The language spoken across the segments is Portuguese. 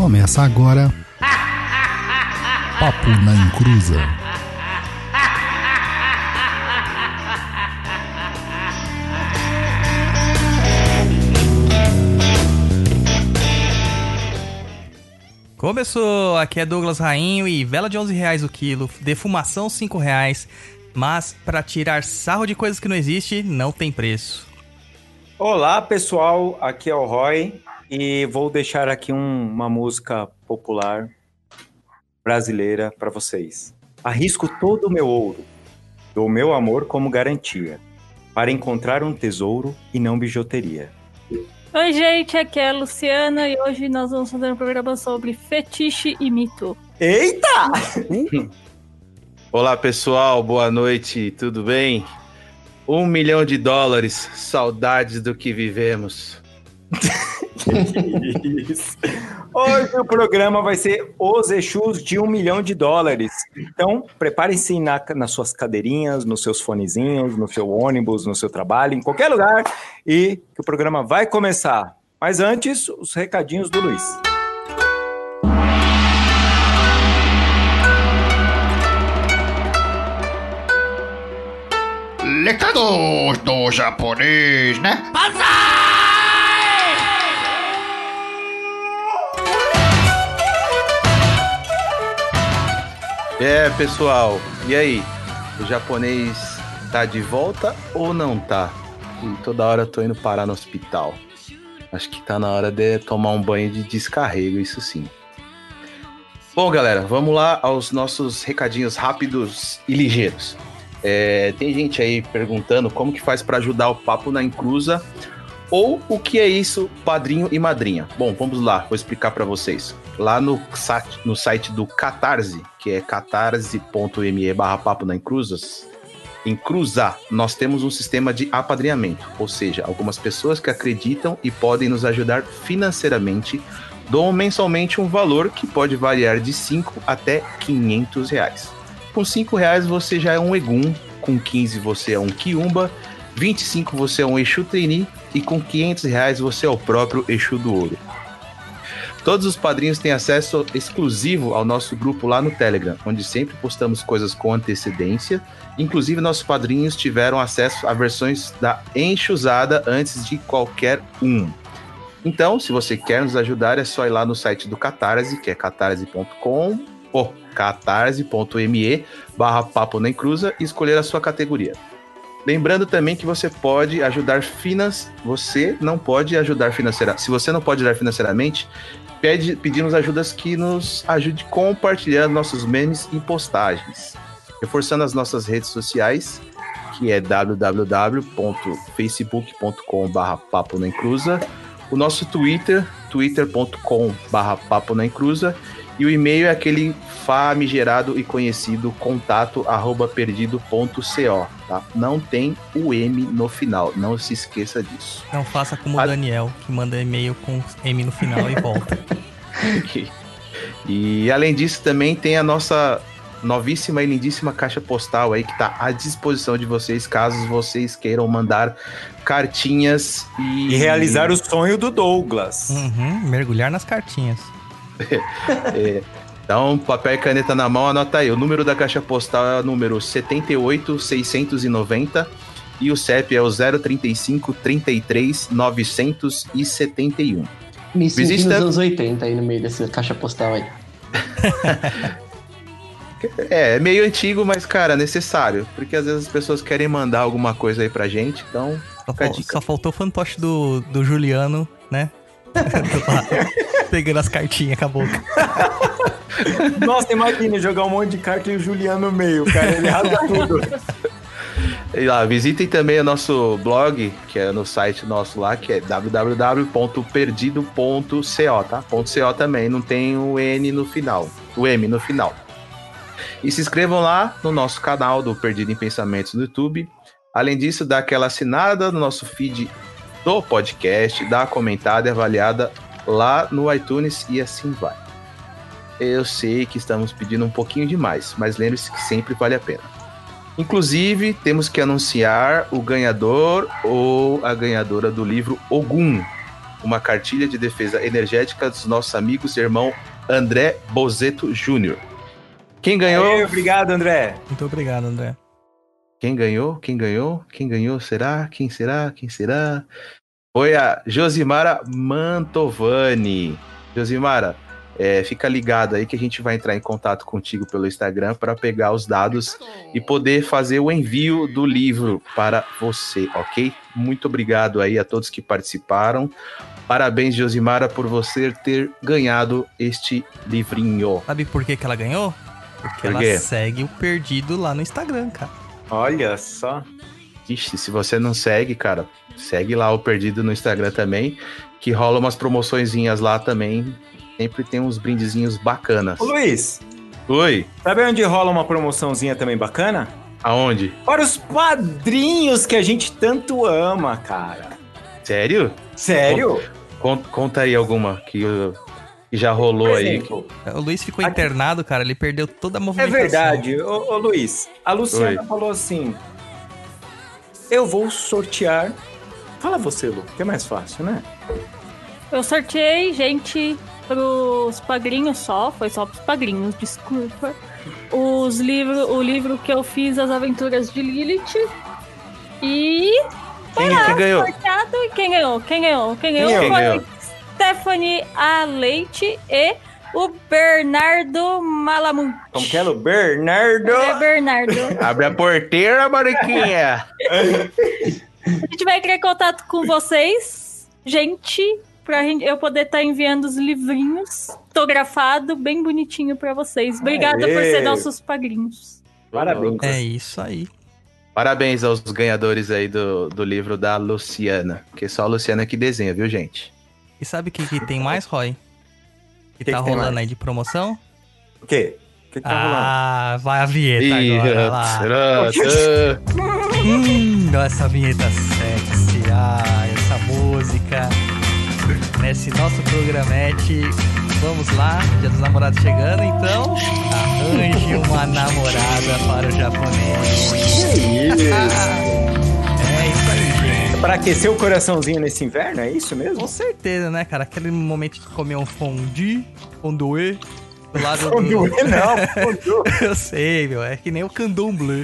Começa agora Papo na Encruza. Começou, aqui é Douglas Rainho e vela de R$11 o quilo, defumação R$5, mas para tirar sarro de coisas que não existem, não tem preço. Olá pessoal, aqui é o Roy e vou deixar aqui uma música popular brasileira para vocês. Arrisco todo o meu ouro, dou meu amor como garantia, para encontrar um tesouro e não bijuteria. Oi gente, aqui é a Luciana e hoje nós vamos fazer um programa sobre fetiche e mito. Eita! Olá pessoal, boa noite, tudo bem? $1 milhão, saudades do que vivemos. Isso. Hoje o programa vai ser Os Exus de $1 milhão. Então, preparem-se nas suas cadeirinhas, nos seus fonezinhos, no seu ônibus, no seu trabalho, em qualquer lugar, e que o programa vai começar. Mas antes, os recadinhos do Luiz. Recados do japonês, né? É, pessoal, e aí? O japonês tá de volta ou não tá? E toda hora eu tô indo parar no hospital. Acho que tá na hora de tomar um banho de descarrego, isso sim. Bom, galera, vamos lá aos nossos recadinhos rápidos e ligeiros. Tem gente aí perguntando como que faz para ajudar o Papo na Encruza ou o que é isso, padrinho e madrinha. Bom, vamos lá, vou explicar para vocês. Lá no site do Catarse, que é catarse.me/Papo na Encruza, nós temos um sistema de apadrinhamento, ou seja, algumas pessoas que acreditam e podem nos ajudar financeiramente doam mensalmente um valor que pode variar de R$5 até R$500. Com R$5 você já é um Egum, com 15 você é um Quiumba, 25 você é um Exu Trainee e com R$500 você é o próprio Exu do Ouro. Todos os padrinhos têm acesso exclusivo ao nosso grupo lá no Telegram, onde sempre postamos coisas com antecedência. Inclusive, nossos padrinhos tiveram acesso a versões da Enxuzada antes de qualquer um. Então, se você quer nos ajudar, é só ir lá no site do Catarse, que é catarse.com ou catarse.me/Papo na Encruza e escolher a sua categoria. Lembrando também que você pode ajudar você não pode ajudar financeiramente. Se você não pode ajudar financeiramente, pedimos ajudas que nos ajude compartilhando nossos memes e postagens. Reforçando as nossas redes sociais, que é www.facebook.com/Papo na Encruza, o nosso Twitter, twitter.com/Papo na Encruza, e o e-mail é aquele famigerado e conhecido contato@perdido.co, tá? Não tem o M no final, não se esqueça disso. Não faça como o Daniel, que manda e-mail com M no final e volta. E além disso também tem a nossa novíssima e lindíssima caixa postal aí que tá à disposição de vocês, caso vocês queiram mandar cartinhas e realizar o sonho do Douglas. Mergulhar nas cartinhas. Então, papel e caneta na mão, anota aí. O número da caixa postal é o número 78690 e o CEP é o 035 33 971. Me senti nos anos 80 aí no meio dessa caixa postal aí. É meio antigo, mas, cara, necessário. Porque às vezes as pessoas querem mandar alguma coisa aí pra gente, então... Só faltou o fantoche do Juliano, né? Pegando as cartinhas com a boca. Nossa, imagina jogar um monte de carta e o Juliano no meio, cara, ele rasga tudo. E lá, visitem também o nosso blog, que é no site nosso lá, que é www.perdido.co, tá? .co também, não tem o N no final, o M no final. E se inscrevam lá no nosso canal do Perdido em Pensamentos no YouTube. Além disso, dá aquela assinada no nosso feed do podcast, dá a comentada e avaliada lá no iTunes e assim vai. Eu sei que estamos pedindo um pouquinho demais, mas lembre-se que sempre vale a pena. Inclusive, temos que anunciar o ganhador ou a ganhadora do livro Ogum, uma cartilha de defesa energética dos nossos amigos e irmão André Bozeto Júnior. Quem ganhou? Aê, obrigado, André. Muito obrigado, André. Quem ganhou? Quem ganhou? Quem ganhou? Será? Quem será? Quem será? Foi a Josimara Mantovani. Josimara, fica ligado aí que a gente vai entrar em contato contigo pelo Instagram para pegar os dados e poder fazer o envio do livro para você, ok? Muito obrigado aí a todos que participaram. Parabéns, Josimara, por você ter ganhado este livrinho. Sabe por que ela ganhou? Porque Por quê? ela segue o Perdido lá no Instagram, cara. Olha só. Ixi, se você não segue, cara, segue lá o Perdido no Instagram também, que rola umas promoçõezinhas lá também. Sempre tem uns brindezinhos bacanas. Ô, Luiz, Oi, sabe onde rola uma promoçãozinha também bacana? aonde? Para os padrinhos que a gente tanto ama, cara. Sério? Sério? Conta aí alguma que já rolou Por aí. exemplo, O Luiz ficou Aqui- internado, cara. Ele perdeu toda a é movimentação. verdade. Ô, Luiz, a Luciana Oi. falou assim, eu vou sortear... Fala você, Lu, que é mais fácil, né? Eu sorteei, gente, pros padrinhos só. Foi só pros padrinhos, desculpa. O livro que eu fiz, As Aventuras de Lilith. E Quem ganhou? sorteado. E quem ganhou? Quem ganhou Quem foi ganhou? Stephanie A. Leite e o Bernardo Malamuti. Como que é, Lu? Bernardo? É Bernardo. Abre a porteira, Mariquinha! A gente vai criar contato com vocês, gente, pra eu poder estar enviando os livrinhos autografado, bem bonitinho pra vocês. Obrigada Aê! por ser nossos padrinhos. Parabéns. É isso aí. Parabéns aos ganhadores aí do livro da Luciana, que é só a Luciana que desenha, viu, gente? E sabe o que tem mais, Roy? Que Que tá que tem rolando mais? aí de promoção? O quê? O que tá rolando? Ah, vai a vinheta agora lá. Essa vinheta sexy. Essa música. Nesse nosso programete. Vamos lá, Dia dos Namorados chegando, então arranje uma namorada para o japonês. É isso aí, gente. Pra aquecer o coraçãozinho nesse inverno, é isso mesmo? Com certeza, né, cara? Aquele momento de comer um fondue do lado Fondue, do... não, fondue. Eu sei, meu. É que nem o candomblé.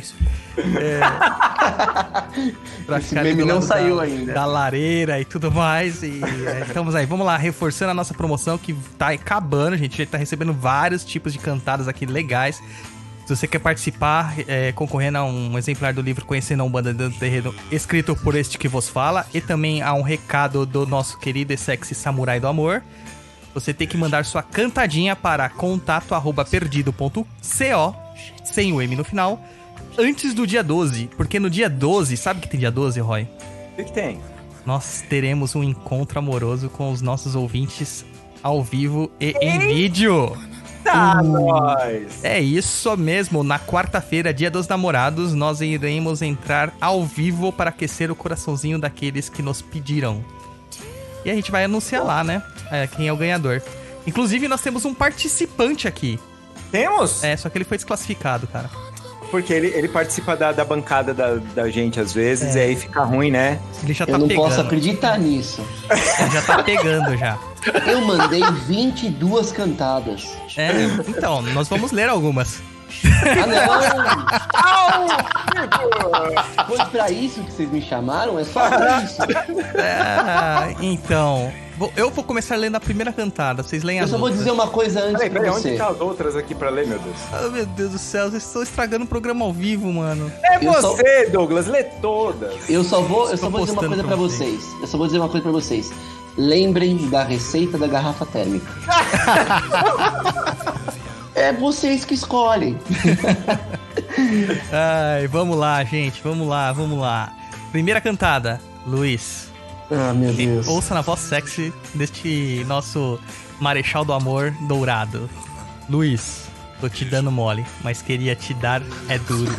Pra Esse ficar ali meme do não lado saiu ainda. Da lareira e tudo mais. E estamos aí. Vamos lá, reforçando a nossa promoção que tá acabando, gente. A gente tá recebendo vários tipos de cantadas aqui legais. Se você quer participar, concorrendo a um exemplar do livro Conhecendo a Umbanda Dentro do Terreno, escrito por este que vos fala, e também a um recado do nosso querido e sexy Samurai do Amor, você tem que mandar sua cantadinha para contato@perdido.co, sem o M no final, antes do dia 12. Porque no dia 12, sabe que tem dia 12, Roy? O que tem? Nós teremos um encontro amoroso com os nossos ouvintes ao vivo e em vídeo. Tá, nós! É isso mesmo, na quarta-feira, Dia dos Namorados, nós iremos entrar ao vivo para aquecer o coraçãozinho daqueles que nos pediram. E a gente vai anunciar lá, né, quem é o ganhador. Inclusive, nós temos um participante aqui. Temos? Só que ele foi desclassificado, cara. Porque ele participa da bancada da gente às vezes, e aí fica ruim, né? Ele já tá Eu não pegando. posso acreditar nisso. Ele já tá pegando já. Eu mandei 22 cantadas. Então, nós vamos ler algumas. Ah, não! Foi pra isso que vocês me chamaram? É só pra isso. Então, eu vou começar lendo a primeira cantada, vocês leem Eu as só vou outras. dizer uma coisa antes pra Peraí, onde você. tá as outras aqui pra ler, meu Deus? Oh, meu Deus do céu, vocês estão estragando o programa ao vivo, mano. É Eu só- você, Douglas, lê todas. Eu só vou Estou dizer uma postando coisa pra pra vocês. Eu só vou dizer uma coisa pra vocês. Lembrem da receita da garrafa térmica. É vocês que escolhem. Ai, vamos lá, gente, vamos lá. Primeira cantada, Luiz. Ah, meu Deus. Ouça na voz sexy deste nosso Marechal do Amor dourado. Luiz, tô te dando mole, mas queria te dar duro.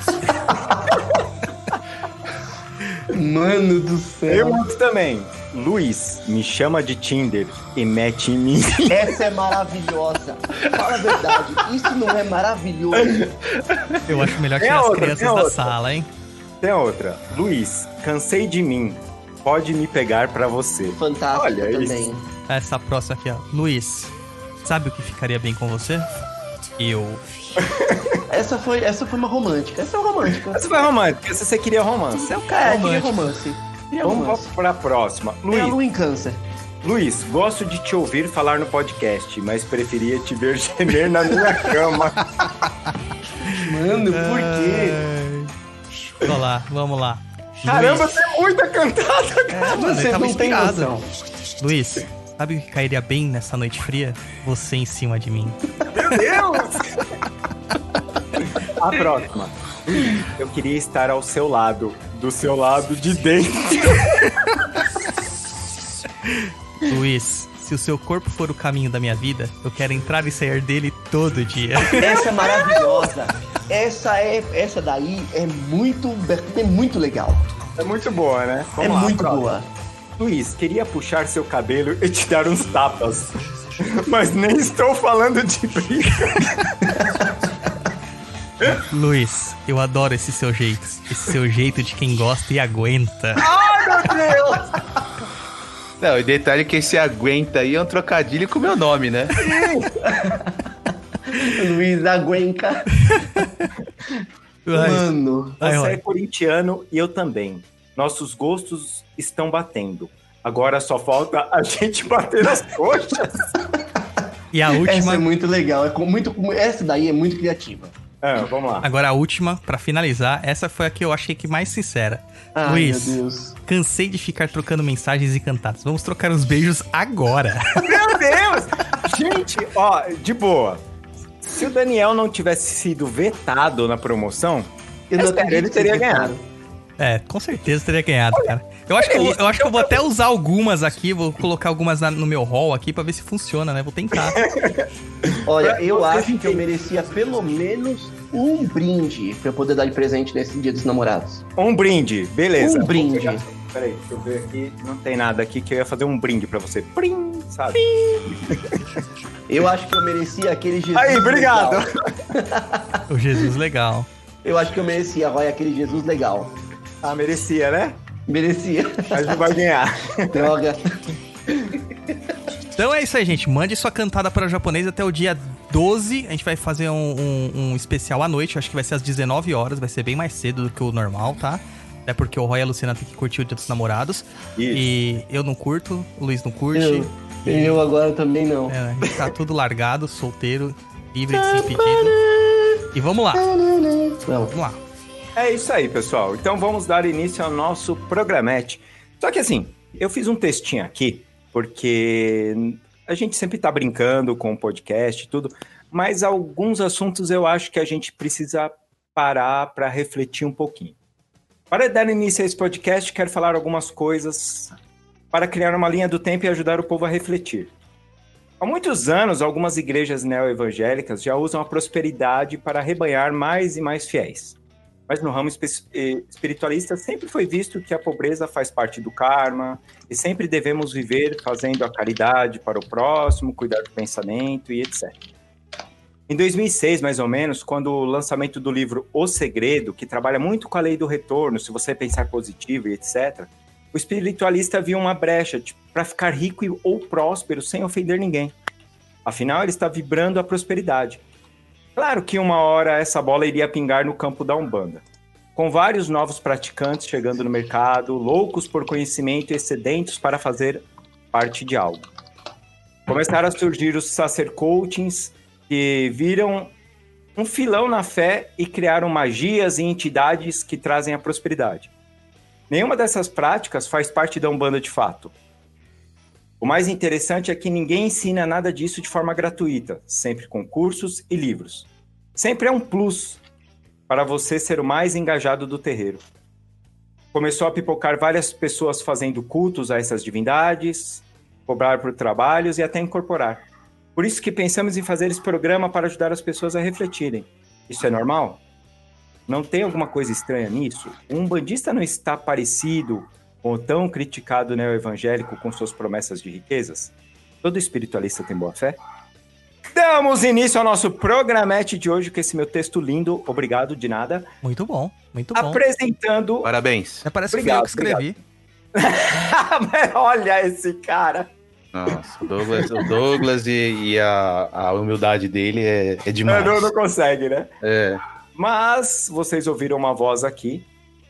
Mano do Eu céu. mando também. Luiz, me chama de Tinder e mete em mim. Essa é maravilhosa. Fala a verdade. Isso não é maravilhoso. Eu acho melhor Tem tirar as outra, crianças tem da outra. sala, hein? Tem outra. Luiz, cansei de mim. pode me pegar pra você. Fantástico. Olha também. isso. Essa próxima aqui, ó. Luiz, sabe o que ficaria bem com você? Eu. Essa foi uma romântica. Essa é uma romântica. Essa foi romântica, essa você queria romance. é o cara Queria romântico. romance. Vamos pra próxima. Tem a Luiz, lua em câncer. Luiz, gosto de te ouvir falar no podcast, mas preferia te ver gemer na minha cama. Mano, por quê? Vamos lá. Caramba, tem muita cantada, cara. Mano, ele Você tava não tem inspirado. noção. Luiz, sabe o que cairia bem nessa noite fria? Você em cima de mim. Meu Deus! A próxima. Eu queria estar ao seu lado, do seu lado de dentro. Luiz, se o seu corpo for o caminho da minha vida, eu quero entrar e sair dele todo dia. Essa é maravilhosa. Essa daí é muito legal. É muito boa, né? Vamos É lá, muito próxima. boa. Luiz, queria puxar seu cabelo e te dar uns tapas. Mas nem estou falando de briga. Luiz, eu adoro esse seu jeito. Esse seu jeito de quem gosta e aguenta. Não, e detalhe que esse aguenta aí é um trocadilho com o meu nome, né? Luiz aguenta. Mano. Você é corintiano e eu também. Nossos gostos estão batendo. Agora só falta a gente bater nas coxas. E a Essa última. é muito legal. Essa daí é muito criativa. Vamos lá. Agora a última, pra finalizar, essa foi a que eu achei que mais sincera. Ai, Luiz, meu Deus. cansei de ficar trocando mensagens e cantadas. Vamos trocar os beijos agora. Meu Deus! Gente, ó, de boa. Se o Daniel não tivesse sido vetado na promoção, Eu não acredito ele que teria vocês ganhado. falaram. É, com certeza teria ganhado, cara. Eu acho que eu vou até usar algumas aqui, vou colocar algumas no meu hall aqui pra ver se funciona, né? Vou tentar. Olha, eu Você acho que eu merecia pelo menos um brinde pra eu poder dar de presente nesse dia dos namorados. Um brinde, beleza. Um brinde. Peraí, deixa eu ver aqui. Não tem nada aqui que eu ia fazer um brinde pra você. Prim, sabe? Eu acho que eu merecia aquele Jesus. Aí, obrigado. legal. O Jesus legal. Eu acho que eu merecia, Roy, aquele Jesus legal. Ah, merecia, né? Merecia. Mas não vai ganhar. Droga. Então é isso aí, gente. Mande sua cantada para o japonês até o dia 12. A gente vai fazer um especial à noite. Acho que vai ser às 19 horas. Vai ser bem mais cedo do que o normal, tá? Até porque o Roy e a Luciana tem que curtir o Dia dos Namorados. Isso. E eu não curto, o Luiz não curte. Eu agora também não. É, a gente tá tudo largado, solteiro, livre de sem pedido. E vamos lá. Não. Vamos lá. É isso aí, pessoal. Então vamos dar início ao nosso programete. Só que assim, eu fiz um textinho aqui, porque a gente sempre tá brincando com o podcast e tudo, mas alguns assuntos eu acho que a gente precisa parar para refletir um pouquinho. Para dar início a esse podcast, quero falar algumas coisas para criar uma linha do tempo e ajudar o povo a refletir. Há muitos anos, algumas igrejas neo-evangélicas já usam a prosperidade para arrebanhar mais e mais fiéis. Mas no ramo espiritualista sempre foi visto que a pobreza faz parte do karma e sempre devemos viver fazendo a caridade para o próximo, cuidar do pensamento e etc. Em 2006, mais ou menos, quando o lançamento do livro O Segredo, que trabalha muito com a lei do retorno, se você pensar positivo e etc., o espiritualista viu uma brecha para ficar rico ou próspero sem ofender ninguém. Afinal, ele está vibrando a prosperidade. Claro que uma hora essa bola iria pingar no campo da Umbanda, com vários novos praticantes chegando no mercado, loucos por conhecimento e sedentos para fazer parte de algo. Começaram a surgir os sacercoachings, que viram um filão na fé e criaram magias e entidades que trazem a prosperidade. Nenhuma dessas práticas faz parte da Umbanda de fato. O mais interessante é que ninguém ensina nada disso de forma gratuita, sempre com cursos e livros. Sempre é um plus para você ser o mais engajado do terreiro. Começou a pipocar várias pessoas fazendo cultos a essas divindades, cobrar por trabalhos e até incorporar. Por isso que pensamos em fazer esse programa para ajudar as pessoas a refletirem. Isso é normal? Não tem alguma coisa estranha nisso? Um umbandista não está parecido com o tão criticado neo-evangélico com suas promessas de riquezas? Todo espiritualista tem boa fé? Damos início ao nosso programete de hoje com esse meu texto lindo. Obrigado, de nada. Muito bom, muito bom. Apresentando... Parabéns. Até parece que foi eu que escrevi. Olha esse cara. Nossa, o Douglas e a humildade dele é demais. Não consegue, né? É. Mas vocês ouviram uma voz aqui,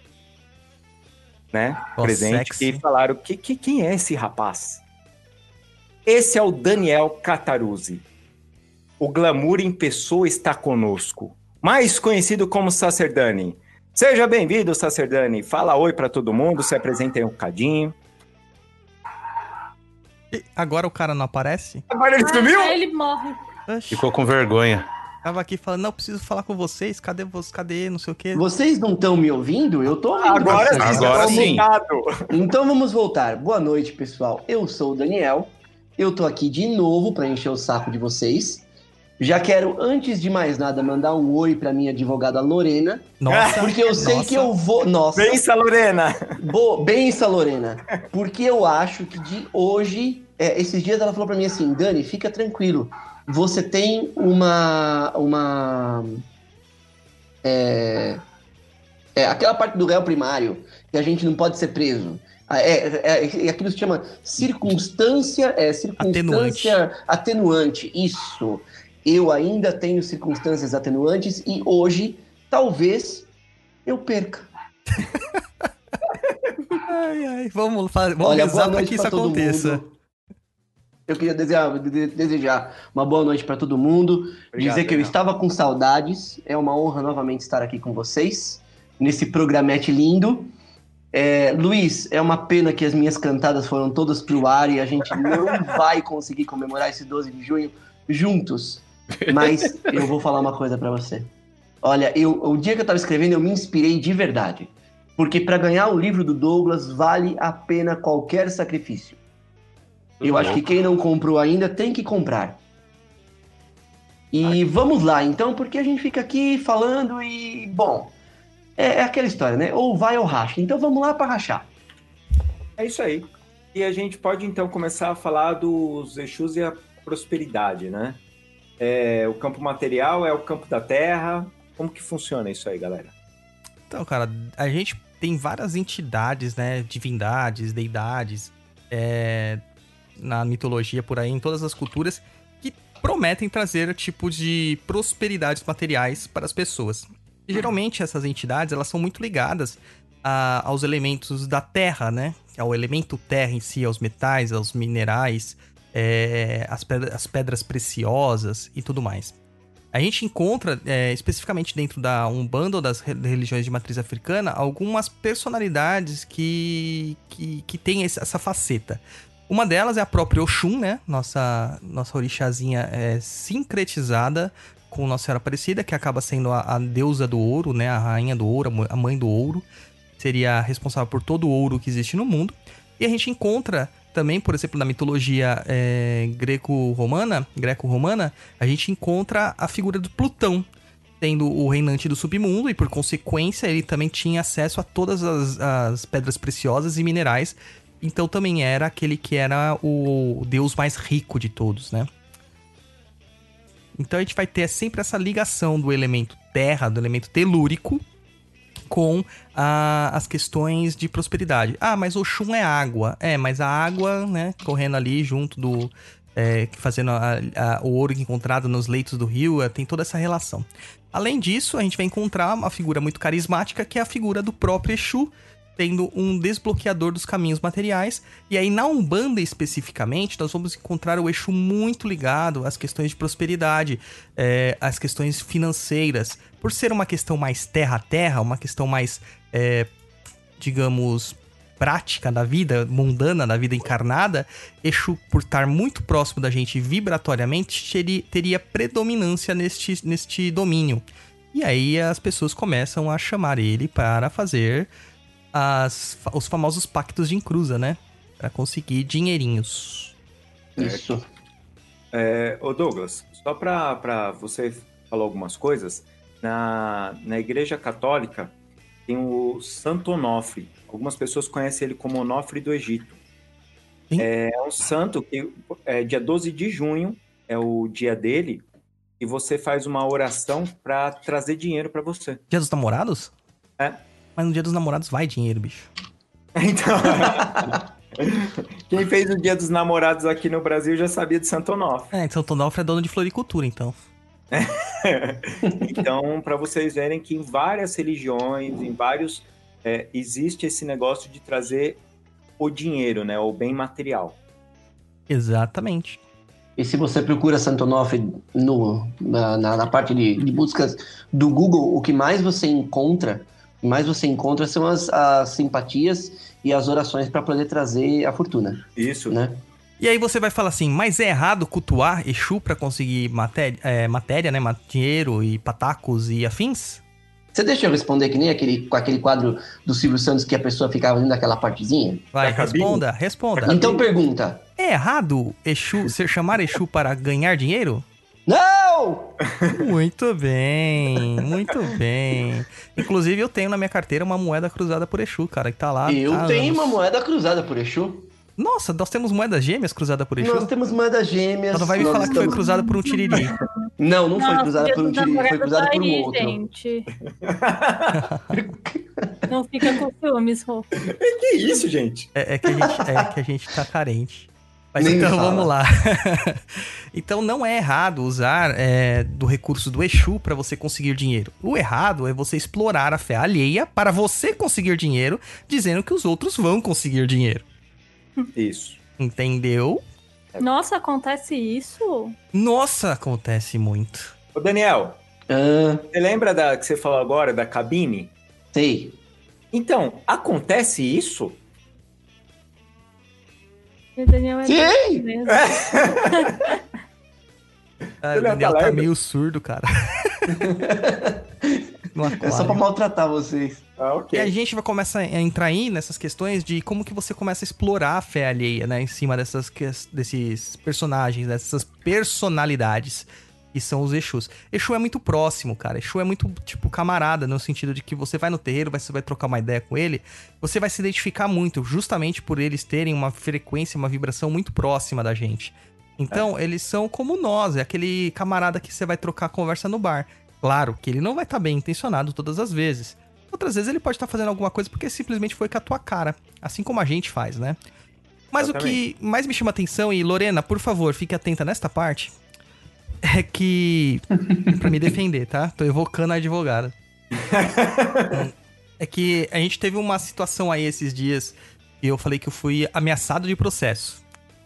né? Voz Presente, sexy. e falaram: quem é esse rapaz? Esse é o Daniel Cataruzzi. O glamour em pessoa está conosco. Mais conhecido como Sacerdani. Seja bem-vindo, Sacerdani. Fala oi pra todo mundo, se apresenta aí um bocadinho. E agora o cara não aparece? Agora ele sumiu? Aí ele morre. Oxi, Ficou com vergonha. tava aqui falando, não, preciso falar com vocês, cadê vocês? Cadê? Não sei o quê. Vocês não estão me ouvindo? Eu tô ouvindo Agora vocês. sim, Agora estamos sim. mutados. Então vamos voltar. Boa noite, pessoal. Eu sou o Daniel. Eu tô aqui de novo para encher o saco de vocês. Já quero, antes de mais nada, mandar um oi pra minha advogada Lorena. Nossa, Porque eu sei nossa. que eu vou... Nossa, Bença, Lorena. bença, Lorena. Porque eu acho que de hoje... esses dias ela falou pra mim assim, Dani, fica tranquilo. Você tem aquela parte do réu primário que a gente não pode ser preso. Aquilo se chama circunstância atenuante. Isso. Eu ainda tenho circunstâncias atenuantes e hoje, talvez, eu perca. Ai, vamos Olha, rezar boa pra noite que isso pra todo aconteça. mundo. Eu queria desejar uma boa noite para todo mundo. Obrigado, Dizer que eu Daniel. estava com saudades. É uma honra novamente estar aqui com vocês, nesse programete lindo. Luiz, é uma pena que as minhas cantadas foram todas pro ar e a gente não vai conseguir comemorar esse 12 de junho juntos. Mas eu vou falar uma coisa para você. Olha, o dia que eu tava escrevendo, eu me inspirei de verdade. Porque para ganhar o livro do Douglas, vale a pena qualquer sacrifício. Eu acho que quem não comprou ainda tem que comprar. E vamos lá, então, porque a gente fica aqui falando e, bom, é aquela história, né? Ou vai ou racha. Então vamos lá para rachar. É isso aí. E a gente pode, então, começar a falar dos Exus e a prosperidade, né? O campo material é o campo da terra. Como que funciona isso aí, galera? Então, cara, a gente tem várias entidades, né? Divindades, deidades, na mitologia por aí, em todas as culturas, que prometem trazer tipos de prosperidades materiais para as pessoas. E geralmente essas entidades, elas são muito ligadas aos elementos da terra, né? Ao elemento terra em si, aos metais, aos minerais, as pedras preciosas e tudo mais. A gente encontra, especificamente dentro da Umbanda ou das religiões de matriz africana, algumas personalidades que têm essa faceta. Uma delas é a própria Oxum, né? Nossa orixazinha sincretizada com Nossa Senhora Aparecida, que acaba sendo a deusa do ouro, né? A rainha do ouro, a mãe do ouro. Seria responsável por todo o ouro que existe no mundo. E a gente encontra também, por exemplo, na mitologia greco-romana, a gente encontra a figura do Plutão, sendo o reinante do submundo, e por consequência ele também tinha acesso a todas as pedras preciosas e minerais. Então também era aquele que era o deus mais rico de todos, né? Então a gente vai ter sempre essa ligação do elemento terra, do elemento telúrico, com as questões de prosperidade. Ah, mas Oxum é água. Mas a água, né, correndo ali junto do... fazendo o ouro encontrado nos leitos do rio, tem toda essa relação. Além disso, a gente vai encontrar uma figura muito carismática, que é a figura do próprio Exu, tendo um desbloqueador dos caminhos materiais. E aí, na Umbanda especificamente, nós vamos encontrar o Exu muito ligado às questões de prosperidade, às questões financeiras. Por ser uma questão mais terra a terra, uma questão mais, digamos, prática da vida, mundana, da vida encarnada, Exu, por estar muito próximo da gente vibratoriamente, teria predominância neste domínio. E aí as pessoas começam a chamar ele para fazer os famosos pactos de encruza, né? Para conseguir dinheirinhos. Isso. Ô Douglas, só para você falar algumas coisas, na Igreja Católica tem o Santo Onofre. Algumas pessoas conhecem ele como Onofre do Egito. Sim. É um santo que dia 12 de junho é o dia dele, e você faz uma oração para trazer dinheiro para você. Dia dos namorados? É. Mas no dia dos namorados vai dinheiro, bicho. Então, quem fez o Dia dos Namorados aqui no Brasil já sabia de Santo Onofre. É, Santo Onofre é dono de floricultura, então. Então, para vocês verem que em várias religiões, em vários, existe esse negócio de trazer o dinheiro, né? O bem material. Exatamente. E se você procura Santo Onofre na parte de buscas do Google, o que mais você encontra são as simpatias e as orações para poder trazer a fortuna, Isso. né? E aí você vai falar assim, mas é errado cultuar Exu pra conseguir matéria, né? Dinheiro e patacos e afins? Você deixa eu responder que nem com aquele quadro do Silvio Santos que a pessoa ficava lendo aquela partezinha? Vai, Da cabine? responda. Então pergunta. É errado chamar Exu para ganhar dinheiro? Não! Muito bem, muito bem. Inclusive eu tenho na minha carteira uma moeda cruzada por Exu, cara, que tá lá. Eu há tenho anos. uma moeda cruzada por Exu. Nossa, nós temos moedas gêmeas cruzadas por Exu? Nós temos moedas gêmeas. Só não vai me nós falar que foi estamos- cruzada por um tiriri. Não foi Nossa, cruzada por um Dia dos tiriri, foi Namorados cruzada tá por um aí, outro. gente. Não fica com ciúmes, Rô. Que isso, gente? É que a gente tá carente. Mas Nem então me fala. vamos lá. Então não é errado usar do recurso do Exu para você conseguir dinheiro. O errado é você explorar a fé alheia para você conseguir dinheiro, dizendo que os outros vão conseguir dinheiro. Isso. Entendeu? Nossa, acontece isso? Nossa, acontece muito. Ô, Daniel, Ah, você lembra que você falou agora da cabine? sei. Então, acontece isso? O Daniel é Sim! mesmo. Ah, o Ele Daniel tá tá lerdo? meio surdo, cara. No É só pra aquário. maltratar vocês. Ah, ok. E a gente vai começar a entrar aí nessas questões de como que você começa a explorar a fé alheia, né? Em cima desses personagens, dessas personalidades que são os Exus. Exu é muito próximo, cara. Exu é muito, tipo, camarada, no sentido de que você vai no terreiro, você vai trocar uma ideia com ele, você vai se identificar muito, justamente por eles terem uma frequência, uma vibração muito próxima da gente. Então, eles são como nós, é aquele camarada que você vai trocar conversa no bar. Claro que ele não vai estar bem intencionado todas as vezes. Outras vezes ele pode estar fazendo alguma coisa porque simplesmente foi com a tua cara. Assim como a gente faz, né? Mas o que mais me chama atenção, e Lorena, por favor, fique atenta nesta parte, é que... pra me defender, tá? Tô evocando a advogada. É que a gente teve uma situação aí esses dias e eu falei que eu fui ameaçado de processo.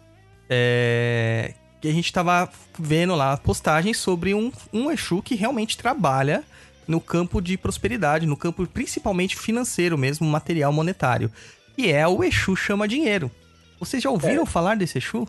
Que a gente tava vendo lá postagens sobre um Exu que realmente trabalha no campo de prosperidade, no campo principalmente financeiro mesmo, material monetário. E é o Exu Chama Dinheiro. Vocês já ouviram falar desse Exu?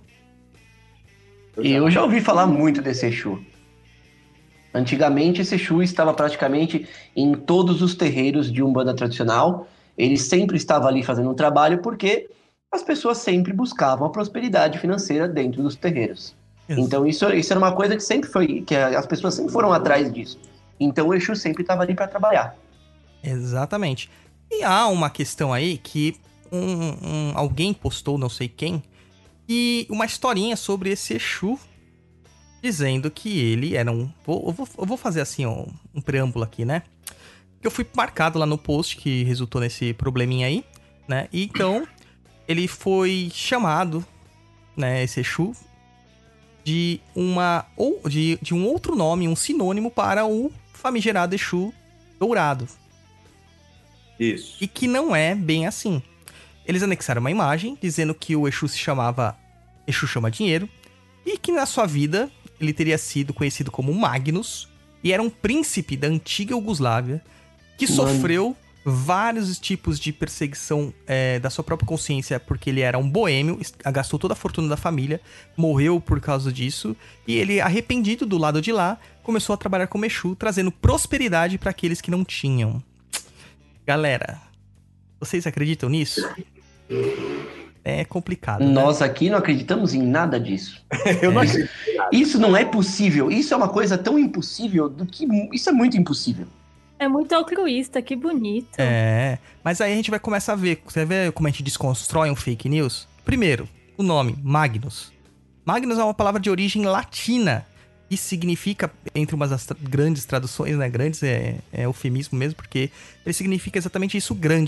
Eu já ouvi falar muito desse Exu. Antigamente, esse Exu estava praticamente em todos os terreiros de Umbanda tradicional. Ele sempre estava ali fazendo um trabalho porque as pessoas sempre buscavam a prosperidade financeira dentro dos terreiros. Então isso era uma coisa que sempre foi, que as pessoas sempre foram atrás disso. Então o Exu sempre estava ali para trabalhar. Exatamente. E há uma questão aí que alguém postou, não sei quem, e uma historinha sobre esse Exu, dizendo que ele era eu vou fazer assim, ó, um preâmbulo aqui, né? Eu fui marcado lá no post que resultou nesse probleminha aí, né? E então, ele foi chamado, né, esse Exu, de um outro nome, um sinônimo para o famigerado Exu dourado. Isso. E que não é bem assim. Eles anexaram uma imagem dizendo que o Exu se chamava Exu Chama Dinheiro e que na sua vida ele teria sido conhecido como Magnus e era um príncipe da antiga Iugoslávia que sofreu vários tipos de perseguição da sua própria consciência porque ele era um boêmio, gastou toda a fortuna da família, morreu por causa disso e ele, arrependido do lado de lá, começou a trabalhar como Exu, trazendo prosperidade para aqueles que não tinham. Galera, vocês acreditam nisso? É complicado, né? Nós aqui não acreditamos em nada disso. Eu não acredito. Isso não é possível. Isso é uma coisa tão impossível do que isso é muito impossível. É muito altruísta, que bonito. Mas aí a gente vai começar a ver. Você vê como a gente desconstrói um fake news? Primeiro, o nome, Magnus. Magnus é uma palavra de origem latina e significa, entre umas das grandes traduções, né? Grandes é eufemismo mesmo, porque ele significa exatamente isso, grande.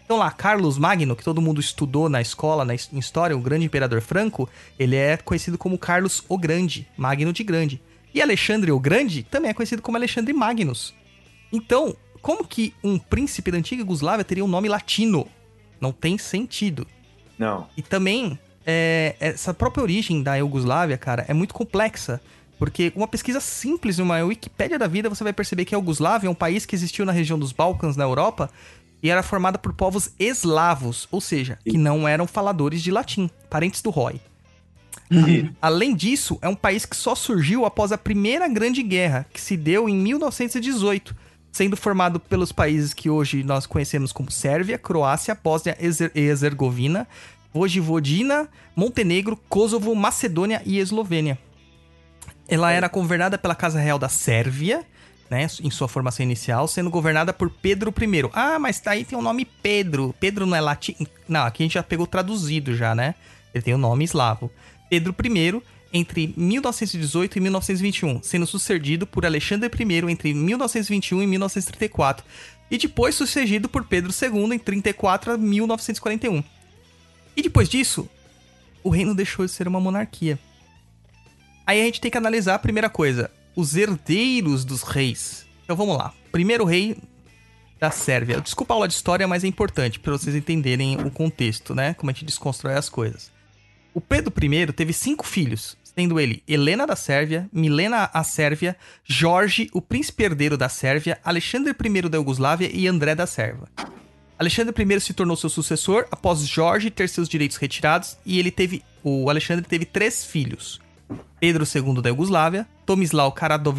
Então lá, Carlos Magno, que todo mundo estudou na escola, em história, o grande imperador franco, ele é conhecido como Carlos o Grande, Magno de Grande. E Alexandre o Grande também é conhecido como Alexandre Magnus. Então, como que um príncipe da antiga Iugoslávia teria um nome latino? Não tem sentido. Não. E também, essa própria origem da Iugoslávia, cara, é muito complexa. Porque uma pesquisa simples numa Wikipédia da vida, você vai perceber que a Iugoslávia é um país que existiu na região dos Balcãs, na Europa, e era formada por povos eslavos, ou seja, que não eram faladores de latim, parentes do Roy. Além disso, é um país que só surgiu após a Primeira Grande Guerra, que se deu em 1918, sendo formado pelos países que hoje nós conhecemos como Sérvia, Croácia, Bósnia e Herzegovina, Vojvodina, Montenegro, Kosovo, Macedônia e Eslovênia. Ela era governada pela Casa Real da Sérvia, né, em sua formação inicial, sendo governada por Pedro I. Ah, mas aí tem o nome Pedro. Pedro não é latim? Não, aqui a gente já pegou traduzido já, né? Ele tem o nome eslavo. Pedro I, entre 1918 e 1921, sendo sucedido por Alexandre I entre 1921 e 1934, e depois sucedido por Pedro II em 34 a 1941. E depois disso, o reino deixou de ser uma monarquia. Aí a gente tem que analisar a primeira coisa, os herdeiros dos reis. Então vamos lá, primeiro rei da Sérvia. Desculpa a aula de história, mas é importante para vocês entenderem o contexto, né? Como a gente desconstrói as coisas. O Pedro I teve 5 filhos, sendo ele Helena da Sérvia, Milena a Sérvia, Jorge, o príncipe herdeiro da Sérvia, Alexandre I da Iugoslávia e André da Sérvia. Alexandre I se tornou seu sucessor após Jorge ter seus direitos retirados e o Alexandre teve 3 filhos. Pedro II da Iugoslávia, Tomislav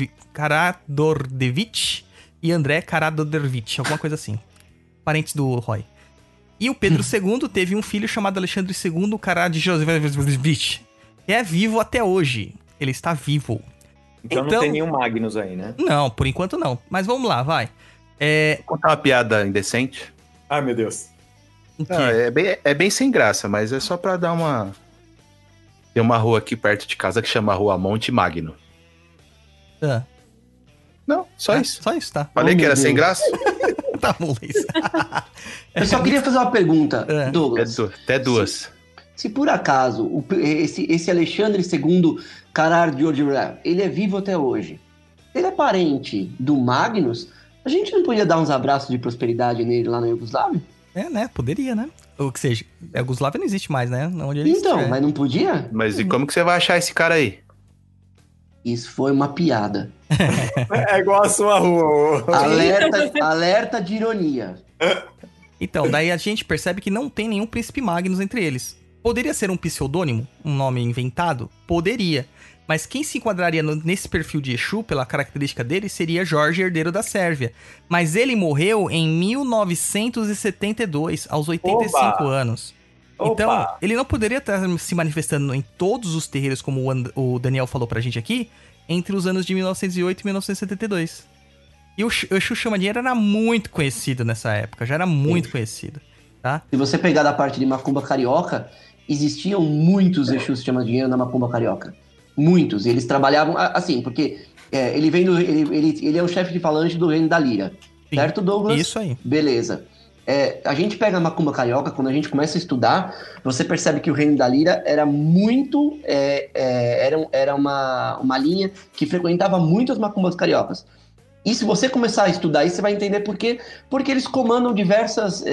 Karađorđević e André Karađorđević, alguma coisa assim. Parentes do Roy. E o Pedro II teve um filho chamado Alexandre II Karađorđević, que é vivo até hoje. Ele está vivo. Então não tem nenhum Magnus aí, né? Não, por enquanto não. Mas vamos lá, vai. Vou contar uma piada indecente. Ai, meu Deus. O quê? Não, é bem sem graça, mas é só pra dar uma... Tem uma rua aqui perto de casa que chama Rua Monte Magno. Ah. Não, só isso. Só isso, tá. Falei que era meu sem Deus. graça? Tá bom, Luiz. Eu só queria fazer uma pergunta, Douglas. Até duas. Se por acaso esse Alexandre II Karađorđević, ele é vivo até hoje, ele é parente do Magnus, a gente não podia dar uns abraços de prosperidade nele lá na Iugoslávia? Né? Poderia, né? Ou que seja, a Iugoslávia não existe mais, né? Onde ele Então, estiver. mas não podia? Mas e como que você vai achar esse cara aí? Isso foi uma piada. É igual a sua rua. Alerta de ironia. Então, daí a gente percebe que não tem nenhum príncipe Magnus entre eles. Poderia ser um pseudônimo? Um nome inventado? Poderia. Mas quem se enquadraria nesse perfil de Exu, pela característica dele, seria Jorge, herdeiro da Sérvia. Mas ele morreu em 1972, aos 85 anos. Então, ele não poderia estar se manifestando em todos os terreiros, como o Daniel falou pra gente aqui, entre os anos de 1908 e 1972. E o Exu Chama Dinheiro era muito conhecido nessa época, já era muito conhecido, tá? Se você pegar da parte de Macumba Carioca, existiam muitos Exus Chama Dinheiro na Macumba Carioca. Muitos. E eles trabalhavam assim, porque ele é o chefe de falange do Reino da Lira. Sim, certo, Douglas? Isso aí. Beleza. A gente pega a Macumba Carioca, quando a gente começa a estudar, você percebe que o Reino da Lira era muito... era uma linha que frequentava muito as macumbas cariocas. E se você começar a estudar isso, você vai entender por quê. Porque eles comandam diversas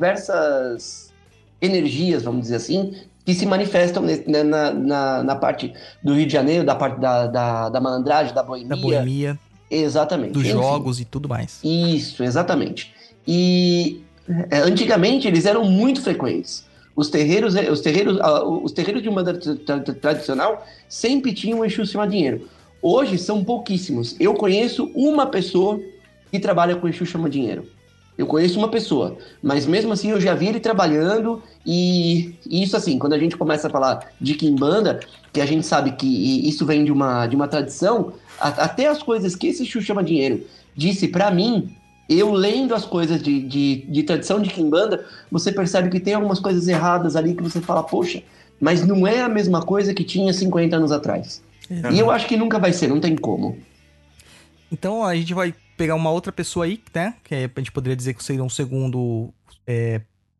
energias, vamos dizer assim, que se manifestam na parte do Rio de Janeiro, da parte da malandragem, da boemia. Da boemia, exatamente. dos Enfim, jogos e tudo mais. Isso, exatamente. E antigamente eles eram muito frequentes. Os terreiros de Umbanda tradicional sempre tinham um Exu Chama Dinheiro. Hoje são pouquíssimos. Eu conheço uma pessoa que trabalha com Exu Chama Dinheiro. Eu conheço uma pessoa, mas mesmo assim eu já vi ele trabalhando e isso assim, quando a gente começa a falar de Quimbanda, que a gente sabe que isso vem de uma tradição, até as coisas que esse Exu Chama Dinheiro disse pra mim, eu lendo as coisas de tradição de Quimbanda, você percebe que tem algumas coisas erradas ali que você fala, poxa, mas não é a mesma coisa que tinha 50 anos atrás. Uhum. E eu acho que nunca vai ser, não tem como. Então a gente vai pegar uma outra pessoa aí, né? Que a gente poderia dizer que seria um segundo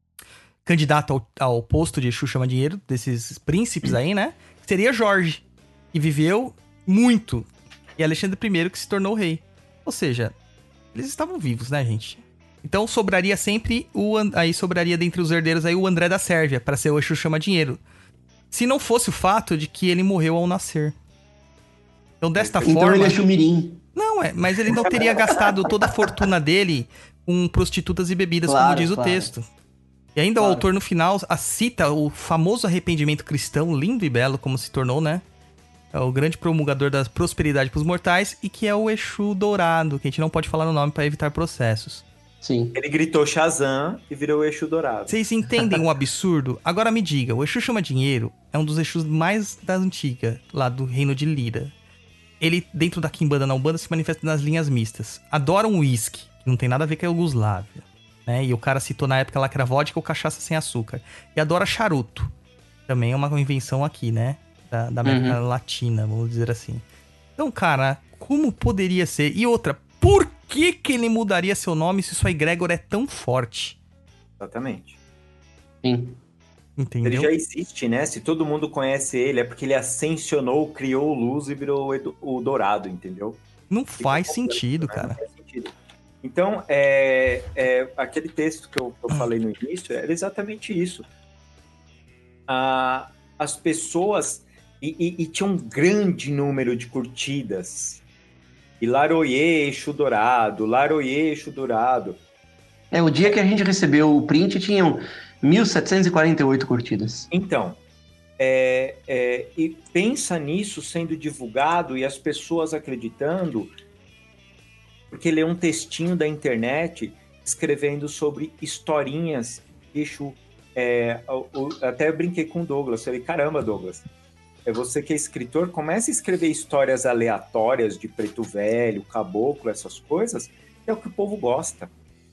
candidato ao posto de Exu Chama Dinheiro, desses príncipes aí, né? Seria Jorge, que viveu muito. E Alexandre I, que se tornou rei. Ou seja, eles estavam vivos, né, gente? Então sobraria sempre aí sobraria dentre os herdeiros aí o André da Sérvia, para ser o Exu Chama Dinheiro. Se não fosse o fato de que ele morreu ao nascer. Então, desta forma... Então ele é chumirim. Não, mas ele não teria gastado toda a fortuna dele com prostitutas e bebidas, como diz o texto. E ainda o autor, no final, cita o famoso arrependimento cristão, lindo e belo, como se tornou, né? É o grande promulgador da prosperidade para os mortais, e que é o Exu Dourado, que a gente não pode falar o nome para evitar processos. Sim. Ele gritou Shazam e virou o Exu Dourado. Vocês entendem o absurdo? Agora me diga, o Exu Chama Dinheiro é um dos Exus mais da antiga, lá do reino de Lira. Ele, dentro da Quimbanda na Umbanda, se manifesta nas linhas mistas. Adora um uísque, que não tem nada a ver com a Iugoslávia, né? E o cara citou na época lá que era vodka ou cachaça sem açúcar. E adora charuto. Também é uma invenção aqui, né? Da América Latina, vamos dizer assim. Então, cara, como poderia ser? E outra, por que ele mudaria seu nome se sua egrégora é tão forte? Exatamente. Sim. Entendeu? Ele já existe, né? Se todo mundo conhece ele, é porque ele ascensionou, criou luz e virou o Dourado, entendeu? Não faz sentido, né? cara. Não faz sentido. Então, aquele texto que eu falei no início era exatamente isso. As pessoas... E tinha um grande número de curtidas. E Laroye, Exu Dourado, Laroye, Exu Dourado. O dia que a gente recebeu o print, tinham 1.748 curtidas. Então, e pensa nisso sendo divulgado e as pessoas acreditando, porque ele é um textinho da internet escrevendo sobre historinhas de Exu. Até eu brinquei com o Douglas, falei, caramba, Douglas, você que é escritor, comece a escrever histórias aleatórias de preto velho, caboclo, essas coisas, é o que o povo gosta.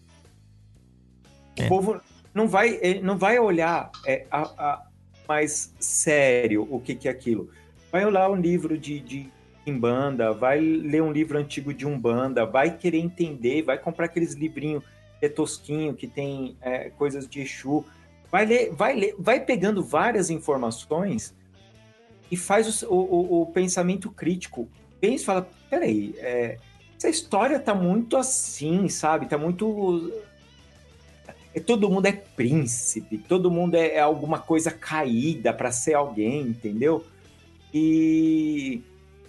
O povo não vai olhar mais sério o que é aquilo. Vai olhar um livro de Umbanda, vai ler um livro antigo de Umbanda, vai querer entender, vai comprar aqueles livrinhos que é tosquinho, que tem coisas de Exu, vai pegando várias informações e faz o pensamento crítico. Pensa e fala, peraí, essa história tá muito assim, sabe? Tá muito... todo mundo é príncipe, todo mundo é alguma coisa caída para ser alguém, entendeu? E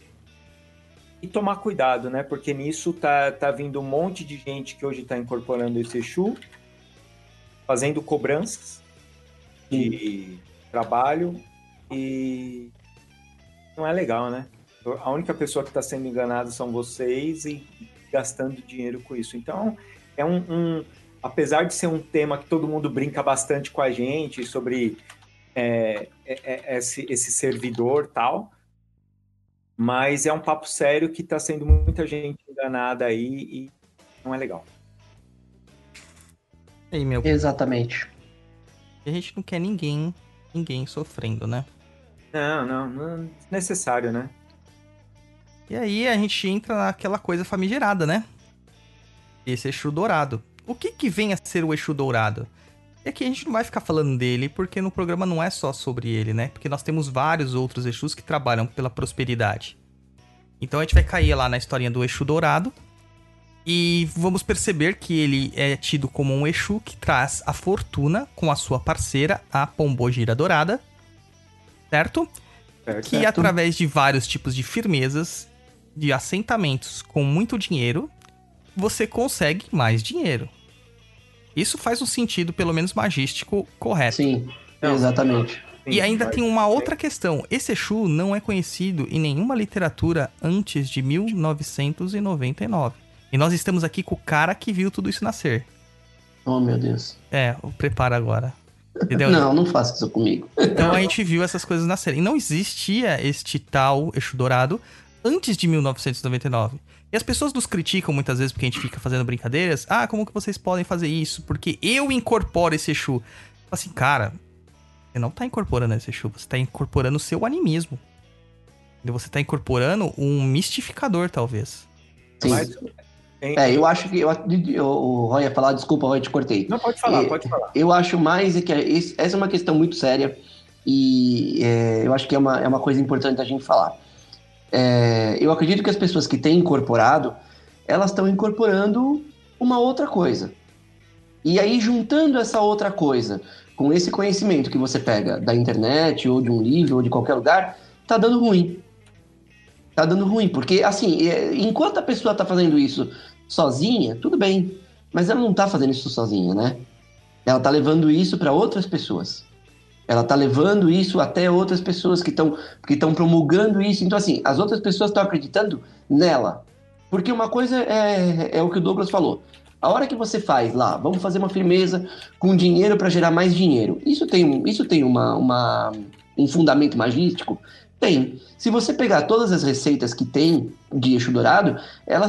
tomar cuidado, né? Porque nisso tá vindo um monte de gente que hoje tá incorporando esse Exu, fazendo cobranças de trabalho e não é legal, né? A única pessoa que está sendo enganada são vocês e gastando dinheiro com isso. Então, apesar de ser um tema que todo mundo brinca bastante com a gente sobre esse servidor e tal, mas é um papo sério que está sendo muita gente enganada aí e não é legal. Aí, meu... Exatamente. A gente não quer ninguém sofrendo, né? Não é necessário, né? E aí a gente entra naquela coisa famigerada, né? Esse Exu Dourado. O que vem a ser o Exu Dourado? E aqui a gente não vai ficar falando dele, porque no programa não é só sobre ele, né? Porque nós temos vários outros Exus que trabalham pela prosperidade. Então a gente vai cair lá na historinha do Exu Dourado. E vamos perceber que ele é tido como um Exu que traz a fortuna com a sua parceira, a Pombogira Dourada. Certo? Que através de vários tipos de firmezas, de assentamentos com muito dinheiro, você consegue mais dinheiro. Isso faz um sentido, pelo menos magístico, correto. Sim, exatamente. E ainda tem uma outra questão. Esse Exu não é conhecido em nenhuma literatura antes de 1999. E nós estamos aqui com o cara que viu tudo isso nascer. Oh, meu Deus. Prepara agora. Entendeu? Não faça isso comigo. Então a gente viu essas coisas nascerem. E não existia este tal Exu Dourado antes de 1999. E as pessoas nos criticam muitas vezes porque a gente fica fazendo brincadeiras. Como que vocês podem fazer isso? Porque eu incorporo esse Exu. Assim, cara, você não tá incorporando esse Exu, você tá incorporando o seu animismo. Você tá incorporando um mistificador, talvez. Sim. Eu acho que. O Roy ia falar, desculpa, Roy, te cortei. Não, pode falar, É, pode falar. Eu acho mais que essa é uma questão muito séria e eu acho que é uma coisa importante a gente falar. Eu acredito que as pessoas que têm incorporado, elas estão incorporando uma outra coisa. E aí, juntando essa outra coisa com esse conhecimento que você pega da internet, ou de um livro, ou de qualquer lugar, tá dando ruim. Tá dando ruim, porque, assim, enquanto a pessoa tá fazendo isso sozinha, tudo bem. Mas ela não tá fazendo isso sozinha, né? Ela tá levando isso para outras pessoas. Ela tá levando isso até outras pessoas que estão promulgando isso. Então, assim, as outras pessoas estão acreditando nela. Porque uma coisa é o que o Douglas falou. A hora que você faz lá, vamos fazer uma firmeza com dinheiro para gerar mais dinheiro. Isso tem um fundamento magístico? Tem. Se você pegar todas as receitas que tem de eixo dourado,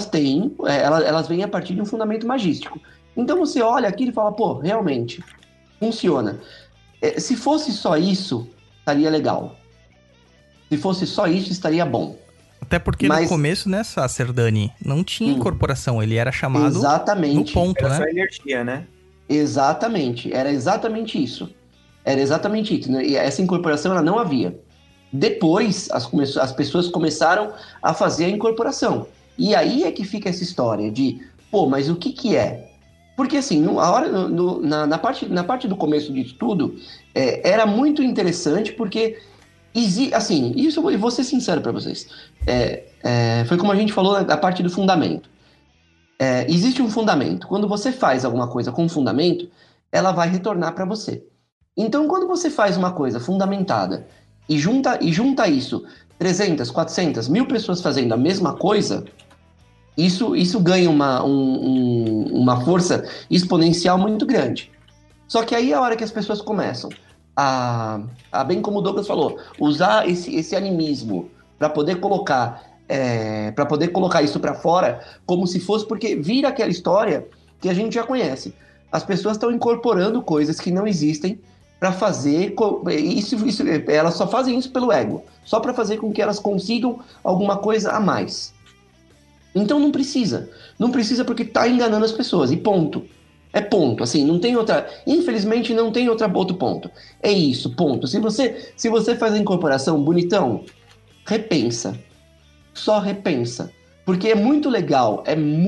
elas vêm a partir de um fundamento magístico. Então você olha aquilo e fala, pô, realmente, funciona. Se fosse só isso, estaria legal. Se fosse só isso, estaria bom. Até porque Mas- no começo, né, Sacerdani, não tinha incorporação, ele era chamado no Exatamente. ponto, Era né? só energia, né? Exatamente. Era exatamente isso. Era exatamente isso. Né? E essa incorporação ela não havia. Depois, as pessoas começaram a fazer a incorporação. E aí é que fica essa história de, pô, mas o que que é? Porque assim, na parte do começo disso tudo, era muito interessante porque, assim, isso eu vou ser sincero para vocês. Foi como a gente falou da parte do fundamento. Existe um fundamento. Quando você faz alguma coisa com fundamento, ela vai retornar para você. Então, quando você faz uma coisa fundamentada e junta isso 300, 400, 1000 pessoas fazendo a mesma coisa, isso ganha uma força exponencial muito grande. Só que aí é a hora que as pessoas começam bem como o Douglas falou, usar esse animismo para poder colocar isso para fora, como se fosse, porque vira aquela história que a gente já conhece. As pessoas estão incorporando coisas que não existem para fazer isso, elas só fazem isso pelo ego, só para fazer com que elas consigam alguma coisa a mais. Então não precisa porque tá enganando as pessoas e ponto. É ponto, assim, não tem outra. Infelizmente não tem outro ponto. É isso, ponto. Se você faz a incorporação bonitão, repensa. Só repensa. Porque é muito legal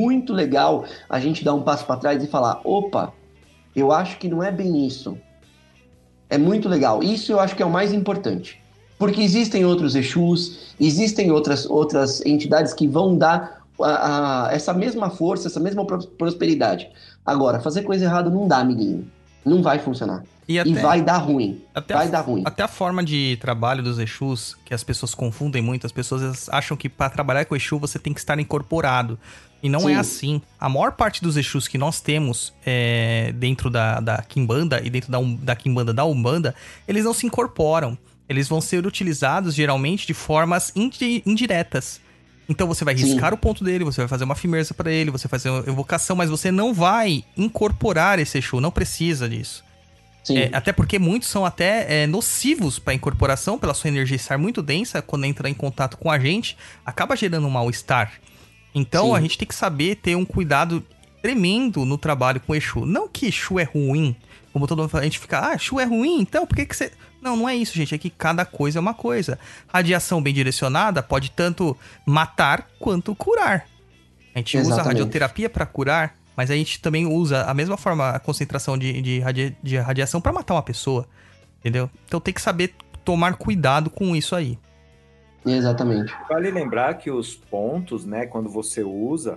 a gente dar um passo para trás e falar: opa, eu acho que não é bem isso. É muito legal. Isso eu acho que é o mais importante. Porque existem outros Exus, existem outras entidades que vão dar essa mesma força, essa mesma prosperidade. Agora, fazer coisa errada não dá, amiguinho. Não vai funcionar. E vai dar ruim. Vai dar ruim. Até a forma de trabalho dos Exus, que as pessoas confundem muito, as pessoas acham que para trabalhar com Exu você tem que estar incorporado. E não Sim. é assim. A maior parte dos Exus que nós temos dentro da Quimbanda e dentro da Quimbanda da Umbanda, eles não se incorporam. Eles vão ser utilizados geralmente de formas indiretas. Então você vai riscar o ponto dele, você vai fazer uma firmeza para ele, você vai fazer uma evocação, mas você não vai incorporar esse Exu, não precisa disso. Até porque muitos são até nocivos para incorporação, pela sua energia estar muito densa, quando entra em contato com a gente, acaba gerando um mal-estar. Então a gente tem que saber ter um cuidado tremendo no trabalho com Exu. Não que Exu é ruim, como todo mundo fala, a gente fica, Exu é ruim, então por que você... Não é isso, gente, é que cada coisa é uma coisa. Radiação bem direcionada pode tanto matar quanto curar. A gente usa a radioterapia para curar, mas a gente também usa a mesma forma, a concentração de radiação para matar uma pessoa, entendeu? Então tem que saber tomar cuidado com isso aí. Exatamente. Vale lembrar que os pontos, né, quando você usa,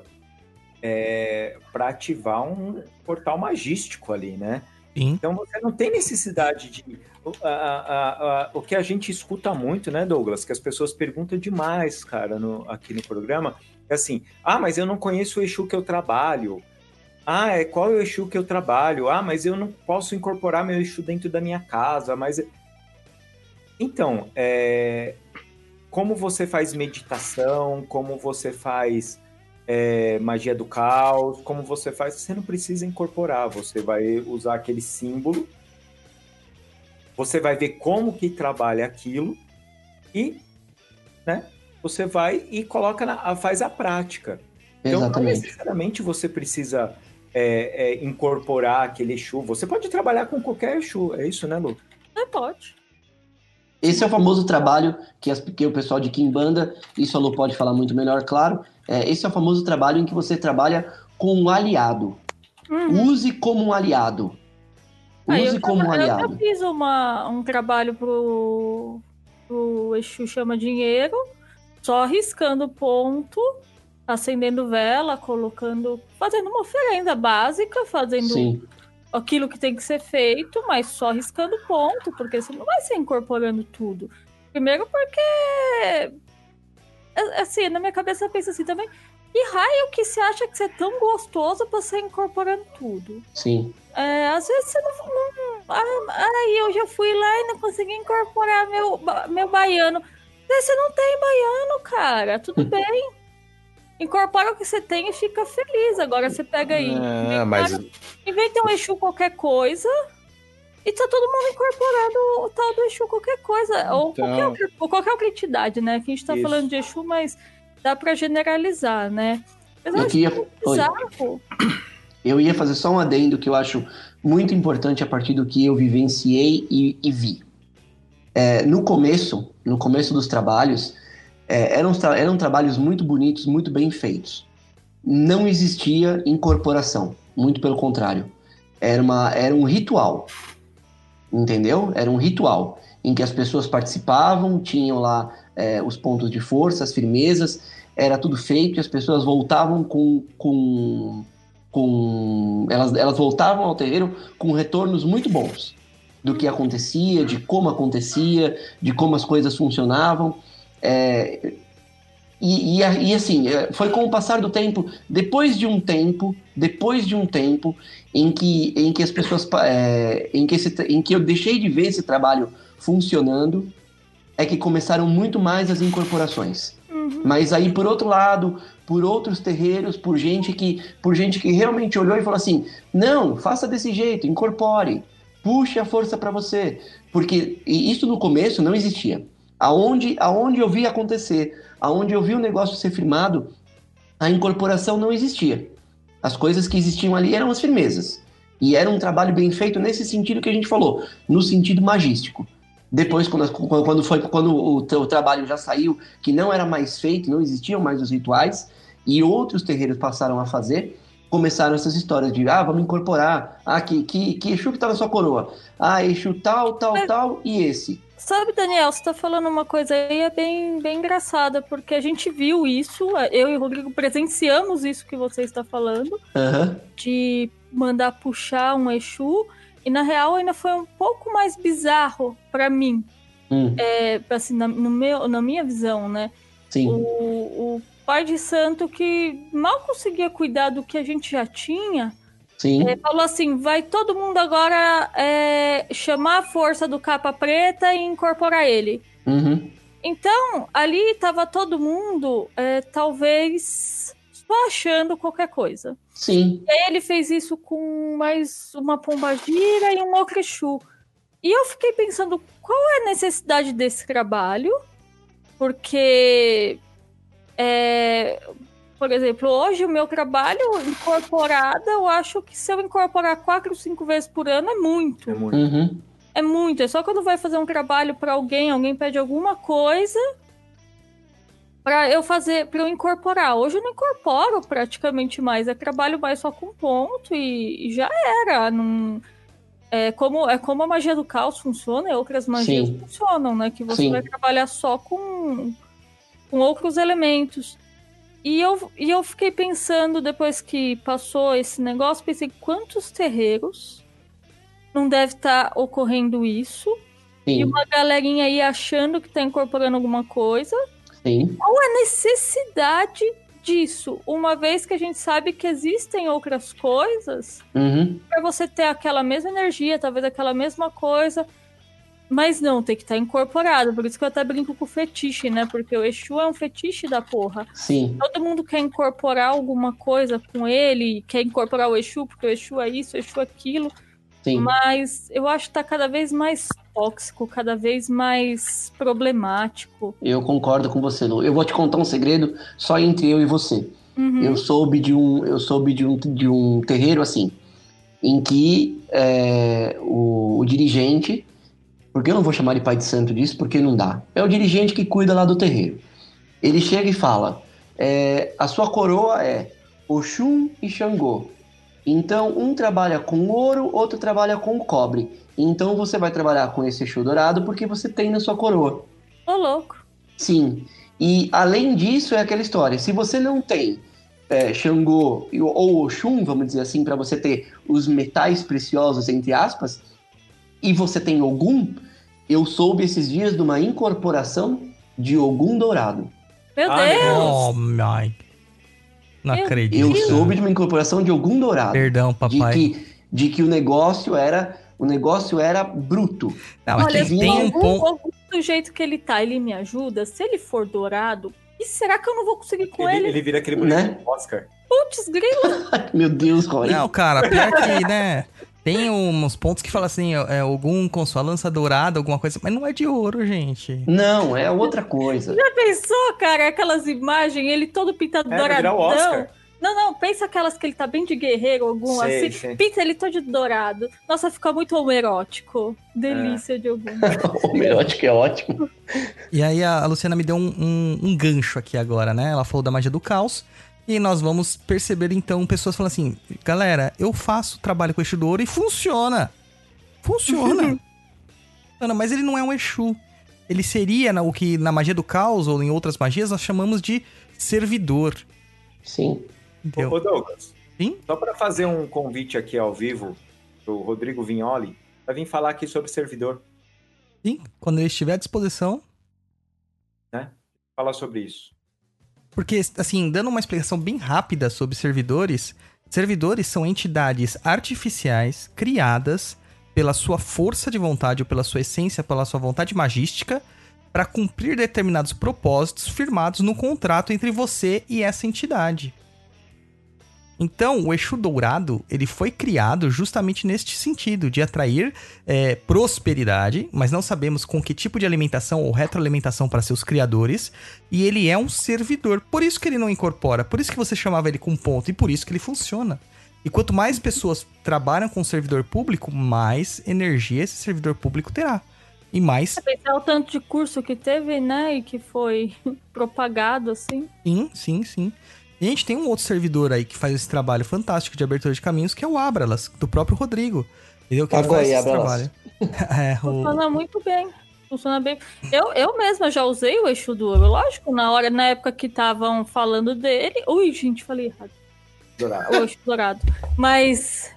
para ativar um portal magístico ali, né? Sim. Então você não tem necessidade de... o que a gente escuta muito, né, Douglas? Que as pessoas perguntam demais, cara, aqui no programa. É assim, mas eu não conheço o Exu que eu trabalho. Qual é o Exu que eu trabalho? Mas eu não posso incorporar meu Exu dentro da minha casa, mas... Então, como você faz meditação, como você faz magia do caos, como você faz... Você não precisa incorporar, você vai usar aquele símbolo, você vai ver como que trabalha aquilo e, né, você vai e coloca faz a prática. Então, não Exatamente. necessariamente você precisa incorporar aquele Exu. Você pode trabalhar com qualquer Exu. É isso, né, Lu? Pode. Esse é o famoso trabalho que o pessoal de Kimbanda, isso a Lu pode falar muito melhor, claro. Esse é o famoso trabalho em que você trabalha com um aliado. Use como um aliado. Use como um Eu aliado. já fiz um trabalho pro Exu Chama Dinheiro, só riscando ponto, acendendo vela, fazendo uma oferenda básica, fazendo Sim, aquilo que tem que ser feito, mas só riscando ponto, porque você não vai ser incorporando tudo. Primeiro porque, assim, na minha cabeça eu penso assim também, que raio que você acha que você é tão gostoso pra você incorporando tudo? sim. Às vezes você não. Aí eu já fui lá e não consegui incorporar meu baiano. Você não tem baiano, cara. Tudo bem. Incorpora o que você tem e fica feliz. Agora você pega aí. Inventa um Exu qualquer coisa e tá todo mundo incorporando o tal do Exu qualquer coisa. Ou qualquer outra entidade, né? Que a gente tá falando de Exu, mas dá pra generalizar, né? Mas eu acho que é bizarro. Eu ia fazer só um adendo que eu acho muito importante a partir do que eu vivenciei e vi. No começo dos trabalhos, eram trabalhos muito bonitos, muito bem feitos. Não existia incorporação, muito pelo contrário. Era um ritual, entendeu? Era um ritual em que as pessoas participavam, tinham lá os pontos de força, as firmezas, era tudo feito e as pessoas voltavam elas voltavam ao terreiro com retornos muito bons do que acontecia, de como acontecia, de como as coisas funcionavam. E assim, foi com o passar do tempo, depois de um tempo em que as pessoas, em que eu deixei de ver esse trabalho funcionando, é que começaram muito mais as incorporações. Mas aí, por outro lado, por outros terreiros, por gente que realmente olhou e falou assim, não, faça desse jeito, incorpore, puxe a força para você. Porque isso no começo não existia. Aonde eu vi acontecer, aonde eu vi o negócio ser firmado, a incorporação não existia. As coisas que existiam ali eram as firmezas. E era um trabalho bem feito nesse sentido que a gente falou, no sentido magístico. Depois, quando o trabalho já saiu, que não era mais feito, não existiam mais os rituais, e outros terreiros passaram a fazer, começaram essas histórias de, vamos incorporar, que Exu que tá na sua coroa? Exu tal, e esse. Sabe, Daniel, você tá falando uma coisa aí bem, bem engraçada, porque a gente viu isso, eu e o Rodrigo presenciamos isso que você está falando, de mandar puxar um Exu, e na real ainda foi um pouco mais bizarro pra mim, assim, na minha visão, né? Sim. O pai de santo que mal conseguia cuidar do que a gente já tinha, falou assim, vai todo mundo agora chamar a força do capa preta e incorporar ele. Então, ali tava todo mundo, talvez, só achando qualquer coisa. Sim. E aí ele fez isso com mais uma pombagira e um outro Exu. E eu fiquei pensando, qual é a necessidade desse trabalho? Porque, por exemplo, hoje o meu trabalho incorporado, eu acho que se eu incorporar 4 ou 5 vezes por ano é muito. É muito. É muito. É só quando vai fazer um trabalho para alguém pede alguma coisa para eu incorporar. Hoje eu não incorporo praticamente mais. É trabalho mais só com ponto e já era. Não... É como a magia do caos funciona e outras magias funcionam, né? Que você vai trabalhar só com outros elementos. E eu fiquei pensando, depois que passou esse negócio, pensei, quantos terreiros não deve estar ocorrendo isso? Sim. E uma galerinha aí achando que tá incorporando alguma coisa. Sim. Qual a necessidade disso? Uma vez que a gente sabe que existem outras coisas, para você ter aquela mesma energia, talvez aquela mesma coisa, mas não, tem que estar incorporado. Por isso que eu até brinco com o fetiche, né? Porque o Exu é um fetiche da porra. Sim. Todo mundo quer incorporar alguma coisa com ele, quer incorporar o Exu, porque o Exu é isso, o Exu é aquilo. Sim. Mas eu acho que tá cada vez mais tóxico, cada vez mais problemático. Eu concordo com você, Lu. Eu vou te contar um segredo só entre eu e você. Uhum. Eu soube de um terreiro assim, em que o dirigente, porque eu não vou chamar de pai de santo disso, porque não dá. É o dirigente que cuida lá do terreiro. Ele chega e fala: a sua coroa é Oxum e Xangô. Então, um trabalha com ouro, outro trabalha com cobre. Então, você vai trabalhar com esse Exu dourado porque você tem na sua coroa. Ô, louco. Sim. E além disso, é aquela história: se você não tem Xangô ou Oxum, vamos dizer assim, para você ter os metais preciosos, entre aspas, e você tem Ogum, eu soube esses dias de uma incorporação de Ogum dourado. Meu Ah, meu Deus. Oh, my. Não Meu acredito. Eu soube de uma incorporação de Ogum dourado. Perdão, papai. De que o negócio era bruto. Não, mas Olha, tem um ponto. do jeito que ele tá, ele me ajuda. Se ele for dourado, e será que eu não vou conseguir com ele? Ele vira aquele boneco Né? do Oscar. Putz, grilo. Meu Deus, Roy. Não, cara, pior que, né? Tem uns pontos que falam assim, algum com sua lança dourada, alguma coisa, mas não é de ouro, gente. Não, é outra coisa. Já pensou, cara? Aquelas imagens, ele todo pintado Vai virar douradão. o Oscar. Não, pensa aquelas que ele tá bem de guerreiro, algum Sei, assim. sei. Pinta ele todo de dourado. Nossa, fica muito homoerótico. Delícia de algum. O Merótico é ótimo. E aí a Luciana me deu um gancho aqui agora, né? Ela falou da magia do caos. E nós vamos perceber, então, pessoas falando assim, galera, eu faço trabalho com Exu do Ouro e funciona. Funciona. Funciona, mas ele não é um Exu. Ele seria o que na magia do caos ou em outras magias nós chamamos de servidor. Sim. Entendeu? Ô, Douglas. Sim? Só para fazer um convite aqui ao vivo pro Rodrigo Vignoli, para vir falar aqui sobre servidor, Sim, quando ele estiver à disposição. né? Falar sobre isso. Porque, assim, dando uma explicação bem rápida sobre servidores, servidores são entidades artificiais criadas pela sua força de vontade ou pela sua essência, pela sua vontade magística, para cumprir determinados propósitos firmados no contrato entre você e essa entidade. Então, o Exu Dourado, ele foi criado justamente neste sentido, de atrair prosperidade, mas não sabemos com que tipo de alimentação ou retroalimentação para seus criadores, e ele é um servidor, por isso que ele não incorpora, por isso que você chamava ele com ponto, e por isso que ele funciona. E quanto mais pessoas trabalham com o servidor público, mais energia esse servidor público terá. E mais... Pensar o tanto de curso que teve, né? E que foi propagado, assim. Sim. E a gente tem um outro servidor aí que faz esse trabalho fantástico de abertura de caminhos, que é o Abralas, do próprio Rodrigo. Entendeu? Que ele faz esse trabalho. Funciona muito bem. Funciona bem. Eu mesma já usei o Exu do Ouro. Lógico, na época que estavam falando dele... Ui, gente, falei errado. Dourado. O Exu Dourado. Mas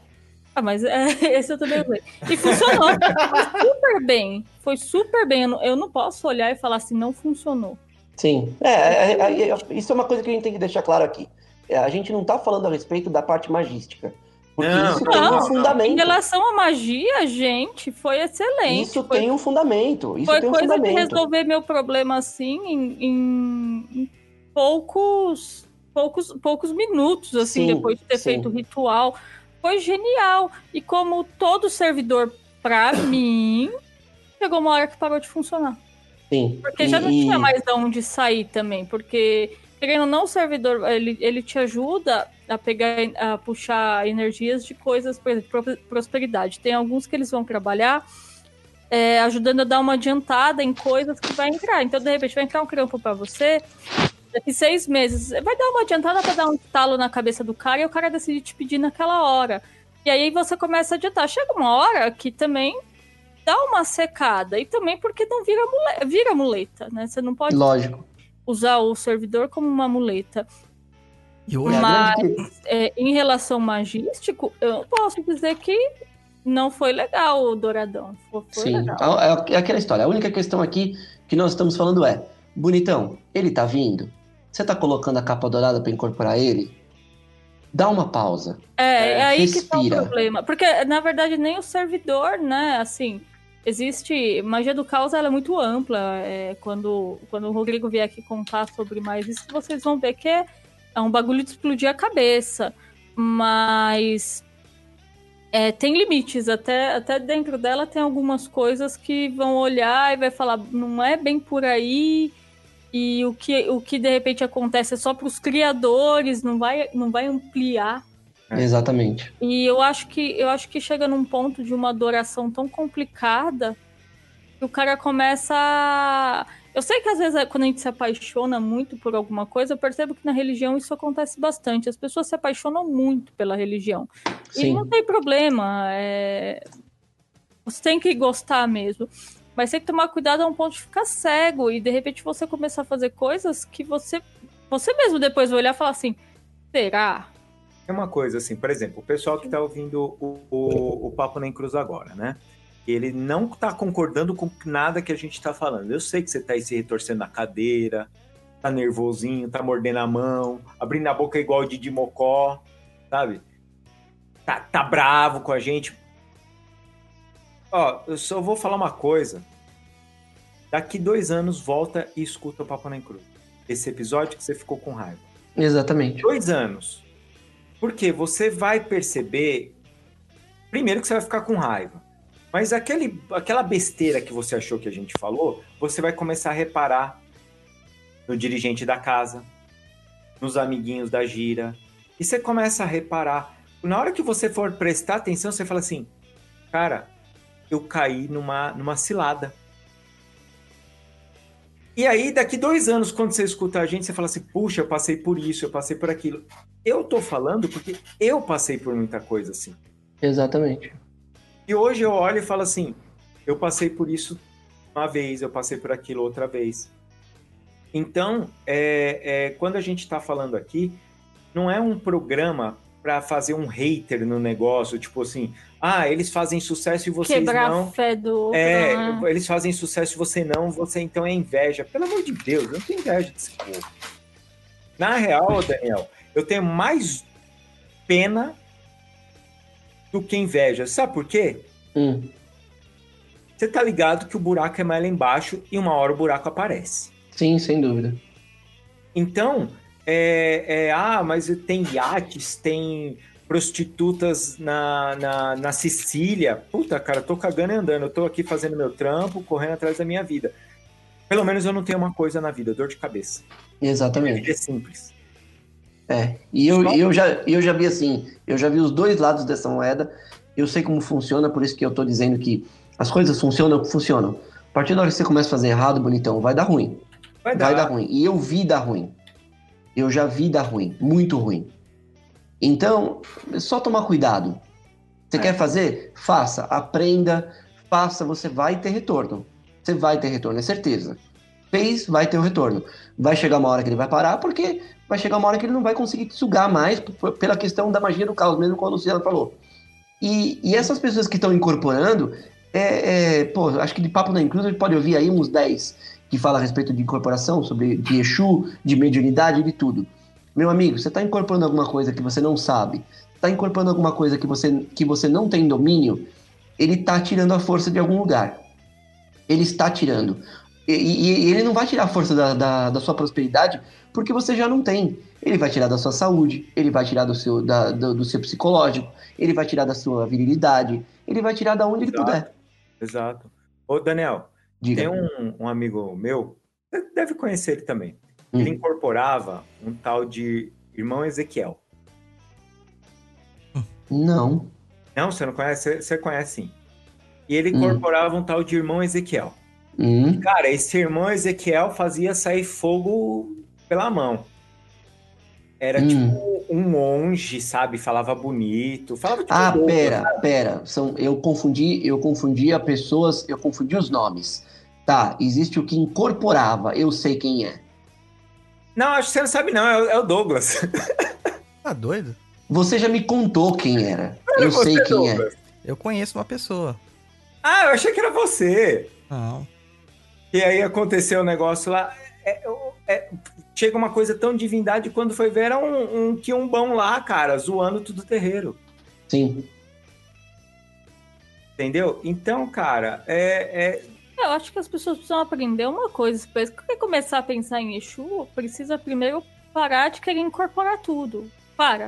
esse eu também usei. E funcionou. Foi super bem. Foi super bem. Eu não posso olhar e falar assim, não funcionou. Sim. Isso é uma coisa que a gente tem que deixar claro aqui. A gente não tá falando a respeito da parte magística. Porque isso tem um fundamento. Em relação à magia, gente, foi excelente. Isso tem um fundamento. Foi coisa de resolver meu problema assim em poucos minutos, assim, depois de ter feito o ritual. Foi genial. E como todo servidor, pra mim, chegou uma hora que parou de funcionar. Sim. Porque já não tinha mais de onde sair também. Porque, querendo ou não, o servidor, ele te ajuda a puxar energias de coisas, por exemplo, prosperidade. Tem alguns que eles vão trabalhar ajudando a dar uma adiantada em coisas que vai entrar. Então, de repente, vai entrar um trampo pra você, daqui 6 meses, vai dar uma adiantada pra dar um estalo na cabeça do cara e o cara decide te pedir naquela hora. E aí você começa a adiantar. Chega uma hora que também dá uma secada. E também porque não vira muleta, né? Você não pode usar o servidor como uma muleta. Mas em relação magístico, eu não posso dizer que não foi legal o Douradão. Foi legal. É aquela história. A única questão aqui que nós estamos falando é: bonitão, ele tá vindo? Você tá colocando a capa dourada pra incorporar ele? Dá uma pausa. É aí respira. que tá o problema. Porque, na verdade, nem o servidor, né? Assim, existe... Magia do caos, ela é muito ampla. Quando o Rodrigo vier aqui contar sobre mais isso, vocês vão ver que é um bagulho de explodir a cabeça. Mas... tem limites. Até dentro dela tem algumas coisas que vão olhar e vai falar, não é bem por aí... E o que de repente acontece é só para os criadores, não vai ampliar. Exatamente. E eu acho que chega num ponto de uma adoração tão complicada que o cara começa a... Eu sei que às vezes quando a gente se apaixona muito por alguma coisa, eu percebo que na religião isso acontece bastante. As pessoas se apaixonam muito pela religião. Sim. E não tem problema. Você tem que gostar mesmo. Mas tem que tomar cuidado a um ponto de ficar cego. E de repente você começar a fazer coisas que você mesmo depois vai olhar e falar assim, será? É uma coisa assim, por exemplo, o pessoal que está ouvindo o Papo Nem Cruz agora, né? Ele não está concordando com nada que a gente está falando. Eu sei que você está aí se retorcendo na cadeira, tá nervosinho, tá mordendo a mão, abrindo a boca igual o Didi Mocó, sabe? Tá bravo com a gente. Ó, eu só vou falar uma coisa. Daqui 2 anos, volta e escuta o Papo Nem Cruz. Esse episódio que você ficou com raiva. Exatamente. 2 anos. Porque você vai perceber, primeiro que você vai ficar com raiva, mas aquela besteira que você achou que a gente falou, você vai começar a reparar no dirigente da casa, nos amiguinhos da gira, e você começa a reparar. Na hora que você for prestar atenção, você fala assim, cara, eu caí numa cilada. E aí, daqui 2 anos, quando você escuta a gente, você fala assim, puxa, eu passei por isso, eu passei por aquilo. Eu tô falando porque eu passei por muita coisa assim. Exatamente. E hoje eu olho e falo assim, eu passei por isso uma vez, eu passei por aquilo outra vez. Então, quando a gente tá falando aqui, não é um programa para fazer um hater no negócio, tipo assim, eles fazem sucesso e vocês Quebrar não. a fé do outro, né? Eles fazem sucesso e você não, você então é inveja. Pelo amor de Deus, eu não tenho inveja desse povo. Na real, Daniel, eu tenho mais pena do que inveja. Sabe por quê? Você tá ligado que o buraco é mais lá embaixo e uma hora o buraco aparece. Sim, sem dúvida. Então, mas tem iates, tem prostitutas na Sicília. Puta, cara, tô cagando e andando. Eu tô aqui fazendo meu trampo, correndo atrás da minha vida. Pelo menos eu não tenho uma coisa na vida, dor de cabeça. Exatamente. Minha vida é simples. E eu já vi assim, eu já vi os dois lados dessa moeda, eu sei como funciona, por isso que eu tô dizendo que as coisas funcionam. A partir da hora que você começa a fazer errado, bonitão, vai dar ruim. Vai dar ruim. E eu vi dar ruim. Eu já vi dar ruim, muito ruim. Então, é só tomar cuidado. Você quer fazer? Faça, aprenda, faça, você vai ter retorno. Você vai ter retorno, é certeza. Fez, vai ter o retorno. Vai chegar uma hora que ele vai parar, porque vai chegar uma hora que ele não vai conseguir te sugar mais pela questão da magia do caos, mesmo como a Luciana falou. E essas pessoas que estão incorporando, acho que de Papo Nem Cruz a gente pode ouvir aí uns 10 que fala a respeito de incorporação, sobre de Exu, de mediunidade, de tudo. Meu amigo, você está incorporando alguma coisa que você não sabe, está incorporando alguma coisa que você não tem domínio, ele está tirando a força de algum lugar. Ele está tirando. E ele não vai tirar a força da sua prosperidade porque você já não tem. Ele vai tirar da sua saúde, ele vai tirar do seu psicológico, ele vai tirar da sua virilidade, ele vai tirar da onde ele puder. Exato. Ô, Daniel, Diga. tem um amigo meu, você deve conhecer ele também. Ele incorporava um tal de irmão Ezequiel. Não. Não, você não conhece? Você conhece sim. E ele incorporava um tal de irmão Ezequiel. Cara, esse irmão Ezequiel fazia sair fogo pela mão. Era tipo um monge, sabe? Falava bonito. Falava tipo pera. Eu confundi a pessoas, eu confundi os nomes. Tá, existe o que incorporava, eu sei quem é. Não, acho que você não sabe não, é o Douglas. Tá doido? Você já me contou quem era. Eu sei quem Douglas? é. Eu conheço uma pessoa. Eu achei que era você. Não. E aí aconteceu o negócio lá. Chega uma coisa tão divindade, quando foi ver, era um quiumbão lá, cara, zoando tudo o terreiro. Sim. Entendeu? Então, cara, Eu acho que as pessoas precisam aprender uma coisa. Se você quer começar a pensar em Exu, precisa primeiro parar de querer incorporar tudo.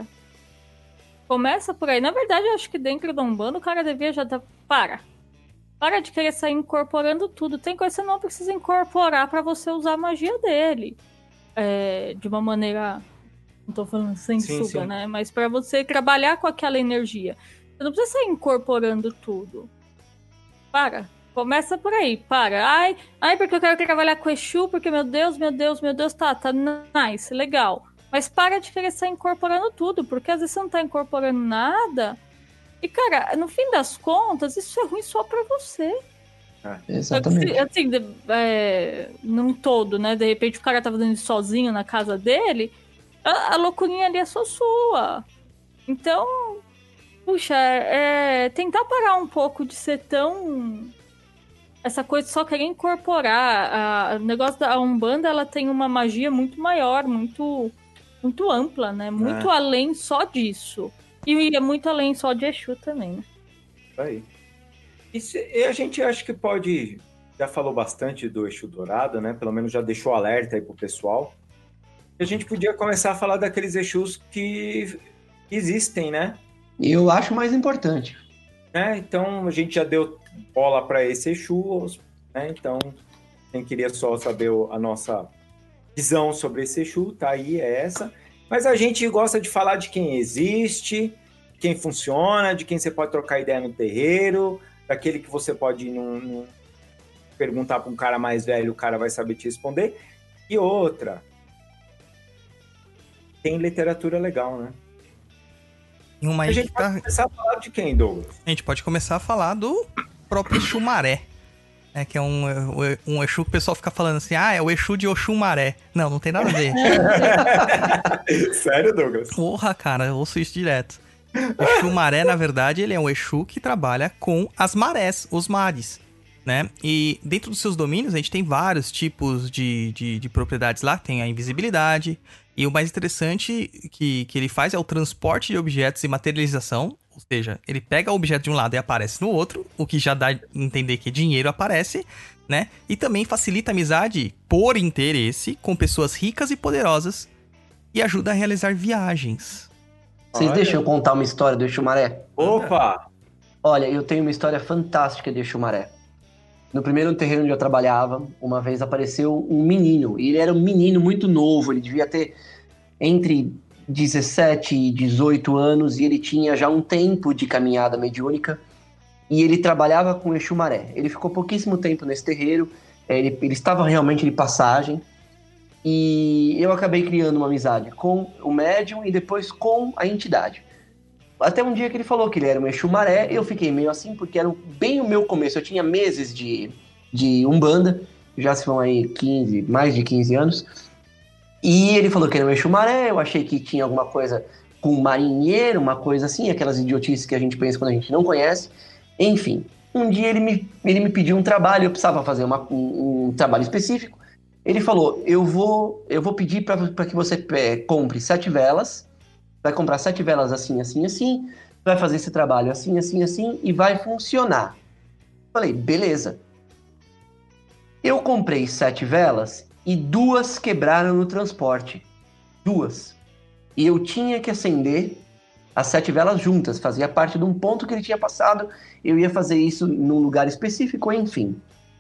Começa por aí. Na verdade, eu acho que dentro da Umbanda o cara devia já estar... Para de querer sair incorporando tudo. Tem coisa que você não precisa incorporar para você usar a magia dele. De uma maneira... Não tô falando sem suga, né? Mas para você trabalhar com aquela energia. Você não precisa sair incorporando tudo. Para. Começa por aí. Para. Ai, porque eu quero trabalhar com Exu, porque meu Deus, tá nice, legal. Mas para de querer sair incorporando tudo, porque às vezes você não tá incorporando nada. E, cara, no fim das contas, isso é ruim só pra você. Exatamente. Assim, num todo, né? De repente o cara tá fazendo isso sozinho na casa dele, a loucurinha ali é só sua. Então, puxa, tentar parar um pouco de ser tão... Essa coisa de só querer incorporar. O negócio da Umbanda, ela tem uma magia muito maior, muito, muito ampla, né? Muito além só disso. E é muito além só de Exu também, né? Aí. E a gente acha que pode... Já falou bastante do Exu Dourado, né? Pelo menos já deixou alerta aí pro pessoal. E a gente podia começar a falar daqueles Exus que existem, né? Eu acho mais importante. Então, a gente já deu bola para esse Exu, né? Então, quem queria só saber a nossa visão sobre esse Exu, tá aí, é essa. Mas a gente gosta de falar de quem existe, de quem funciona, de quem você pode trocar ideia no terreiro, daquele que você pode perguntar para um cara mais velho, o cara vai saber te responder. E outra, tem literatura legal, né? A gente pode começar a falar de quem, Douglas? A gente pode começar a falar do próprio Exu Maré. Que é um Exu que o pessoal fica falando assim, é o Exu de Oxumaré. Não tem nada a ver. Sério, Douglas? Porra, cara, eu ouço isso direto. Exu Maré, na verdade, ele é um Exu que trabalha com as marés, os mares, né? E dentro dos seus domínios, a gente tem vários tipos de propriedades lá. Tem a invisibilidade. E o mais interessante que ele faz é o transporte de objetos e materialização. Ou seja, ele pega o objeto de um lado e aparece no outro, o que já dá a entender que dinheiro aparece, né? E também facilita a amizade por interesse com pessoas ricas e poderosas e ajuda a realizar viagens. Vocês deixam eu contar uma história do Exu Maré? Opa! Olha, eu tenho uma história fantástica de Exu Maré. No primeiro terreno onde eu trabalhava, uma vez apareceu um menino. E ele era um menino muito novo, ele devia ter entre 17 e 18 anos, e ele tinha já um tempo de caminhada mediúnica, e ele trabalhava com Exu Maré. Ele ficou pouquíssimo tempo nesse terreiro, ele estava realmente de passagem, e eu acabei criando uma amizade com o médium e depois com a entidade. Até um dia que ele falou que ele era um Exu Maré, eu fiquei meio assim, porque era bem o meu começo. Eu tinha meses de Umbanda, já se vão aí mais de 15 anos. E ele falou que era um Exu Maré, eu achei que tinha alguma coisa com marinheiro, uma coisa assim, aquelas idiotices que a gente pensa quando a gente não conhece. Enfim, um dia ele me pediu um trabalho, eu precisava fazer um trabalho específico. Ele falou, eu vou pedir para que você compre 7 velas, vai comprar 7 velas assim, assim, assim, vai fazer esse trabalho assim, assim, assim, e vai funcionar. Falei, beleza. Eu comprei 7 velas e 2 quebraram no transporte. 2. E eu tinha que acender as 7 velas juntas, fazia parte de um ponto que ele tinha passado, eu ia fazer isso num lugar específico, enfim.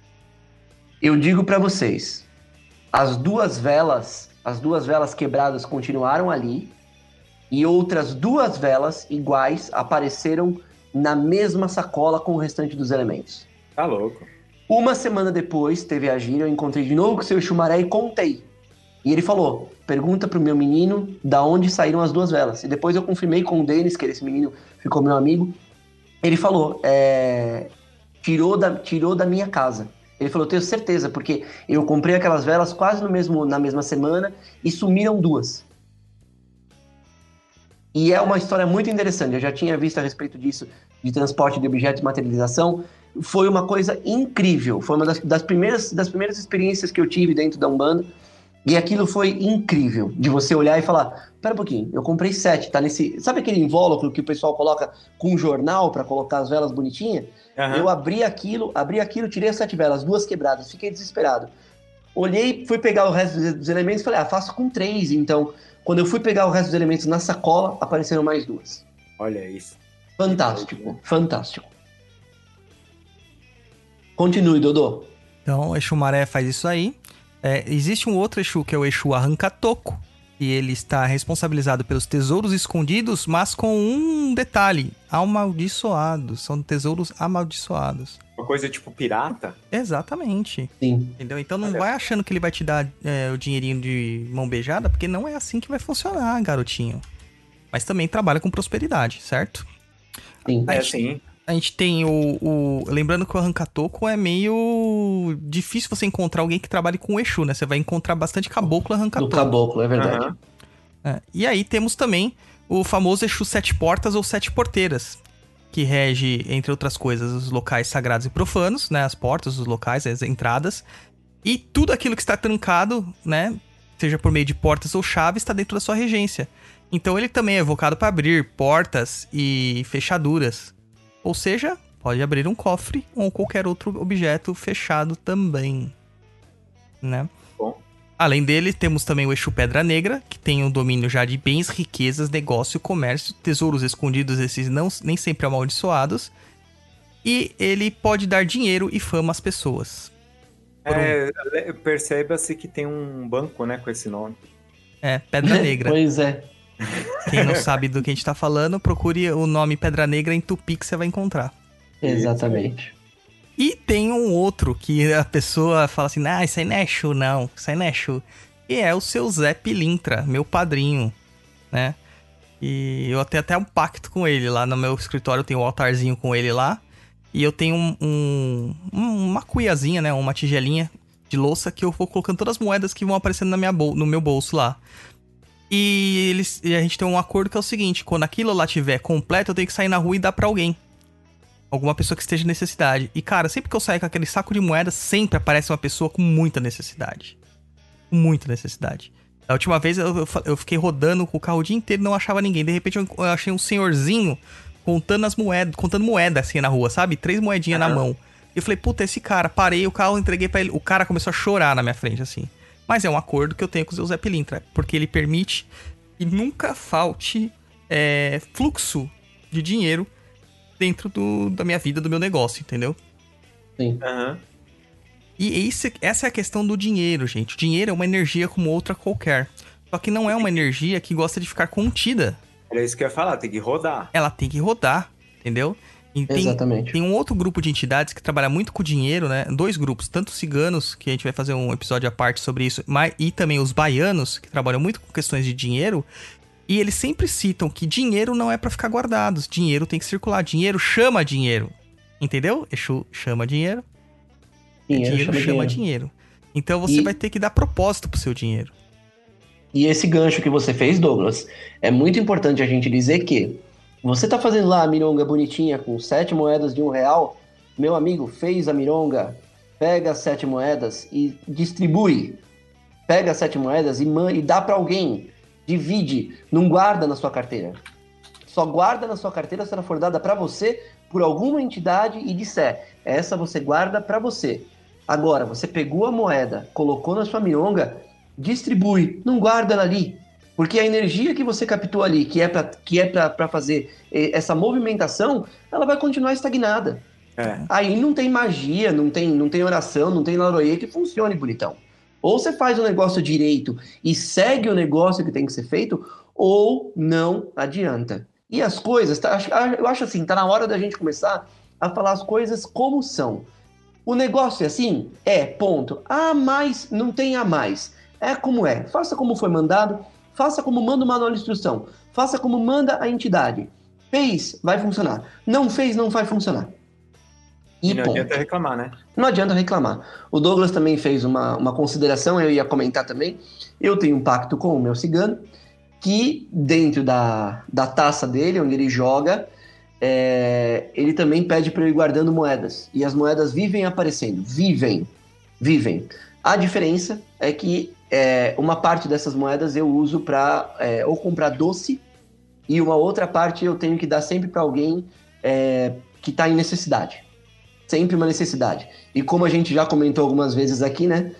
Eu digo para vocês, as duas velas quebradas continuaram ali, e outras 2 velas iguais apareceram na mesma sacola com o restante dos elementos. Tá louco. Uma semana depois, teve a gira, eu encontrei de novo com o seu Exu Maré e contei. E ele falou, pergunta pro meu menino da onde saíram as 2 velas. E depois eu confirmei com o Denis, que esse menino ficou meu amigo. Ele falou, tirou da minha casa. Ele falou, tenho certeza, porque eu comprei aquelas velas quase na mesma semana e sumiram 2. E é uma história muito interessante, eu já tinha visto a respeito disso, de transporte de objetos e materialização. Foi uma coisa incrível, foi uma das primeiras experiências que eu tive dentro da Umbanda, e aquilo foi incrível, de você olhar e falar, pera um pouquinho, eu comprei 7, tá nesse... Sabe aquele invólucro que o pessoal coloca com um jornal para colocar as velas bonitinhas? Uhum. Eu abri aquilo, tirei as 7 velas, 2 quebradas, fiquei desesperado. Olhei, fui pegar o resto dos elementos e falei, faço com 3, então... Quando eu fui pegar o resto dos elementos na sacola, apareceram mais 2. Olha isso. Fantástico, fantástico. Continue, Dodô. Então, Exu Maré faz isso aí. Existe um outro Exu, que é o Exu Arranca-Toco, e ele está responsabilizado pelos tesouros escondidos, mas com um detalhe: amaldiçoados. São tesouros amaldiçoados. Uma coisa tipo pirata? Exatamente. Sim. Entendeu? Então não vai achando que ele vai te dar o dinheirinho de mão beijada, porque não é assim que vai funcionar, garotinho. Mas também trabalha com prosperidade, certo? Sim. Sim. A gente tem lembrando que o Arranca-Toco é meio difícil você encontrar alguém que trabalhe com o Exu, né? Você vai encontrar bastante caboclo Do Arranca-Toco. caboclo, é verdade. Aham. E aí temos também o famoso Exu Sete Portas ou Sete Porteiras, que rege, entre outras coisas, os locais sagrados e profanos, né? As portas, os locais, as entradas. E tudo aquilo que está trancado, né? Seja por meio de portas ou chaves, está dentro da sua regência. Então ele também é evocado para abrir portas e fechaduras. Ou seja, pode abrir um cofre ou qualquer outro objeto fechado também, né? Bom. Além dele, temos também o Exu Pedra Negra, que tem o domínio já de bens, riquezas, negócio, comércio, tesouros escondidos, esses nem sempre amaldiçoados. E ele pode dar dinheiro e fama às pessoas. Perceba-se que tem um banco, né, com esse nome. Pedra Negra. Pois é. Quem não sabe do que a gente tá falando, procure o nome Pedra Negra em Tupi que você vai encontrar. Exatamente. E tem um outro que a pessoa fala assim, isso aí não é Exu, não. Isso aí não é Exu. E é o seu Zé Pilintra, meu padrinho, né? E eu tenho até um pacto com ele lá no meu escritório, eu tenho um altarzinho com ele lá. E eu tenho uma cuiazinha, né? Uma tigelinha de louça que eu vou colocando todas as moedas que vão aparecendo no meu bolso lá. E a gente tem um acordo que é o seguinte: quando aquilo lá tiver completo, eu tenho que sair na rua e dar pra alguém. Alguma pessoa que esteja em necessidade. E, cara, sempre que eu saio com aquele saco de moedas, sempre aparece uma pessoa com muita necessidade. Com muita necessidade. A última vez eu fiquei rodando com o carro o dia inteiro e não achava ninguém. De repente eu achei um senhorzinho contando moedas assim na rua, sabe? 3 moedinhas na mão. E eu falei, puta, esse cara. Parei o carro, entreguei pra ele. O cara começou a chorar na minha frente, assim. Mas é um acordo que eu tenho com o seu Zé Pilintra, porque ele permite que nunca falte fluxo de dinheiro dentro da minha vida, do meu negócio, entendeu? Sim. Aham. E essa é a questão do dinheiro, gente. O dinheiro é uma energia como outra qualquer. Só que não é uma energia que gosta de ficar contida. Era isso que eu ia falar, tem que rodar. Ela tem que rodar, entendeu? E Exatamente. tem um outro grupo de entidades que trabalha muito com dinheiro, né? 2 grupos, tanto os ciganos, que a gente vai fazer um episódio à parte sobre isso, e também os baianos, que trabalham muito com questões de dinheiro. E eles sempre citam que dinheiro não é pra ficar guardado. Dinheiro tem que circular. Dinheiro chama dinheiro. Entendeu? Exu chama dinheiro. Dinheiro chama dinheiro. Então você vai ter que dar propósito pro seu dinheiro. E esse gancho que você fez, Douglas, é muito importante a gente dizer que você tá fazendo lá a mironga bonitinha com 7 moedas de R$1, meu amigo, fez a mironga, pega as 7 moedas e distribui. Pega as 7 moedas e dá pra alguém. Divide, não guarda na sua carteira. Só guarda na sua carteira se ela for dada pra você por alguma entidade e disser, essa você guarda pra você. Agora, você pegou a moeda, colocou na sua mironga, distribui, não guarda ela ali. Porque a energia que você captou ali, que é para fazer essa movimentação, ela vai continuar estagnada. Aí não tem magia, não tem oração, não tem laroie que funcione, bonitão. Ou você faz o negócio direito e segue o negócio que tem que ser feito, ou não adianta. E as coisas, eu acho assim, tá na hora da gente começar a falar as coisas como são. O negócio é assim? Ponto. Mas não tem a mais. É como é. Faça como foi mandado, faça como manda o manual de instrução, faça como manda a entidade. Fez, vai funcionar. Não fez, não vai funcionar. E não adianta reclamar, né? Não adianta reclamar. O Douglas também fez uma consideração, eu ia comentar também. Eu tenho um pacto com o meu cigano, que dentro da taça dele, onde ele joga, ele também pede para eu ir guardando moedas. E as moedas vivem aparecendo. Vivem. A diferença é que uma parte dessas moedas eu uso para ou comprar doce, e uma outra parte eu tenho que dar sempre para alguém que está em necessidade. Sempre uma necessidade. E como a gente já comentou algumas vezes aqui, né?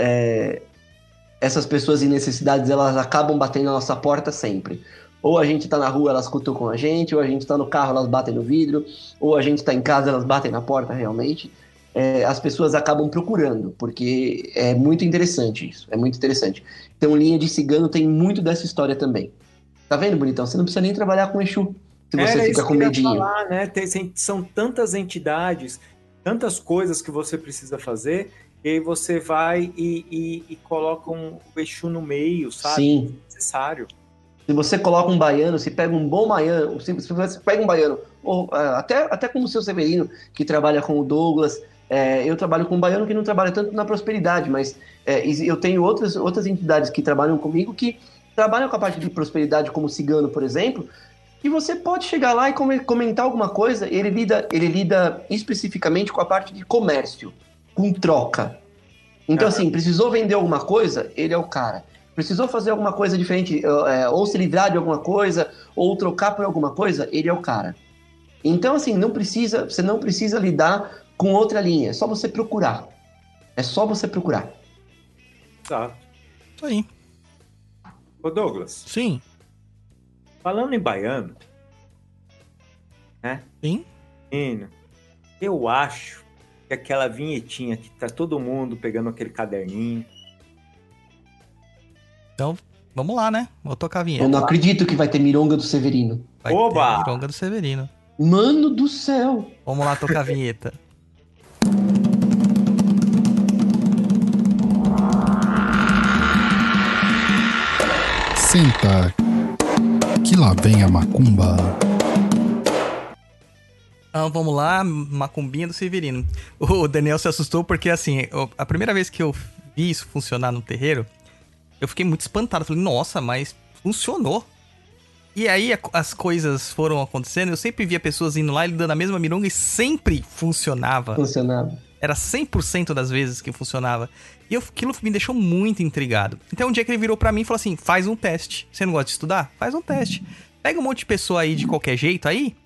Essas pessoas em necessidades, elas acabam batendo na nossa porta sempre. Ou a gente tá na rua, elas cutucam a gente, ou a gente tá no carro, elas batem no vidro, ou a gente tá em casa, elas batem na porta realmente. as pessoas acabam procurando, porque é muito interessante isso, é muito interessante. Então, Linha de Cigano tem muito dessa história também. Tá vendo, bonitão? Você não precisa nem trabalhar com Exu, se você Era fica isso com que eu ia medinho. falar, né? São tantas entidades, tantas coisas que você precisa fazer, e aí você vai e coloca o Exu no meio, sabe? Sim. É necessário. Se você coloca um baiano, se pega um bom baiano, se você pega um baiano, ou até como o seu Severino, que trabalha com o Douglas, eu trabalho com um baiano que não trabalha tanto na prosperidade, mas eu tenho outras entidades que trabalham comigo que trabalham com a parte de prosperidade, como o Cigano, por exemplo, e você pode chegar lá e comentar alguma coisa, ele lida especificamente com a parte de comércio, com troca. Então, assim, precisou vender alguma coisa, ele é o cara. Precisou fazer alguma coisa diferente, ou se livrar de alguma coisa, ou trocar por alguma coisa, ele é o cara. Então, assim, você não precisa lidar com outra linha, é só você procurar. É só você procurar. Exato. Isso aí. Ô Douglas, Sim. falando em baiano, né? Sim. Menino, eu acho que aquela vinhetinha que tá todo mundo pegando aquele caderninho. Então, vamos lá, né? Vou tocar a Eu vinheta. não acredito que vai ter Mironga do Severino. Vai Oba! ter a Mironga do Severino. Mano do céu! Vamos lá tocar a vinheta. Senta, que lá vem a macumba. Então, vamos lá, macumbinha do Severino. O Daniel se assustou porque, assim, a primeira vez que eu vi isso funcionar no terreiro, eu fiquei muito espantado. Falei, nossa, mas funcionou. E aí as coisas foram acontecendo, eu sempre via pessoas indo lá e dando a mesma mironga e sempre funcionava. Funcionava. Era 100% das vezes que funcionava. E aquilo me deixou muito intrigado. Então um dia que ele virou pra mim e falou assim, faz um teste. Você não gosta de estudar? Faz um teste. Pega um monte de pessoa aí de qualquer jeito aí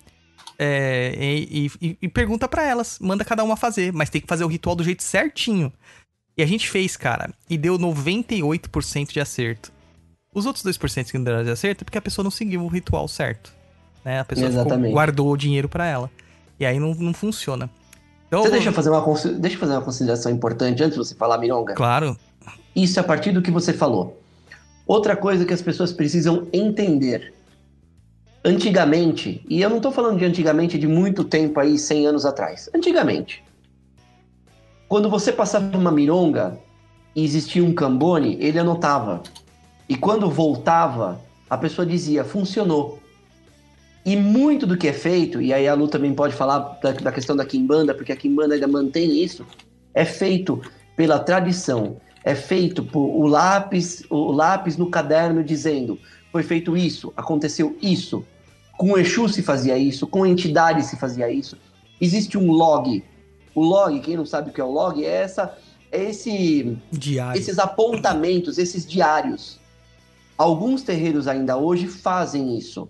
e pergunta pra elas. Manda cada uma fazer, mas tem que fazer o ritual do jeito certinho. E a gente fez, cara, e deu 98% de acerto. Os outros 2% que não deram de acerto é porque a pessoa não seguiu o ritual certo. Né? A pessoa guardou o dinheiro pra ela. E aí não funciona. Então, Deixa eu fazer uma consideração importante antes de você falar, Mironga. Claro. Isso é a partir do que você falou. Outra coisa que as pessoas precisam entender. Antigamente, e eu não tô falando de antigamente de muito tempo aí, 100 anos atrás. Antigamente, quando você passava uma mironga e existia um cambone, ele anotava. E quando voltava, a pessoa dizia, funcionou. E muito do que é feito, e aí a Lu também pode falar da questão da quimbanda, porque a quimbanda ainda mantém isso, é feito pela tradição, é feito por o lápis no caderno dizendo, foi feito isso, aconteceu isso, com o Exu se fazia isso, com entidade se fazia isso. Existe um log. O log, quem não sabe o que é o log, esses apontamentos, esses diários. Alguns terreiros ainda hoje fazem isso.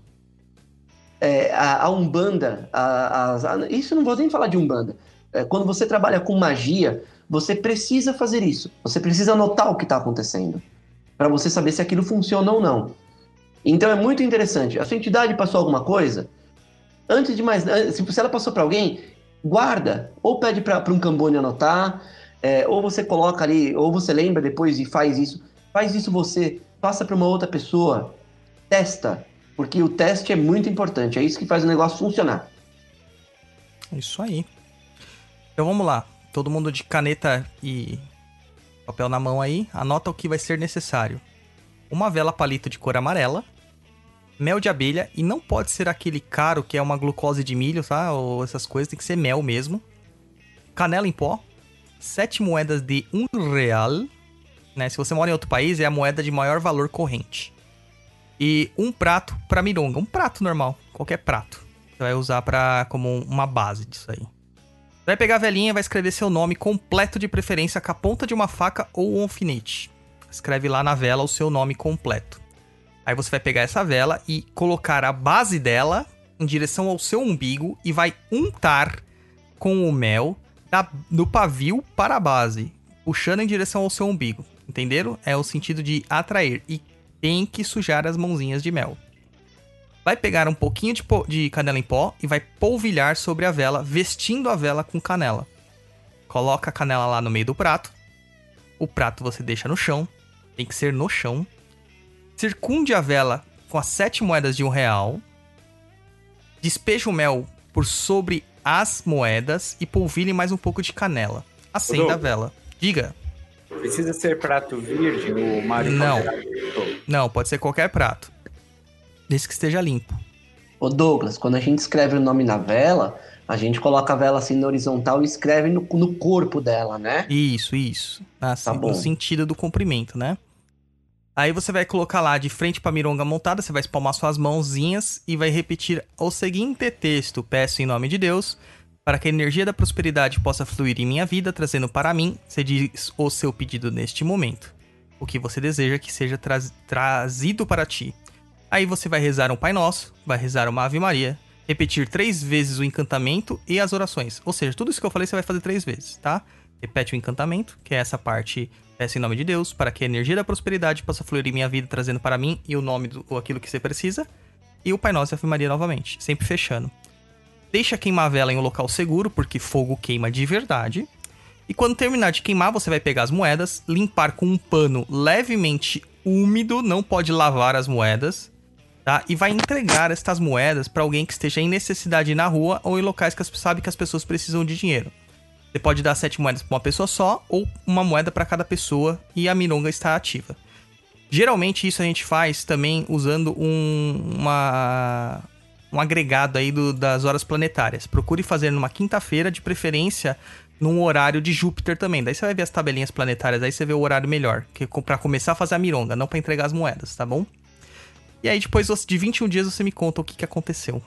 A Umbanda, isso não vou nem falar de Umbanda. Quando você trabalha com magia, você precisa fazer isso. Você precisa anotar o que está acontecendo, para você saber se aquilo funciona ou não. Então é muito interessante. A sua entidade passou alguma coisa, antes de mais, se ela passou para alguém, guarda, ou pede para um cambone anotar, ou você coloca ali, ou você lembra depois e faz isso. Faz isso você, passa para uma outra pessoa, testa, porque o teste é muito importante, é isso que faz o negócio funcionar. Isso aí. Então vamos lá, todo mundo de caneta e papel na mão aí, anota o que vai ser necessário. Uma vela palito de cor amarela, mel de abelha, e não pode ser aquele caro que é uma glucose de milho, tá? Ou essas coisas, tem que ser mel mesmo. Canela em pó, 7 moedas de R$1, né? Se você mora em outro país, é a moeda de maior valor corrente. E um prato pra mironga, um prato normal, qualquer prato. Você vai usar como uma base disso aí. Você vai pegar a velinha e vai escrever seu nome completo, de preferência com a ponta de uma faca ou um alfinete. Escreve lá na vela o seu nome completo. Aí você vai pegar essa vela e colocar a base dela em direção ao seu umbigo e vai untar com o mel do pavio para a base, puxando em direção ao seu umbigo. Entenderam? É o sentido de atrair. E tem que sujar as mãozinhas de mel. Vai pegar um pouquinho de canela em pó e vai polvilhar sobre a vela, vestindo a vela com canela. coloca a canela lá no meio do prato. O prato você deixa no chão. Tem que ser no chão. Circunde a vela com as 7 moedas de R$1. Despeja o mel por sobre as moedas e polvilhe mais um pouco de canela. Acenda a vela. Diga. Precisa ser prato virgem ou Mário? Não, pode ser qualquer prato. Desde que esteja limpo. Ô Douglas, quando a gente escreve o nome na vela, a gente coloca a vela assim na horizontal e escreve no corpo dela, né? Isso. Assim, Tá bom. no sentido do comprimento, né? Aí você vai colocar lá de frente pra mironga montada, você vai espalmar suas mãozinhas e vai repetir o seguinte texto. Peço em nome de Deus, para que a energia da prosperidade possa fluir em minha vida, trazendo para mim, você diz o seu pedido neste momento. O que você deseja que seja trazido para ti. Aí você vai rezar um Pai Nosso, vai rezar uma Ave Maria, repetir 3 vezes o encantamento e as orações. Ou seja, tudo isso que eu falei você vai fazer 3 vezes, tá? Repete o encantamento, que é essa parte, peço em nome de Deus, para que a energia da prosperidade possa fluir em minha vida, trazendo para mim e o nome ou aquilo que você precisa. E o Pai Nosso e a Ave Maria novamente, sempre fechando. Deixa queimar a vela em um local seguro, porque fogo queima de verdade. E quando terminar de queimar, você vai pegar as moedas, limpar com um pano levemente úmido, não pode lavar as moedas, tá? E vai entregar estas moedas para alguém que esteja em necessidade na rua ou em locais que sabe que as pessoas precisam de dinheiro. Você pode dar 7 moedas para uma pessoa só ou uma moeda para cada pessoa e a mironga está ativa. Geralmente isso a gente faz também usando um agregado aí das horas planetárias. Procure fazer numa quinta-feira, de preferência num horário de Júpiter também. Daí você vai ver as tabelinhas planetárias, aí você vê o horário melhor, que é pra começar a fazer a mironga, não pra entregar as moedas, tá bom? E aí depois de 21 dias você me conta o que aconteceu.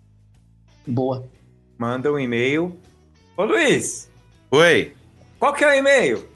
Boa. Manda um e-mail. Ô Luiz, Oi. qual que é o e-mail?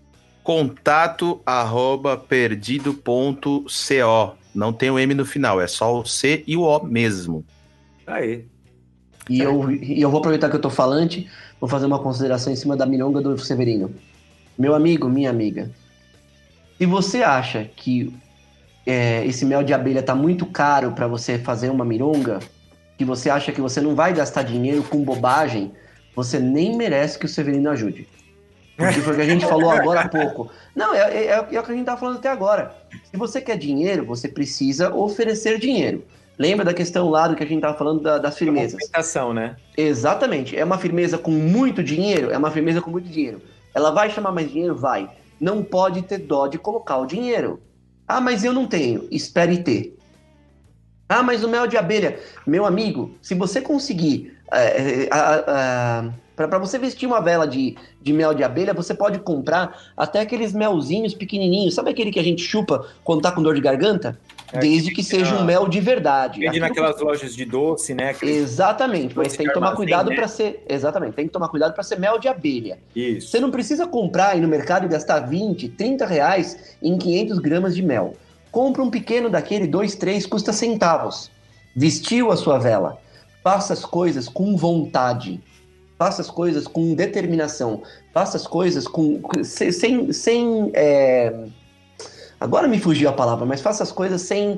Contato@perdido.co. Não tem o M no final, é só o C e o O mesmo. Aí. E eu vou aproveitar que eu tô falante, vou fazer uma consideração em cima da mironga do Severino. Meu amigo, minha amiga, se você acha que esse mel de abelha tá muito caro para você fazer uma mironga, que você acha que você não vai gastar dinheiro com bobagem, você nem merece que o Severino ajude. Porque foi o que a gente falou agora há pouco. Não, é o que a gente tá falando até agora. Se você quer dinheiro, você precisa oferecer dinheiro. Lembra da questão lá do que a gente tava falando das firmezas? Movimentação, né? Exatamente. É uma firmeza com muito dinheiro? É uma firmeza com muito dinheiro. Ela vai chamar mais dinheiro? Vai. Não pode ter dó de colocar o dinheiro. Ah, mas eu não tenho. Espere ter. Ah, mas o mel de abelha. Meu amigo, se você conseguir... Para você vestir uma vela de mel de abelha, você pode comprar até aqueles melzinhos pequenininhos. Sabe aquele que a gente chupa quando tá com dor de garganta? Desde que seja um mel de verdade. Vende naquelas lojas de doce, né? Exatamente, mas tem que tomar cuidado, né? para ser... Exatamente, tem que tomar cuidado para ser mel de abelha. Isso. Você não precisa comprar aí no mercado e gastar 20, 30 reais em 500 gramas de mel. Compra um pequeno daquele, 2, 3, custa centavos. Vestiu a sua vela. Faça as coisas com vontade. Faça as coisas com determinação. Faça as coisas sem agora me fugiu a palavra, mas faça as coisas sem...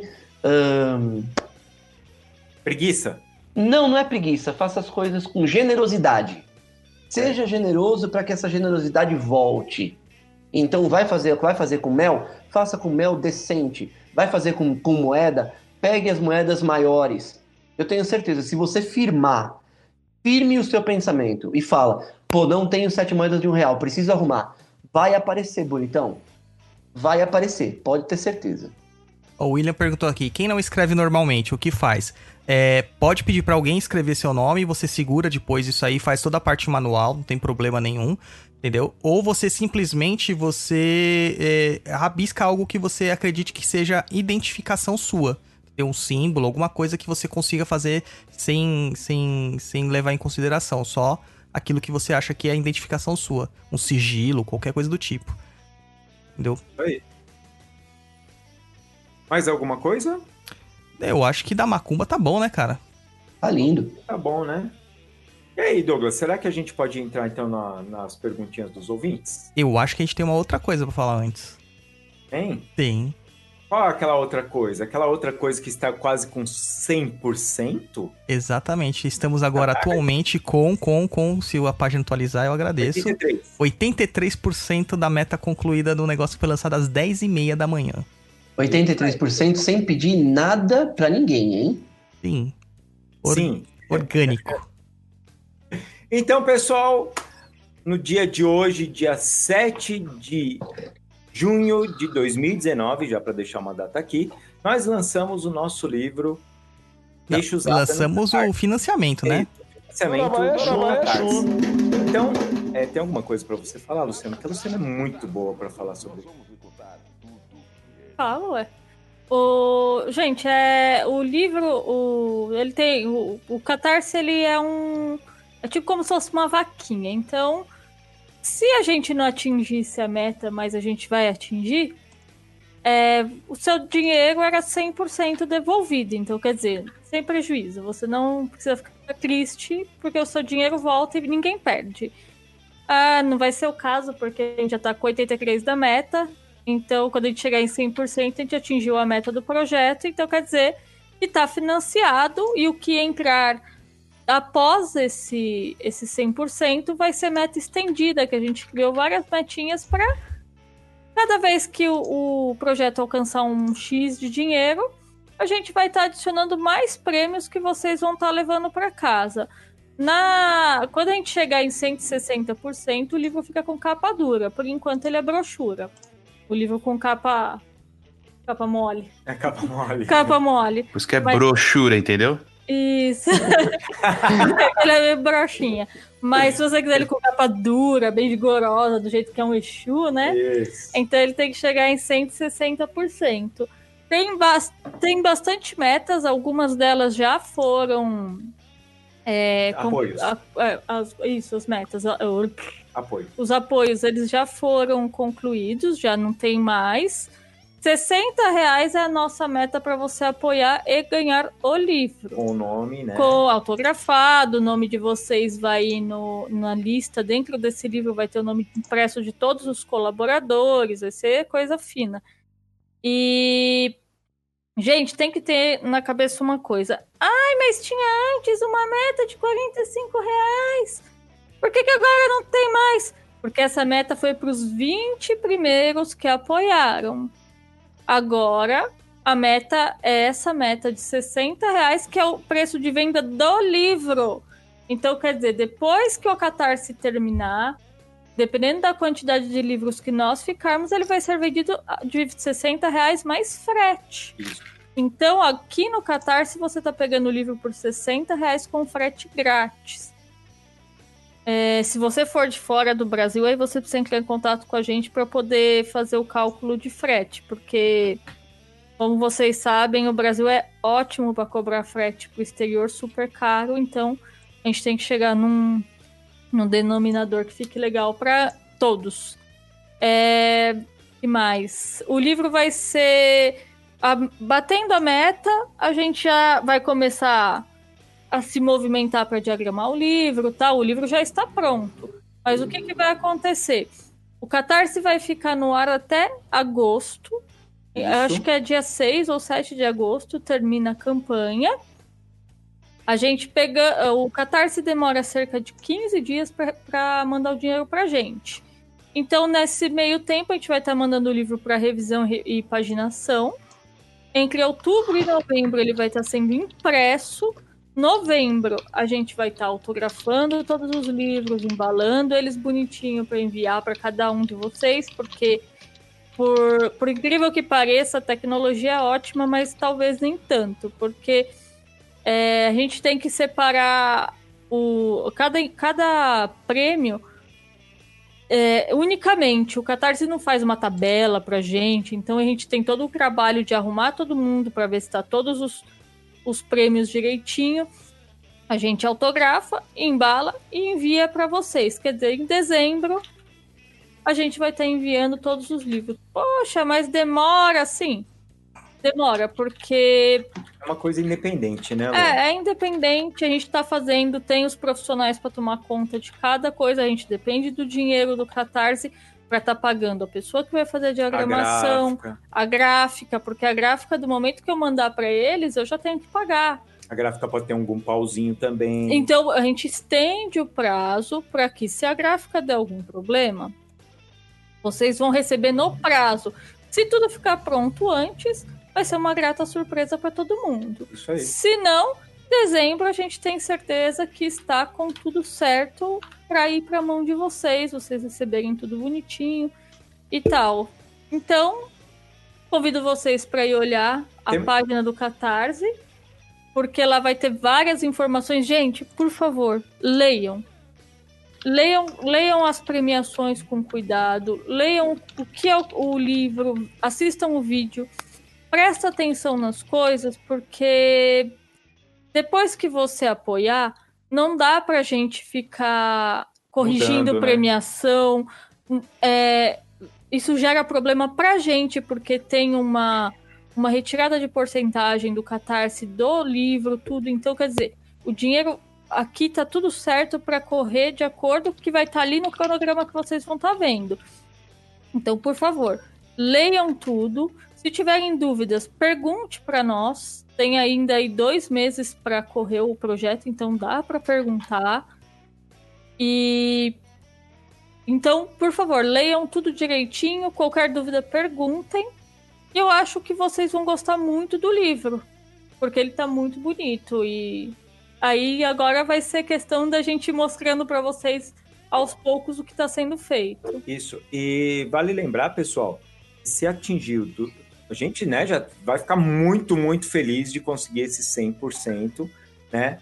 Preguiça? Não é preguiça. Faça as coisas com generosidade. Seja generoso para que essa generosidade volte. Então, vai fazer com mel? Faça com mel decente. Vai fazer com moeda? Pegue as moedas maiores. Eu tenho certeza, se você firme o seu pensamento e fala, pô, não tenho 7 moedas de R$1, preciso arrumar. Vai aparecer, bonitão. Vai aparecer, pode ter certeza. O William perguntou aqui, quem não escreve normalmente, o que faz? Pode pedir pra alguém escrever seu nome, você segura depois isso aí, faz toda a parte manual, não tem problema nenhum, entendeu? Ou você simplesmente, rabisca algo que você acredite que seja identificação sua. Ter um símbolo, alguma coisa que você consiga fazer sem levar em consideração, só aquilo que você acha que é a identificação sua. Um sigilo, qualquer coisa do tipo. Entendeu? Aí. Mais alguma coisa? Eu acho que da macumba tá bom, né, cara? Tá lindo. Tá bom, né? E aí, Douglas, será que a gente pode entrar então nas perguntinhas dos ouvintes? Eu acho que a gente tem uma outra coisa pra falar antes. Tem? Tem. Qual é aquela outra coisa? Aquela outra coisa que está quase com 100%? Exatamente. Estamos agora atualmente se a página atualizar, eu agradeço. 83% da meta concluída do negócio que foi lançado às 10h30 da manhã. 83% sem pedir nada pra ninguém, hein? Sim. Sim. Orgânico. Então, pessoal, no dia de hoje, dia 7 de junho de 2019, já para deixar uma data aqui, nós lançamos o nosso livro Lançamos o financiamento, né? Financiamento no Catarse. Então, tem alguma coisa para você falar, Luciano? Porque a Luciana é muito boa para falar sobre isso. Fala, ué. Gente, o livro, ele tem... O Catarse, ele é é tipo como se fosse uma vaquinha. Então, se a gente não atingisse a meta, mas a gente vai atingir, o seu dinheiro era 100% devolvido. Então, quer dizer, sem prejuízo. Você não precisa ficar triste, porque o seu dinheiro volta e ninguém perde. Não vai ser o caso, porque a gente já tá com 83% da meta. Então, quando a gente chegar em 100%, a gente atingiu a meta do projeto. Então, quer dizer que está financiado e o que entrar após esse 100% vai ser meta estendida, que a gente criou várias metinhas para cada vez que o projeto alcançar um X de dinheiro, a gente vai estar adicionando mais prêmios que vocês vão estar levando para casa. Quando a gente chegar em 160%, o livro fica com capa dura. Por enquanto, ele é brochura. O livro com capa mole. É capa mole. Capa mole. Por isso que é brochura, entendeu? Isso. Ele é meio broxinha. Mas se você quiser ele com capa dura, bem vigorosa, do jeito que é um Exu, né? Isso. Então ele tem que chegar em 160%. Tem bastante metas, algumas delas já foram... Apoios. As metas. Apoio. Os apoios, eles já foram concluídos, já não tem mais. R$60 é a nossa meta para você apoiar e ganhar o livro. Com o nome, né? Com autografado, o nome de vocês vai ir na lista. Dentro desse livro vai ter o nome impresso de todos os colaboradores, vai ser coisa fina. E... gente, tem que ter na cabeça uma coisa. Mas tinha antes uma meta de R$45. Por que agora não tem mais? Porque essa meta foi para os 20 primeiros que apoiaram. Agora, a meta é essa meta de R$60, que é o preço de venda do livro. Então, quer dizer, depois que o Catarse terminar, dependendo da quantidade de livros que nós ficarmos, ele vai ser vendido de R$60 mais frete. Isso. Então, aqui no Catarse, você está pegando o livro por R$60 com frete grátis. Se você for de fora do Brasil, aí você precisa entrar em contato com a gente para poder fazer o cálculo de frete, porque, como vocês sabem, o Brasil é ótimo para cobrar frete para o exterior, super caro, então a gente tem que chegar num denominador que fique legal para todos. E mais? O livro vai ser... batendo a meta, a gente já vai começar a se movimentar para diagramar o livro, tá? O livro já está pronto. Mas o que vai acontecer? O Catarse vai ficar no ar até agosto. Acho que é dia 6 ou 7 de agosto, termina a campanha. O Catarse demora cerca de 15 dias para mandar o dinheiro pra gente. Então, nesse meio tempo, a gente vai estar mandando o livro para revisão e paginação. Entre outubro e novembro, ele vai estar sendo impresso. Novembro, a gente vai estar autografando todos os livros, embalando eles bonitinho para enviar para cada um de vocês, porque, por incrível que pareça, a tecnologia é ótima, mas talvez nem tanto, porque a gente tem que separar cada prêmio unicamente. O Catarse não faz uma tabela pra gente, então a gente tem todo o trabalho de arrumar todo mundo para ver se tá todos os prêmios direitinho. A gente autografa, embala e envia para vocês. Quer dizer, em dezembro a gente vai estar enviando todos os livros. Poxa, mas demora, sim. Demora, porque... é uma coisa independente, né, Lu? É independente, a gente tá fazendo, tem os profissionais para tomar conta de cada coisa, a gente depende do dinheiro do Catarse, para estar pagando a pessoa que vai fazer a A diagramação, gráfica. a gráfica, porque a gráfica, do momento que eu mandar para eles, eu já tenho que pagar. A gráfica pode ter algum pauzinho também. Então, a gente estende o prazo para que, se a gráfica der algum problema, vocês vão receber no prazo. Se tudo ficar pronto antes, vai ser uma grata surpresa para todo mundo. Isso aí. Se não, dezembro a gente tem certeza que está com tudo certo para ir para a mão de vocês receberem tudo bonitinho e tal. Então, convido vocês para ir olhar a página do Catarse, porque lá vai ter várias informações. Gente, por favor, leiam. Leiam as premiações com cuidado, leiam o que é o livro, assistam o vídeo, presta atenção nas coisas, porque depois que você apoiar, não dá pra gente ficar corrigindo Mudando, né? premiação. Isso gera problema pra gente, porque tem uma retirada de porcentagem do Catarse do livro, tudo. Então, quer dizer, o dinheiro aqui tá tudo certo para correr de acordo com o que vai estar ali no cronograma que vocês vão estar vendo. Então, por favor, leiam tudo. Se tiverem dúvidas, pergunte para nós. Tem ainda aí 2 meses para correr o projeto, então dá para perguntar. Então, por favor, leiam tudo direitinho. Qualquer dúvida, perguntem. Eu acho que vocês vão gostar muito do livro, porque ele tá muito bonito. E aí agora vai ser questão da gente ir mostrando para vocês aos poucos o que está sendo feito. Isso. E vale lembrar, pessoal, se atingiu, a gente, né, já vai ficar muito, muito feliz de conseguir esse 100%, né,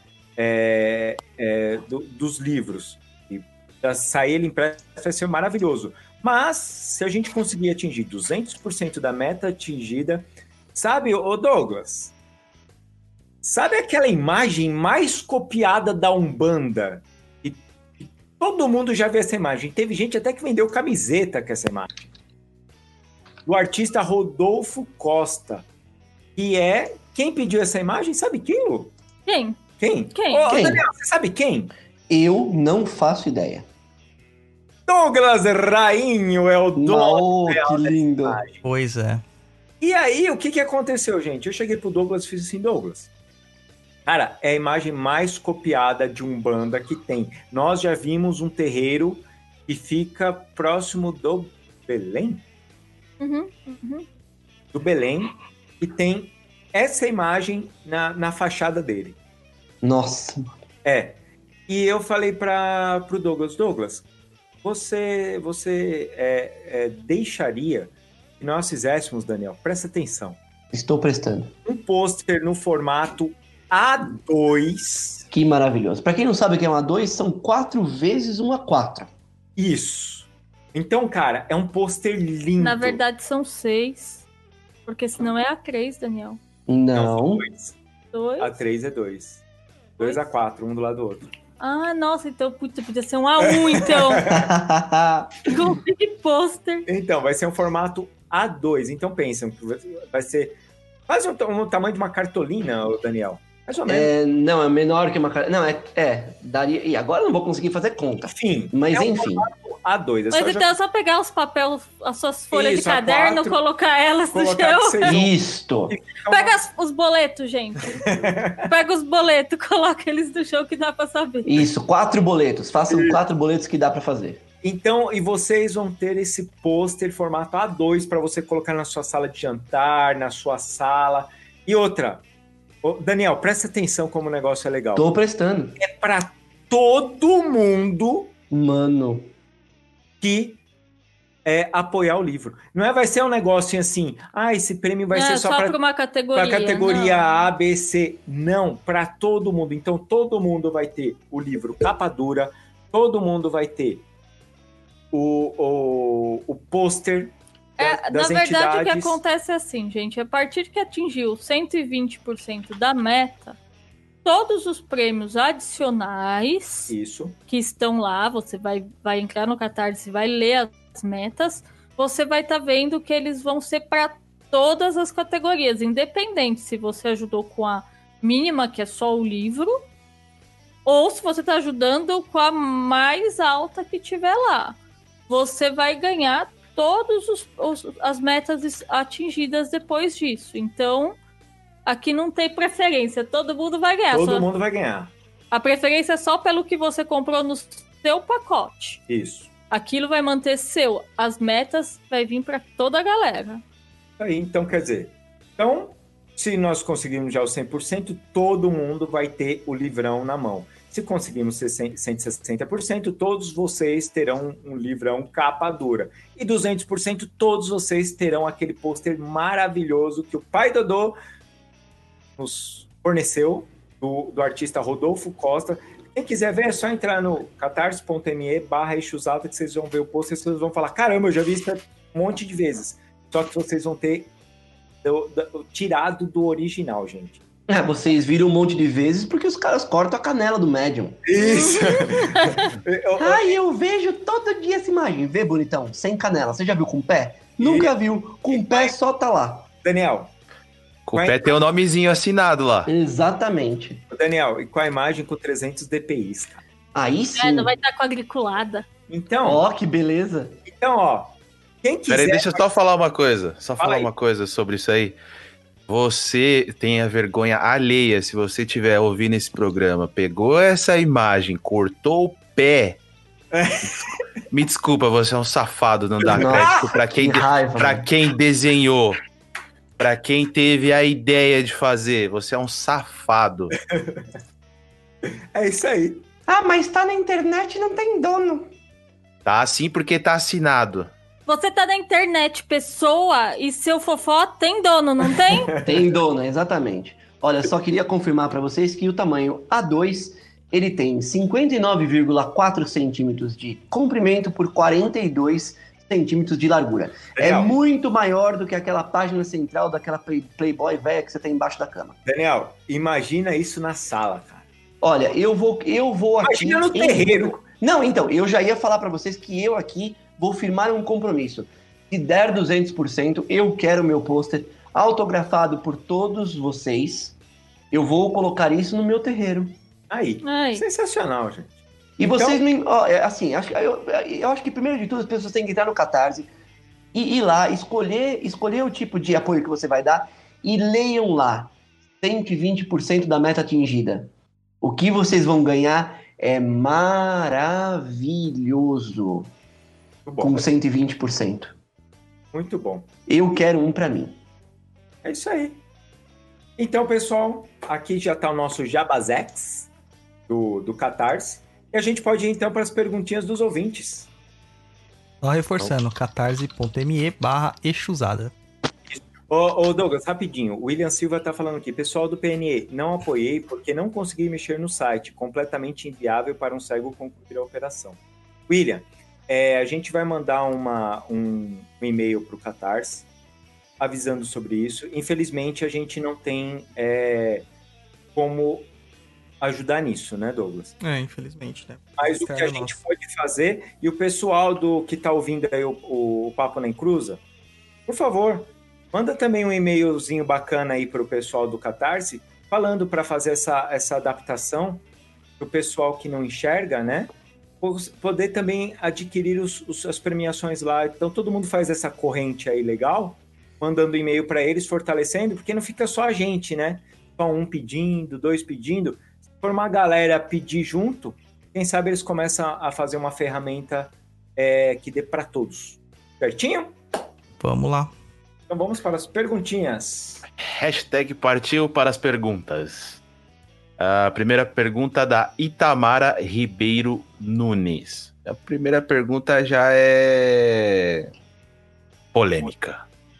dos livros. E pra sair ele impresso vai ser maravilhoso. Mas, se a gente conseguir atingir 200% da meta atingida, sabe, ô Douglas, sabe aquela imagem mais copiada da Umbanda? E todo mundo já viu essa imagem. Teve gente até que vendeu camiseta com essa imagem. Do artista Rodolfo Costa. Que é... Quem pediu essa imagem? Sabe quem, Lu? Quem? Quem? Quem? Ô, Quem? Daniel, você sabe quem? Eu não faço ideia. Douglas Rainho é o dono Oh, que lindo. Pois é. E aí, o que aconteceu, gente? Eu cheguei pro Douglas e fiz assim, Douglas, cara, é a imagem mais copiada de Umbanda que tem. Nós já vimos um terreiro que fica próximo do Belém? Uhum. Do Belém, que tem essa imagem na fachada dele. Nossa. E eu falei pro Douglas, você deixaria que nós fizéssemos, Daniel, presta atenção, Estou prestando. um pôster no formato A2. Que maravilhoso. Pra quem não sabe o que é um A2, são 4 vezes um A4. Isso. Então, cara, é um pôster lindo. Na verdade, são 6. Porque senão é A3, Daniel. Não. 2. 2. A3 é 2. 2 A4, um do lado do outro. Ah, nossa, então podia ser um A1, então. Com um big pôster. Então, vai ser um formato A2. Então, pensam que vai ser quase um tamanho de uma cartolina, ô Daniel. Mais ou menos. Não, é menor que uma... Não, daria... E agora eu não vou conseguir fazer conta. Enfim. Mas é um enfim. formato A2. Mas então é só pegar os papéis, as suas folhas Isso, de caderno, A4, colocar elas no colocar chão. que seja Isto. Pega os boletos, gente. Pega os boletos, coloca eles no chão que dá pra saber. Isso, 4 boletos. Façam 4 boletos que dá pra fazer. Então, e vocês vão ter esse pôster formato A2 para você colocar na sua sala de jantar, na sua sala. E outra, ô, Daniel, presta atenção como o negócio é legal. Tô prestando. É para todo mundo Mano. que apoiar o livro. Não vai ser um negócio assim, esse prêmio vai ser só para uma categoria. para categoria não. A, B, C. Não, para todo mundo. Então, todo mundo vai ter o livro capa dura, todo mundo vai ter o pôster das na verdade, entidades. o que acontece é assim, gente. A partir que atingiu 120% da meta, todos os prêmios adicionais Isso. que estão lá, você vai entrar no Catarse, vai ler as metas, você vai estar vendo que eles vão ser para todas as categorias, independente se você ajudou com a mínima, que é só o livro, ou se você está ajudando com a mais alta que tiver lá. você vai ganhar todas as metas atingidas depois disso. Então, aqui não tem preferência, todo mundo vai ganhar. Todo mundo vai ganhar. A preferência é só pelo que você comprou no seu pacote. Isso. Aquilo vai manter seu. As metas vai vir para toda a galera. Aí, então, quer dizer... Então, se nós conseguirmos já o 100%, todo mundo vai ter o livrão na mão. Se conseguirmos 160%, todos vocês terão um livrão capa dura. E 200%, todos vocês terão aquele pôster maravilhoso que o pai Dodô nos forneceu, do artista Rodolfo Costa. Quem quiser ver, é só entrar no catarse.me/eixosada que vocês vão ver o pôster e vocês vão falar, caramba, eu já vi isso um monte de vezes. Só que vocês vão ter tirado do original, gente. Vocês viram um monte de vezes porque os caras cortam a canela do médium. Isso! Eu vejo todo dia essa imagem. Vê, bonitão, sem canela. Você já viu com pé? Nunca viu. Com pé só tá lá. Daniel. Com o pé tem o nomezinho assinado lá. Exatamente. Daniel, e com a imagem com 300 dpi, cara? Aí sim. Não vai estar quadriculada. Então... Ó, que beleza. Então, quem quiser... Peraí, deixa eu só falar uma coisa. Fala aí. Uma coisa sobre isso aí. Você tenha vergonha alheia se você estiver ouvindo esse programa. Pegou essa imagem, cortou o pé. Me desculpa, você é um safado, não dá crédito pra quem desenhou. Pra quem teve a ideia de fazer. Você é um safado. É isso aí. Mas tá na internet e não tem dono. Tá assim porque tá assinado. Você tá na internet, pessoa, e seu fofó tem dono, não tem? Tem dono, exatamente. Olha, só queria confirmar para vocês que o tamanho A2, ele tem 59,4 centímetros de comprimento por 42 centímetros de largura. Daniel. É muito maior do que aquela página central daquela Playboy velha que você tem embaixo da cama. Daniel, imagina isso na sala, cara. Olha, eu vou aqui... Imagina no terreiro. Não, então, eu já ia falar para vocês que eu aqui vou firmar um compromisso. Se der 200%, eu quero meu pôster autografado por todos vocês. Eu vou colocar isso no meu terreiro. Aí, sensacional, gente. E então... vocês não... assim, eu acho que primeiro de tudo as pessoas têm que entrar no Catarse e ir lá, escolher o tipo de apoio que você vai dar e leiam lá 120% da meta atingida. O que vocês vão ganhar é maravilhoso. Muito bom, com 120%. Muito bom. Eu quero um pra mim. É isso aí. Então, pessoal, aqui já tá o nosso Jabazex do Catarse. E a gente pode ir, então, para as perguntinhas dos ouvintes. Só reforçando, catarse.me/eixosada. Ô Douglas, rapidinho. O William Silva tá falando aqui. Pessoal do PNE, não apoiei porque não consegui mexer no site. Completamente inviável para um cego concluir a operação. William, a gente vai mandar um e-mail para o Catarse avisando sobre isso. Infelizmente, a gente não tem como ajudar nisso, né, Douglas? Infelizmente, né? Mas o que a gente pode fazer, e o pessoal que tá ouvindo aí o Papo na Encruza, por favor, manda também um e-mailzinho bacana aí para o pessoal do Catarse, falando para fazer essa adaptação para o pessoal que não enxerga, né? Poder também adquirir as premiações lá. Então, todo mundo faz essa corrente aí legal, mandando e-mail para eles, fortalecendo, porque não fica só a gente, né? Só um pedindo, dois pedindo. Se for uma galera pedir junto, quem sabe eles começam a fazer uma ferramenta que dê para todos. Certinho? Vamos lá. Então, vamos para as perguntinhas. Hashtag partiu para as perguntas. A primeira pergunta da Itamara Ribeiro Nunes. A primeira pergunta já é polêmica.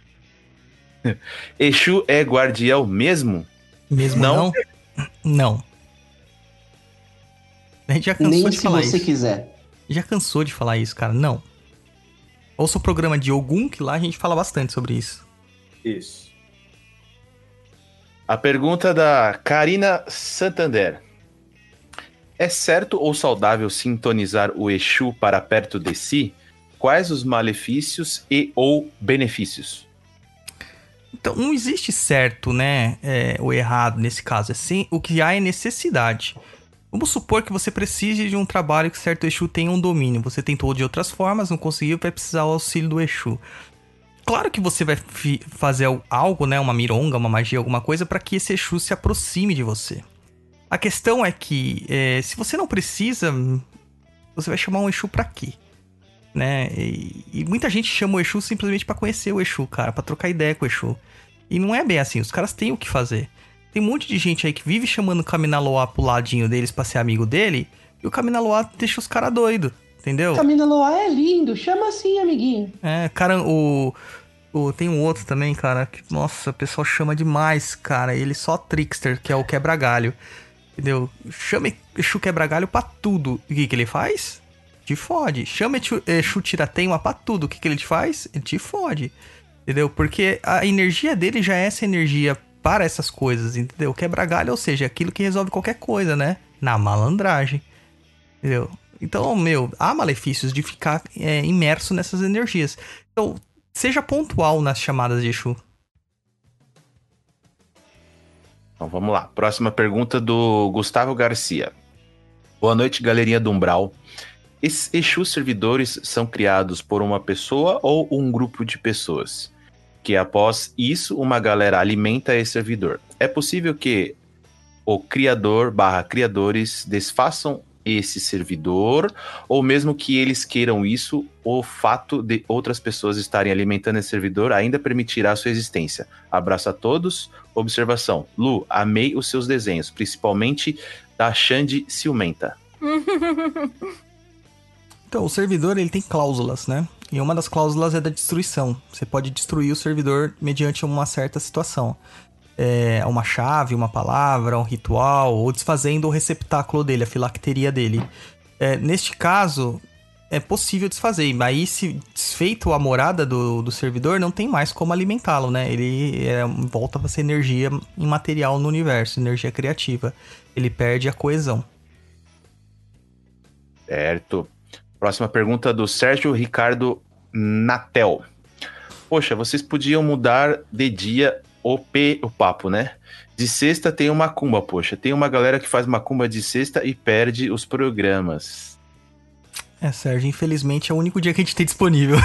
Exu é guardião mesmo? Mesmo não? Não. A gente já cansou Nem de se falar você isso. quiser. Já cansou de falar isso, cara. Não. Ouça o programa de Ogum, que lá a gente fala bastante sobre isso. Isso. A pergunta da Karina Santander. É certo ou saudável sintonizar o Exu para perto de si? Quais os malefícios e ou benefícios? Então, não existe certo, né, ou errado nesse caso. Assim, o que há é necessidade. Vamos supor que você precise de um trabalho que certo Exu tenha um domínio. Você tentou de outras formas, não conseguiu, vai precisar do auxílio do Exu. Claro que você vai fazer algo, né? Uma mironga, uma magia, alguma coisa, para que esse Exu se aproxime de você. A questão é que, se você não precisa, você vai chamar um Exu pra quê? Né? E muita gente chama o Exu simplesmente pra conhecer o Exu, cara, pra trocar ideia com o Exu. E não é bem assim, os caras têm o que fazer. Tem um monte de gente aí que vive chamando o Kaminaloa pro ladinho deles pra ser amigo dele, e o Kaminaloa deixa os caras doidos, entendeu? Kaminaloa é lindo, chama assim, amiguinho. Cara, tem um outro também, cara, que, nossa, o pessoal chama demais, cara, ele só trickster, que é o quebra-galho, entendeu? Chama Exu quebra-galho pra tudo. E o que ele faz? Te fode. Chama Exu tira-teima pra tudo. O que ele te faz? Ele te fode. Entendeu? Porque a energia dele já é essa energia para essas coisas, entendeu? Quebra-galho, ou seja, aquilo que resolve qualquer coisa, né? Na malandragem. Entendeu? Então, há malefícios de ficar imerso nessas energias. Então, seja pontual nas chamadas de Exu. Então vamos lá. Próxima pergunta do Gustavo Garcia. Boa noite, galerinha do Umbral. Esses Exu servidores são criados por uma pessoa ou um grupo de pessoas? Que após isso, uma galera alimenta esse servidor. É possível que o criador/criadores desfaçam esse servidor, ou mesmo que eles queiram isso, o fato de outras pessoas estarem alimentando esse servidor ainda permitirá a sua existência. Abraço a todos. Observação. Lu, amei os seus desenhos, principalmente da Xande Ciumenta. Então, o servidor, ele tem cláusulas, né? E uma das cláusulas é da destruição. Você pode destruir o servidor mediante uma certa situação. Uma chave, uma palavra, um ritual, ou desfazendo o receptáculo dele, a filacteria dele. Neste caso, é possível desfazer. Aí, se desfeito a morada do servidor, não tem mais como alimentá-lo, né? Ele volta para ser energia imaterial no universo, energia criativa. Ele perde a coesão. Certo. Próxima pergunta do Sérgio Ricardo Natel. Poxa, vocês podiam mudar de dia o papo, né? De sexta tem uma macumba, poxa. Tem uma galera que faz macumba de sexta e perde os programas. Sérgio, infelizmente é o único dia que a gente tem disponível.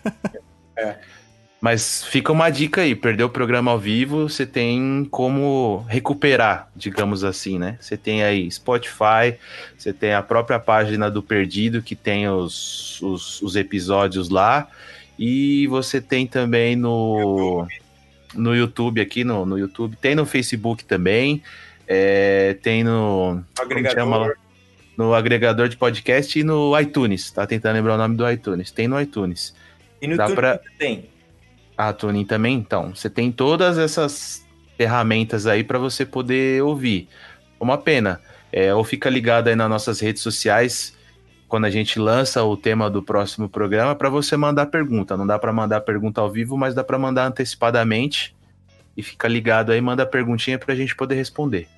Mas fica uma dica aí, perdeu o programa ao vivo, você tem como recuperar, digamos assim, né? Você tem aí Spotify, você tem a própria página do Perdido, que tem os episódios lá, e você tem também no YouTube aqui, no YouTube, tem no Facebook também, tem no Agregador. No agregador de podcast e no iTunes, tá tentando lembrar o nome do iTunes, tem no iTunes. E no YouTube tem. Ah, Tuning também? Então, você tem todas essas ferramentas aí para você poder ouvir. Uma pena. Ou fica ligado aí nas nossas redes sociais, quando a gente lança o tema do próximo programa, para você mandar pergunta. Não dá para mandar pergunta ao vivo, mas dá para mandar antecipadamente. E fica ligado aí, manda a perguntinha para a gente poder responder.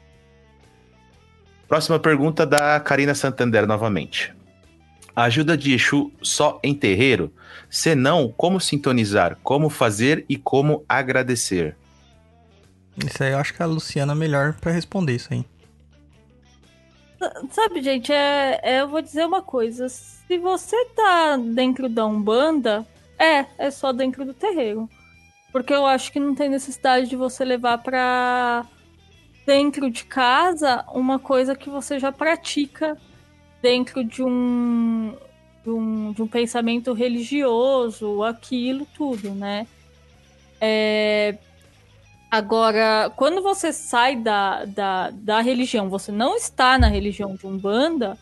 Próxima pergunta da Karina Santander novamente. A ajuda de Exu só em terreiro? Se não, como sintonizar, como fazer e como agradecer? Isso aí eu acho que a Luciana é melhor pra responder isso aí. Sabe, gente, eu vou dizer uma coisa. Se você tá dentro da Umbanda, é só dentro do terreiro. Porque eu acho que não tem necessidade de você levar pra dentro de casa uma coisa que você já pratica dentro de um pensamento religioso, aquilo tudo, né? Agora, quando você sai da religião, você não está na religião de Umbanda,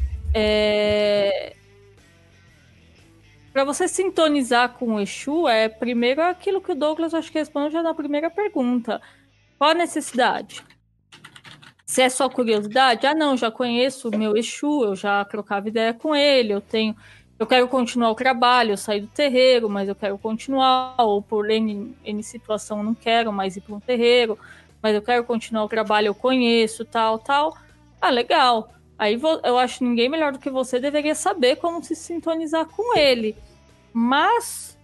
para você sintonizar com o Exu, primeiro aquilo que o Douglas acho que respondeu já na primeira pergunta. Qual a necessidade? Se é só curiosidade, não, já conheço o meu Exu, eu já trocava ideia com ele, eu quero continuar o trabalho, eu saí do terreiro, mas eu quero continuar, ou por N situação eu não quero mais ir para um terreiro, mas eu quero continuar o trabalho, eu conheço, tal. Legal. Aí eu acho que ninguém melhor do que você deveria saber como se sintonizar com ele. Mas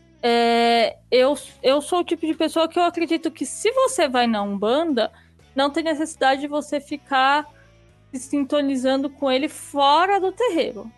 eu sou o tipo de pessoa que eu acredito que se você vai na Umbanda, não tem necessidade de você ficar se sintonizando com ele fora do terreiro.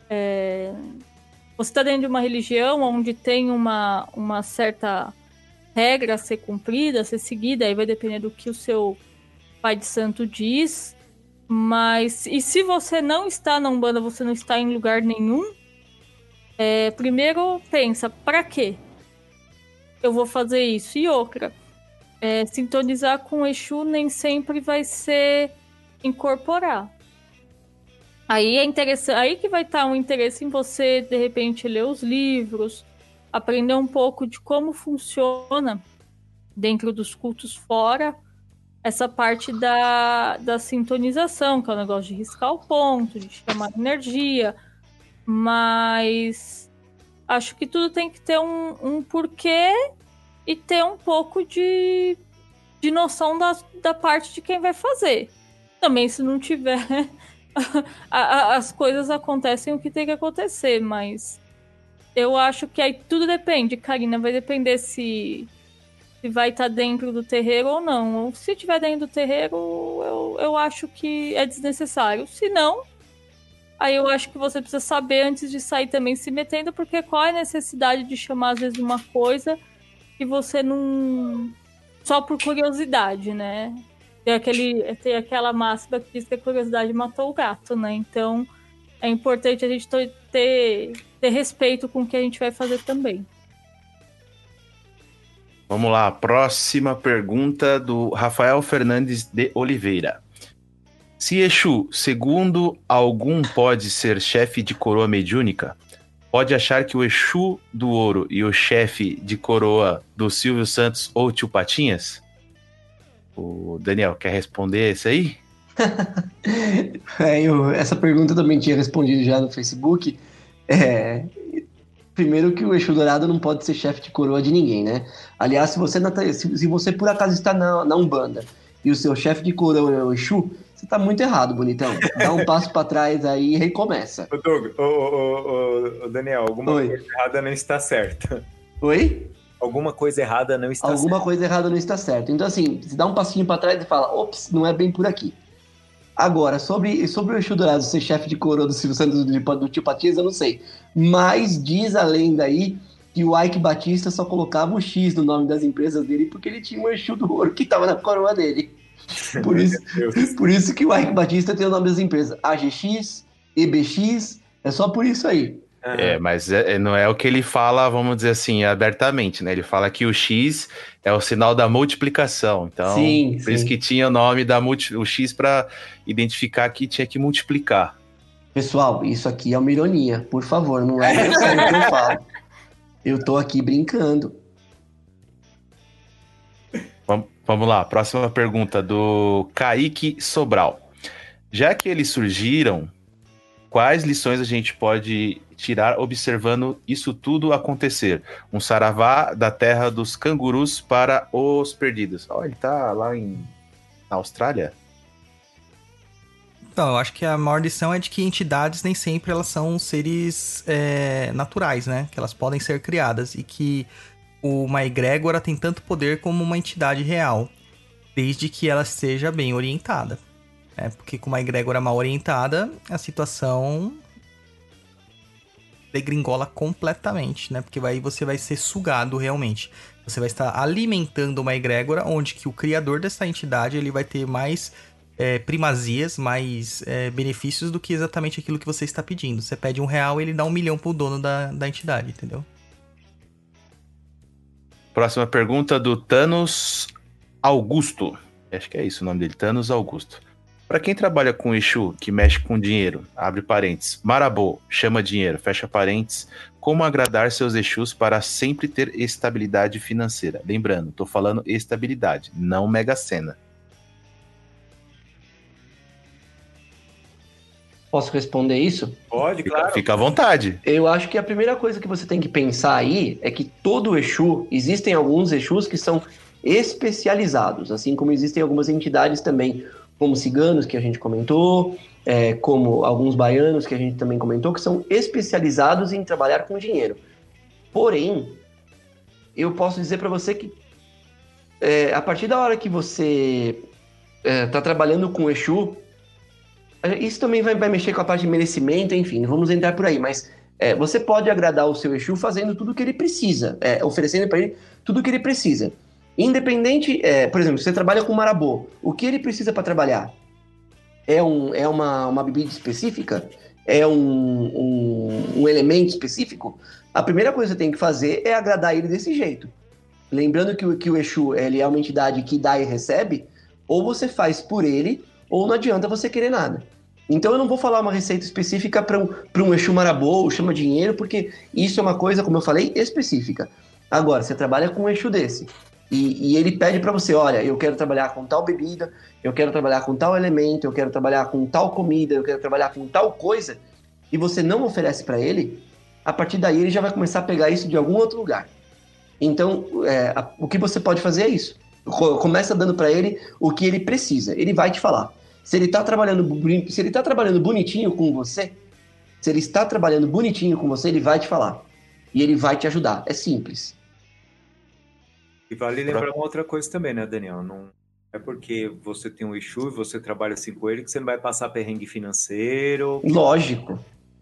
Você está dentro de uma religião onde tem uma certa regra a ser cumprida, a ser seguida, aí vai depender do que o seu pai de santo diz. Mas, e se você não está na Umbanda, você não está em lugar nenhum, primeiro pensa, pra quê eu vou fazer isso? E outra, sintonizar com o Exu nem sempre vai ser incorporar. Aí é interessante, aí que vai estar um interesse em você, de repente, ler os livros, aprender um pouco de como funciona dentro dos cultos fora, essa parte da sintonização, que é o negócio de riscar o ponto, de chamar energia, mas acho que tudo tem que ter um porquê e ter um pouco de noção da parte de quem vai fazer. Também, se não tiver, as coisas acontecem o que tem que acontecer, mas eu acho que aí tudo depende, Karina, vai depender se vai estar dentro do terreiro ou não. Ou se estiver dentro do terreiro, eu acho que é desnecessário. Se não, aí eu acho que você precisa saber antes de sair também se metendo, porque qual é a necessidade de chamar às vezes uma coisa que você não... Só por curiosidade, né? Tem aquela máxima que diz que a curiosidade matou o gato, né? Então é importante a gente ter respeito com o que a gente vai fazer também. Vamos lá, próxima pergunta do Rafael Fernandes de Oliveira. Se Exu, segundo algum, pode ser chefe de coroa mediúnica, pode achar que o Exu do Ouro e o chefe de coroa do Silvio Santos ou Tio Patinhas? O Daniel, quer responder esse aí? Essa pergunta eu também tinha respondido já no Facebook. Primeiro que o Exu Dourado não pode ser chefe de coroa de ninguém, né? Aliás, se você por acaso está na Umbanda e o seu chefe de coroa é o Exu, você tá muito errado, bonitão. Dá um passo pra trás aí e recomeça. Ô, Doug, Daniel, alguma coisa errada não está certa. Oi? Alguma coisa errada não está certa. Alguma coisa errada não está certa. Então, assim, você dá um passinho pra trás e fala, ops, não é bem por aqui. Agora, sobre o Exu Dourado ser chefe de coroa do Silvio Santos do Tio Patias, eu não sei. Mas diz a lenda aí que o Ike Batista só colocava o X no nome das empresas dele porque ele tinha um Exu do Ouro que estava na coroa dele. Por isso que o Ike Batista tem o nome das empresas. AGX, EBX, é só por isso aí. Mas não é o que ele fala, vamos dizer assim, abertamente, né? Ele fala que o X é o sinal da multiplicação. Então, por isso que tinha o nome o X para identificar que tinha que multiplicar. Pessoal, isso aqui é uma ironia. Por favor, não é sério o que eu falo. Eu tô aqui brincando. Vamos lá, próxima pergunta do Kaique Sobral. Já que eles surgiram, quais lições a gente pode tirar observando isso tudo acontecer? Um saravá da terra dos cangurus para os perdidos. Ele tá lá na Austrália? Então, eu acho que a maior lição é de que entidades nem sempre elas são seres naturais, né? Que elas podem ser criadas e que uma egrégora tem tanto poder como uma entidade real, desde que ela seja bem orientada. Porque com uma egrégora mal orientada, a situação degringola completamente, né? Porque aí você vai ser sugado realmente. Você vai estar alimentando uma egrégora onde que o criador dessa entidade ele vai ter mais primazias, mais benefícios do que exatamente aquilo que você está pedindo. Você pede R$1, ele dá 1 milhão pro dono da entidade, entendeu? Próxima pergunta do Thanos Augusto. Acho que é isso o nome dele, Thanos Augusto. Para quem trabalha com Exu, que mexe com dinheiro, abre parênteses, marabô, chama dinheiro, fecha parênteses, como agradar seus Exus para sempre ter estabilidade financeira? Lembrando, tô falando estabilidade, não Mega Sena. Posso responder isso? Pode, claro. Fica à vontade. Eu acho que a primeira coisa que você tem que pensar aí é que todo Exu, existem alguns Exus que são especializados, assim como existem algumas entidades também, como ciganos, que a gente comentou, como alguns baianos, que a gente também comentou, que são especializados em trabalhar com dinheiro. Porém, eu posso dizer para você que a partir da hora que você está trabalhando com Exu, Isso também vai mexer com a parte de merecimento, enfim, não vamos entrar por aí, mas você pode agradar o seu Exu fazendo tudo o que ele precisa, oferecendo para ele tudo o que ele precisa. Independente, por exemplo, você trabalha com marabô, o que ele precisa para trabalhar? É uma bebida específica? É um elemento específico? A primeira coisa que você tem que fazer é agradar ele desse jeito. Lembrando que o Exu ele é uma entidade que dá e recebe, ou você faz por ele, ou não adianta você querer nada. Então eu não vou falar uma receita específica para um Exu Marabô, ou chama dinheiro, porque isso é uma coisa, como eu falei, específica. Agora, você trabalha com um Exu desse, e ele pede para você, olha, eu quero trabalhar com tal bebida, eu quero trabalhar com tal elemento, eu quero trabalhar com tal comida, eu quero trabalhar com tal coisa, e você não oferece para ele, a partir daí ele já vai começar a pegar isso de algum outro lugar. Então, o que você pode fazer é isso. Começa dando para ele o que ele precisa. Ele vai te falar. Se ele está trabalhando bonitinho com você, se ele está trabalhando bonitinho com você, ele vai te falar. E ele vai te ajudar. É simples. E vale lembrar uma outra coisa também, né, Daniel? Não é porque você tem um Exu e você trabalha assim com ele que você não vai passar perrengue financeiro. Lógico.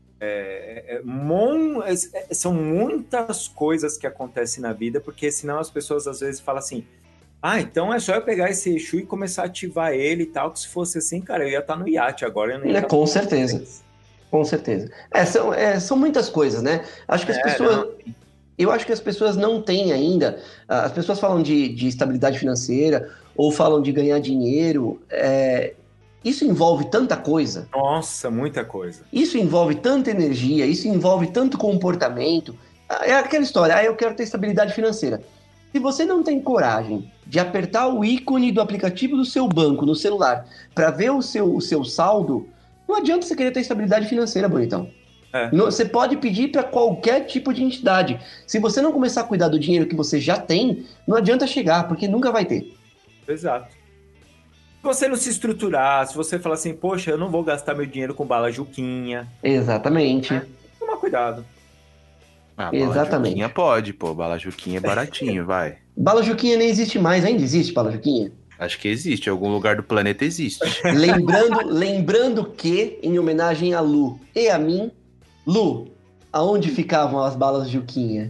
São muitas coisas que acontecem na vida, porque senão as pessoas às vezes falam assim, então é só eu pegar esse Exu e começar a ativar ele e tal, que se fosse assim, cara, eu ia estar no iate agora. Eu não ia com certeza. Com certeza. São muitas coisas, né? Acho que as pessoas... Eu acho que as pessoas não têm ainda... As pessoas falam de estabilidade financeira ou falam de ganhar dinheiro. Isso envolve tanta coisa. Nossa, muita coisa. Isso envolve tanta energia, isso envolve tanto comportamento. É aquela história, eu quero ter estabilidade financeira. Se você não tem coragem de apertar o ícone do aplicativo do seu banco no celular para ver o seu saldo, não adianta você querer ter estabilidade financeira, bonitão. Você pode pedir para qualquer tipo de entidade. Se você não começar a cuidar do dinheiro que você já tem, não adianta chegar, porque nunca vai ter. Exato. Se você não se estruturar, se você falar assim, poxa, eu não vou gastar meu dinheiro com bala Juquinha. Exatamente. Toma cuidado. Exatamente. Bala Juquinha pode, pô. Bala Juquinha é baratinho, vai. Bala Juquinha nem existe mais. Ainda existe Bala Juquinha? Acho que existe. Em algum lugar do planeta existe. Lembrando que, em homenagem a Lu e a mim, Lu, aonde ficavam as balas Juquinha?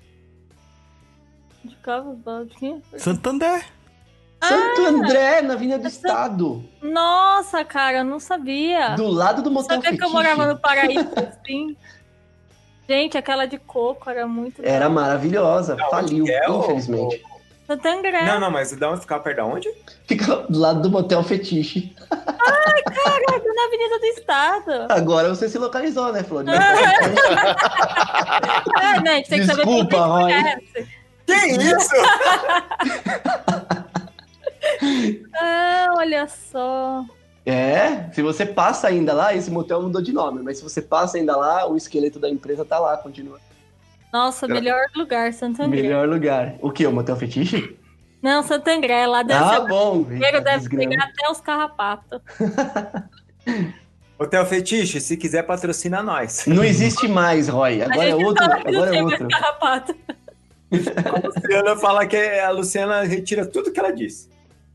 Onde ficavam as balas Juquinha? Santander. Santo André, na Avenida do Estado. Nossa, cara, eu não sabia. Do lado do motel Sabia Fetiche. que eu morava no Paraíso, assim. Gente, aquela de coco era muito... Era maravilhosa. Faliu, infelizmente. Santander. Não, mas de onde ficava perto de onde? Fica do lado do motel Fetiche. Ai, caraca, na Avenida do Estado. Agora você se localizou, né, Flor? Né, a gente tem que saber Desculpa, quem Roy. conhece. Que isso? Olha só. Se você passa ainda lá, esse motel mudou de nome, mas se você passa ainda lá, o esqueleto da empresa tá lá, continua. Nossa, melhor lugar, Santander. Melhor lugar. O quê? O motel Fetiche? Não, Santander, lá deve ser bom. o dinheiro deve pegar até os carrapatos. Hotel Fetiche, se quiser patrocina nós. Não existe mais, Roy. Agora é outro. Agora é outro. Carrapato. A Luciana fala que a Luciana retira tudo que ela disse.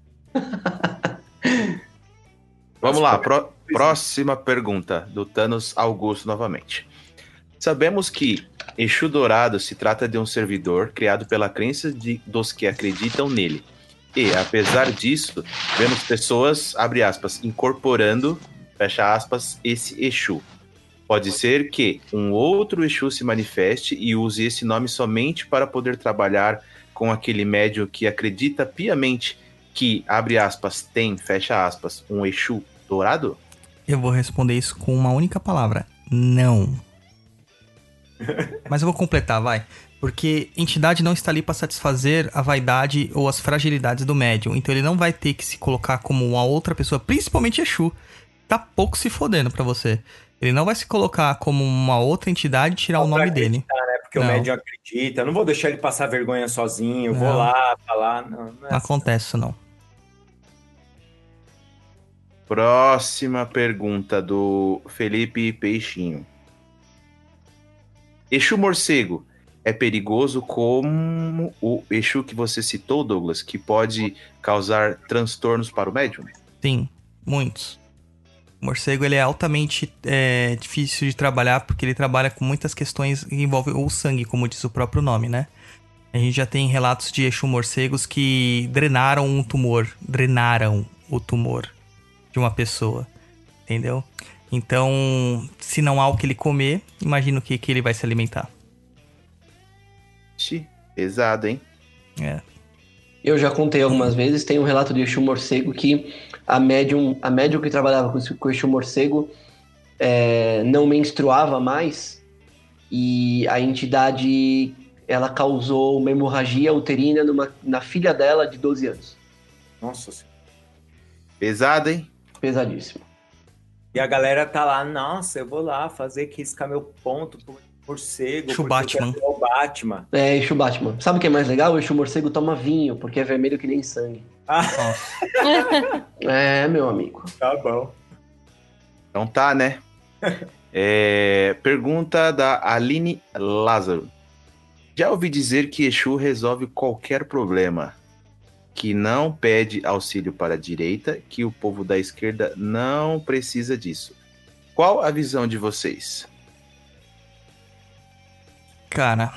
Vamos lá, próxima pergunta do Thanos Augusto novamente. Sabemos que Exu Dourado se trata de um servidor criado pela crença dos que acreditam nele. E, apesar disso, vemos pessoas, abre aspas, incorporando, fecha aspas, esse Exu. Pode ser que um outro Exu se manifeste e use esse nome somente para poder trabalhar com aquele médium que acredita piamente que, abre aspas, tem, fecha aspas, um Exu dourado? Eu vou responder isso com uma única palavra. Não. Mas eu vou completar, vai. Porque entidade não está ali para satisfazer a vaidade ou as fragilidades do médium. Então ele não vai ter que se colocar como uma outra pessoa, principalmente Exu. Tá pouco se fodendo pra você. Ele não vai se colocar como uma outra entidade e tirar o nome dele. Né? Porque o médium acredita. Eu não vou deixar ele passar vergonha sozinho. Eu vou lá, falar. Não acontece isso, não. Próxima pergunta do Felipe Peixinho. Exu morcego é perigoso como o Exu que você citou, Douglas, que pode causar transtornos para o médium? Sim, muitos. O morcego, ele é altamente difícil de trabalhar, porque ele trabalha com muitas questões que envolvem o sangue, como diz o próprio nome, né? A gente já tem relatos de Exu morcegos que drenaram o tumor de uma pessoa, entendeu? Então, se não há o que ele comer, imagina o que ele vai se alimentar. Ixi, pesado, hein? É. Eu já contei algumas vezes, tem um relato de Exu morcego que a médium que trabalhava com o Exu morcego não menstruava mais e a entidade, ela causou uma hemorragia uterina na filha dela de 12 anos. Nossa Senhora. Pesado, hein? Pesadíssimo. E a galera tá lá, nossa, eu vou lá fazer riscar meu ponto pro morcego. Exu porque eu Batman. quero ser o Batman. É, Exu Batman. Sabe o que é mais legal? O Exu morcego toma vinho, porque é vermelho que nem sangue. Nossa. É, meu amigo. Tá bom. Então tá, né? Pergunta da Aline Lázaro. Já ouvi dizer que Exu resolve qualquer problema, que não pede auxílio para a direita, que o povo da esquerda não precisa disso. Qual a visão de vocês? Cara...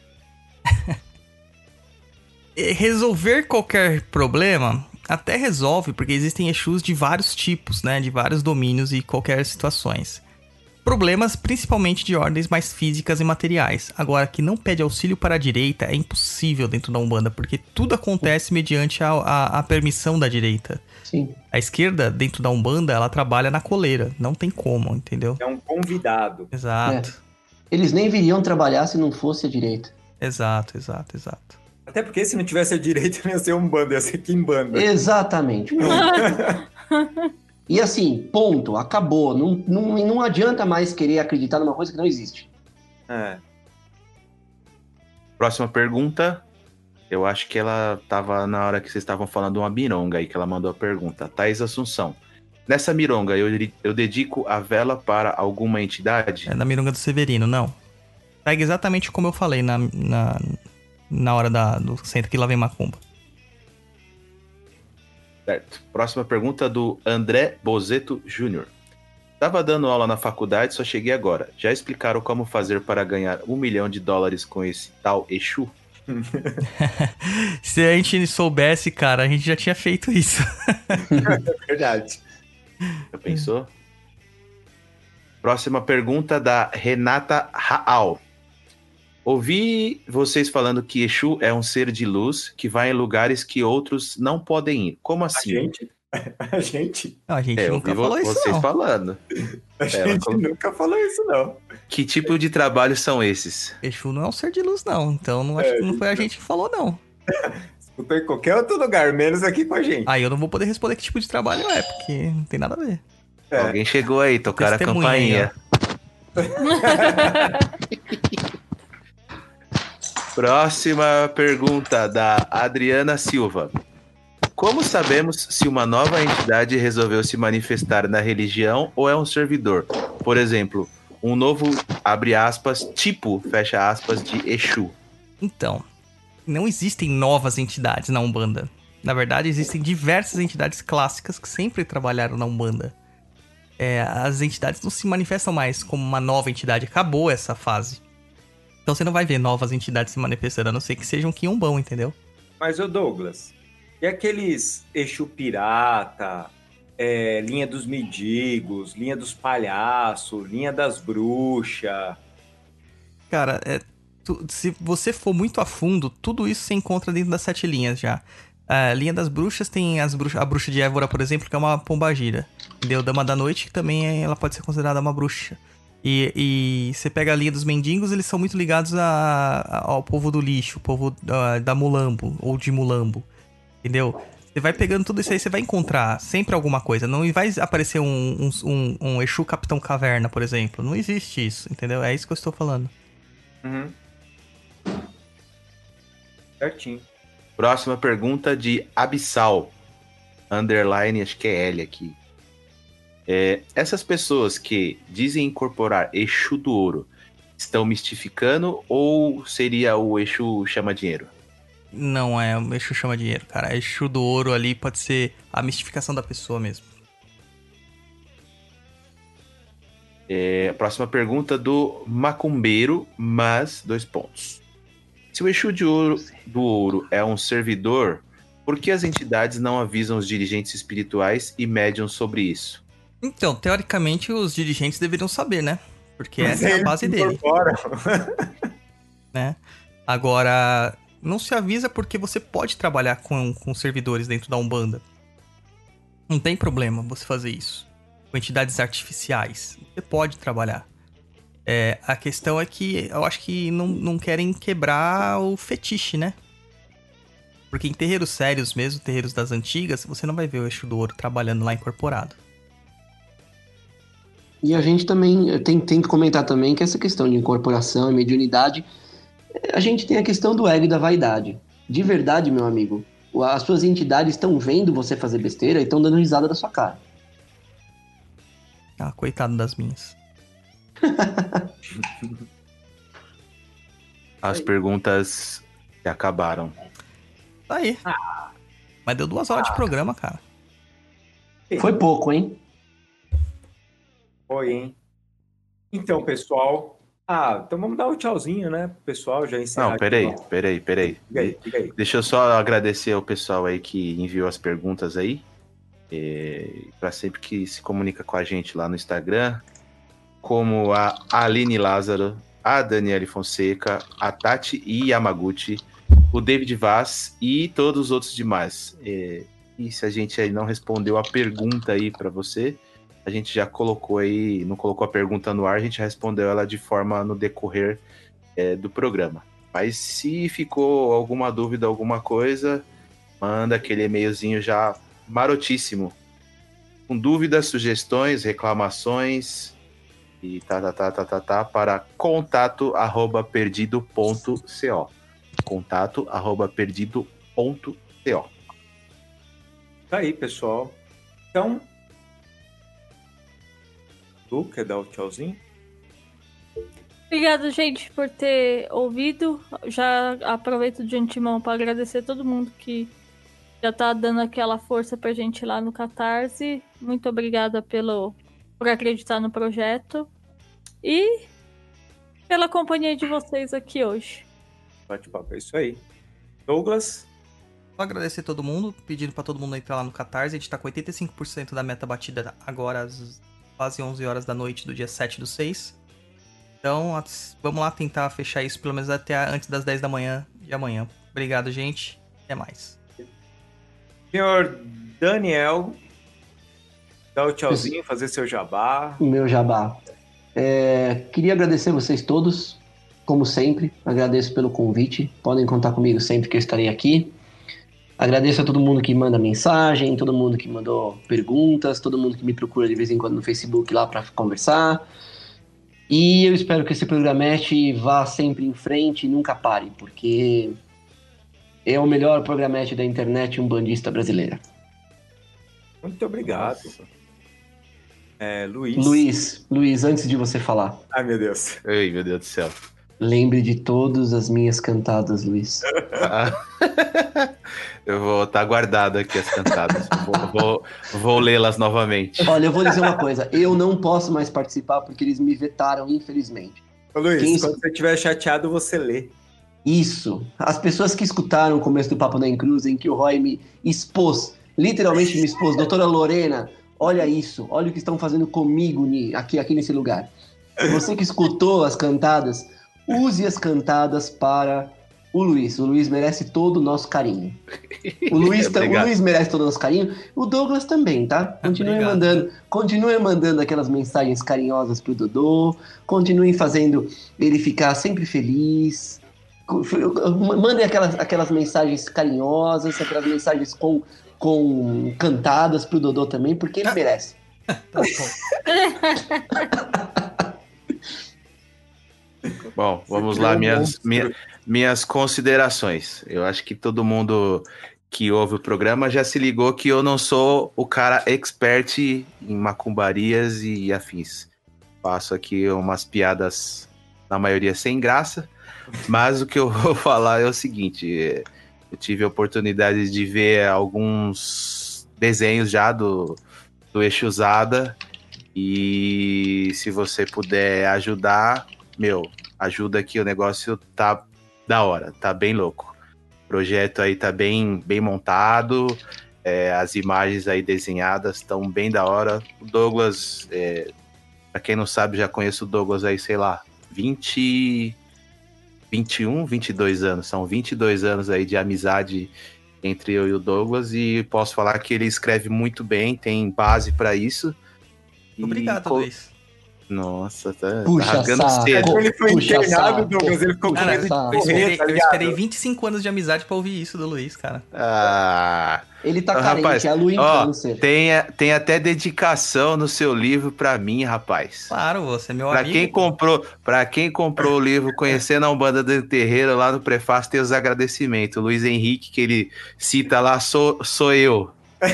resolver qualquer problema até resolve, porque existem Exus de vários tipos, né? De vários domínios e qualquer situações. Problemas principalmente de ordens mais físicas e materiais. Agora, que não pede auxílio para a direita é impossível dentro da Umbanda, porque tudo acontece mediante a permissão da direita. Sim. A esquerda, dentro da Umbanda, ela trabalha na coleira. Não tem como, entendeu? É um convidado. Exato. Eles nem viriam trabalhar se não fosse a direita. Exato. Até porque se não tivesse a direita, não ia ser Umbanda, ia ser Quimbanda. Exatamente. Pronto. E assim, ponto, acabou. Não adianta mais querer acreditar numa coisa que não existe. É. Próxima pergunta. Eu acho que ela tava na hora que vocês estavam falando de uma mironga aí que ela mandou a pergunta. Thaís Assunção. Nessa mironga, eu dedico a vela para alguma entidade? É na Mironga do Severino, não. Pega exatamente como eu falei na hora do Senta que lá vem Macumba. Certo. Próxima pergunta do André Bozeto Júnior. Tava dando aula na faculdade, só cheguei agora. Já explicaram como fazer para ganhar $1 milhão com esse tal Exu? Se a gente soubesse, cara, a gente já tinha feito isso. Verdade. Já pensou? Próxima pergunta da Renata Raal. Ouvi vocês falando que Exu é um ser de luz que vai em lugares que outros não podem ir. Como assim? A gente? Não, a gente Eu nunca ouvi falou isso, vocês não. falando. A gente nunca falou isso, não. Que tipo de trabalho são esses? Exu não é um ser de luz, não. Então não acho que não foi a gente que falou, não. Escutou em qualquer outro lugar, menos aqui com a gente. Aí eu não vou poder responder que tipo de trabalho é, porque não tem nada a ver. É. Alguém chegou aí, tocaram a Testemunha aí, campainha. Próxima pergunta da Adriana Silva. Como sabemos se uma nova entidade resolveu se manifestar na religião ou é um servidor? Por exemplo, um novo, abre aspas, tipo, fecha aspas, de Exu. Então, não existem novas entidades na Umbanda. Na verdade, existem diversas entidades clássicas que sempre trabalharam na Umbanda. As entidades não se manifestam mais como uma nova entidade. Acabou essa fase. Então você não vai ver novas entidades se manifestando, a não ser que sejam quiumbão, entendeu? Mas, ô Douglas, e aqueles Exu pirata, linha dos mendigos, linha dos palhaços, linha das bruxas? Cara, se você for muito a fundo, tudo isso você encontra dentro das 7 linhas já. A linha das bruxas tem a bruxa de Évora, por exemplo, que é uma pombagira. Entendeu? Dama da Noite, que também ela pode ser considerada uma bruxa. E você pega a linha dos mendigos, eles são muito ligados ao povo do lixo, o povo da Mulambo, ou de Mulambo. Entendeu? Você vai pegando tudo isso aí, você vai encontrar sempre alguma coisa. Não vai aparecer um Exu Capitão Caverna, por exemplo. Não existe isso, entendeu? É isso que eu estou falando. Uhum. Certinho. Próxima pergunta de Abissal. Underline, acho que é L aqui. Essas pessoas que dizem incorporar Exu do Ouro estão mistificando ou seria o Exu chama dinheiro? Não é, o Exu chama dinheiro, cara. Exu do Ouro ali pode ser a mistificação da pessoa mesmo. A próxima pergunta do Macumbeiro, mas 2 pontos. Se o Exu do Ouro é um servidor, por que as entidades não avisam os dirigentes espirituais e médiums sobre isso? Então, teoricamente, os dirigentes deveriam saber, né? Porque essa é a base dele, né? Agora, não se avisa porque você pode trabalhar com servidores dentro da Umbanda. Não tem problema você fazer isso. Com entidades artificiais. Você pode trabalhar. A questão é que eu acho que não querem quebrar o fetiche, né? Porque em terreiros sérios mesmo, terreiros das antigas, você não vai ver o Exu do Ouro trabalhando lá incorporado. E a gente também tem que comentar também que essa questão de incorporação e mediunidade, a gente tem a questão do ego e da vaidade. De verdade, meu amigo, as suas entidades estão vendo você fazer besteira e estão dando risada da sua cara. Ah, coitado das minhas. As perguntas que acabaram. Tá aí. Mas deu 2 horas de programa, cara. Foi pouco, hein? Foi, hein? Então, pessoal. Então vamos dar um tchauzinho, né? Pro pessoal já encerrar. Não, peraí. Diga aí. Deixa eu só agradecer ao pessoal aí que enviou as perguntas aí. Para sempre que se comunica com a gente lá no Instagram, como a Aline Lázaro, a Daniele Fonseca, a Tati Yamaguchi, o David Vaz e todos os outros demais. E se a gente aí não respondeu a pergunta aí para você, a gente já colocou aí, não colocou a pergunta no ar, a gente respondeu ela de forma no decorrer do programa. Mas se ficou alguma dúvida, alguma coisa, manda aquele e-mailzinho já marotíssimo, com dúvidas, sugestões, reclamações e para contato@perdido.co. contato@perdido.co. Tá aí, pessoal. Então, Tu quer dar o tchauzinho? Obrigada, gente, por ter ouvido. Já aproveito de antemão para agradecer todo mundo que já tá dando aquela força pra gente lá no Catarse. Muito obrigada por acreditar no projeto e pela companhia de vocês aqui hoje. Bate-papo, é isso aí. Douglas? Só agradecer todo mundo, pedindo pra todo mundo entrar lá no Catarse. A gente tá com 85% da meta batida agora às quase 11 horas da noite do dia 7/6. Então, vamos lá tentar fechar isso pelo menos até antes das 10 da manhã de amanhã. Obrigado, gente. Até mais. Senhor Daniel, dá o tchauzinho, fazer seu jabá. Meu jabá. Queria agradecer vocês todos, como sempre. Agradeço pelo convite. Podem contar comigo sempre que eu estarei aqui. Agradeço a todo mundo que manda mensagem, todo mundo que mandou perguntas, todo mundo que me procura de vez em quando no Facebook lá para conversar. E eu espero que esse programete vá sempre em frente e nunca pare, porque é o melhor programete da internet umbandista brasileira. Muito obrigado. Luiz, antes de você falar. Ai, meu Deus. Ei, meu Deus do céu. Lembre de todas as minhas cantadas, Luiz. Eu vou estar guardado aqui as cantadas. Vou lê-las novamente. Olha, eu vou dizer uma coisa. Eu não posso mais participar porque eles me vetaram, infelizmente. Ô, Luiz, quando você estiver chateado, você lê. Isso. As pessoas que escutaram o começo do Papo da Encruz, em que o Roy me expôs, literalmente me expôs. Doutora Lorena, olha isso. Olha o que estão fazendo comigo aqui nesse lugar. Você que escutou as cantadas, use as cantadas para o Luiz. O Luiz merece todo o nosso carinho. O Luiz merece todo o nosso carinho. O Douglas também, tá? Continue mandando aquelas mensagens carinhosas pro Dodô. Continuem fazendo ele ficar sempre feliz. Mandem aquelas mensagens carinhosas, aquelas mensagens com cantadas pro Dodô também, porque ele merece. Tá bom, vamos lá, minhas considerações. Eu acho que todo mundo que ouve o programa já se ligou que eu não sou o cara expert em macumbarias e afins. Faço aqui umas piadas, na maioria sem graça, mas o que eu vou falar é o seguinte: eu tive a oportunidade de ver alguns desenhos já do Exusada, E se você puder ajudar, ajuda que o negócio tá da hora, tá bem louco. O projeto aí tá bem montado, as imagens aí desenhadas estão bem da hora. O Douglas, pra quem não sabe, já conheço o Douglas aí, sei lá, 21, 22 anos. São 22 anos aí de amizade entre eu e o Douglas, e posso falar que ele escreve muito bem, tem base pra isso. Obrigado, Luiz. Nossa, tá Puxa rasgando saco. cedo. Ele foi Puxa internado, saco. Douglas, ele ficou com Cara, medo de saco. correr, tá eu ligado? esperei 25 anos de amizade pra ouvir isso do Luiz, cara. Ele tá Rapaz, carente, é a lua em ó, câncer. tem até dedicação no seu livro pra mim, rapaz. Claro, você é meu Pra amigo. quem comprou o livro Conhecendo a Umbanda do Terreiro, lá no prefácio tem os agradecimentos. O Luiz Henrique, que ele cita lá, sou eu.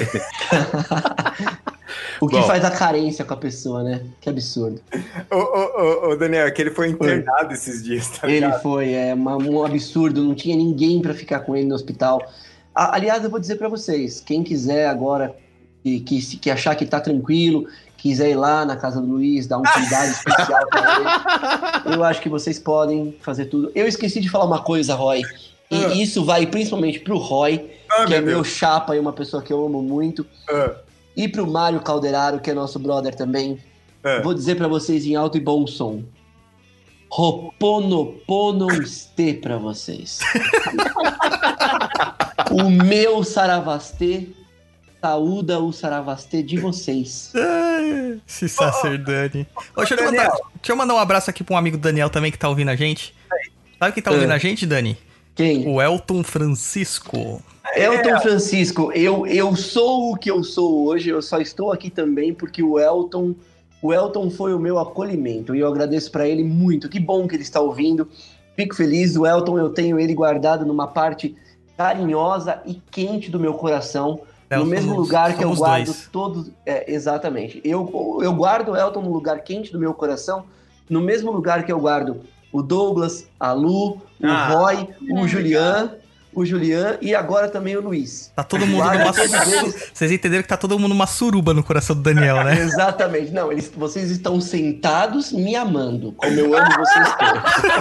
O que Bom. faz a carência com a pessoa, né? Que absurdo. Ô, Daniel, é que ele foi internado esses dias, tá Ele ligado? foi um absurdo, não tinha ninguém pra ficar com ele no hospital. Aliás, eu vou dizer pra vocês, quem quiser agora, que achar que tá tranquilo, quiser ir lá na casa do Luiz, dar um cuidado especial pra ele, eu acho que vocês podem fazer tudo. Eu esqueci de falar uma coisa, Roy, e isso vai principalmente pro Roy, que é meu chapa e uma pessoa que eu amo muito, e pro Mário Calderaro, que é nosso brother também. Vou dizer pra vocês em alto e bom som. Ho'oponopono-ste pra vocês. O meu Saravastê saúda o Saravastê de vocês. Esse sacerdane. Deixa eu mandar um abraço aqui pra um amigo do Daniel também que tá ouvindo a gente. Sabe quem tá ouvindo a gente, Dani? Quem? O Elton Francisco. Elton Francisco, eu sou o que eu sou hoje, eu só estou aqui também porque o Elton foi o meu acolhimento e eu agradeço pra ele muito. Que bom que ele está ouvindo. Fico feliz. O Elton, eu tenho ele guardado numa parte carinhosa e quente do meu coração, no mesmo lugar que eu guardo todos. Exatamente. Eu guardo o Elton no lugar quente do meu coração, no mesmo lugar que eu guardo o Douglas, a Lu, o Roy, o Julian e agora também o Luiz. Tá todo mundo numa... Vocês entenderam que tá todo mundo numa suruba no coração do Daniel, né? Exatamente. Não, vocês estão sentados me amando, como eu amo vocês todos.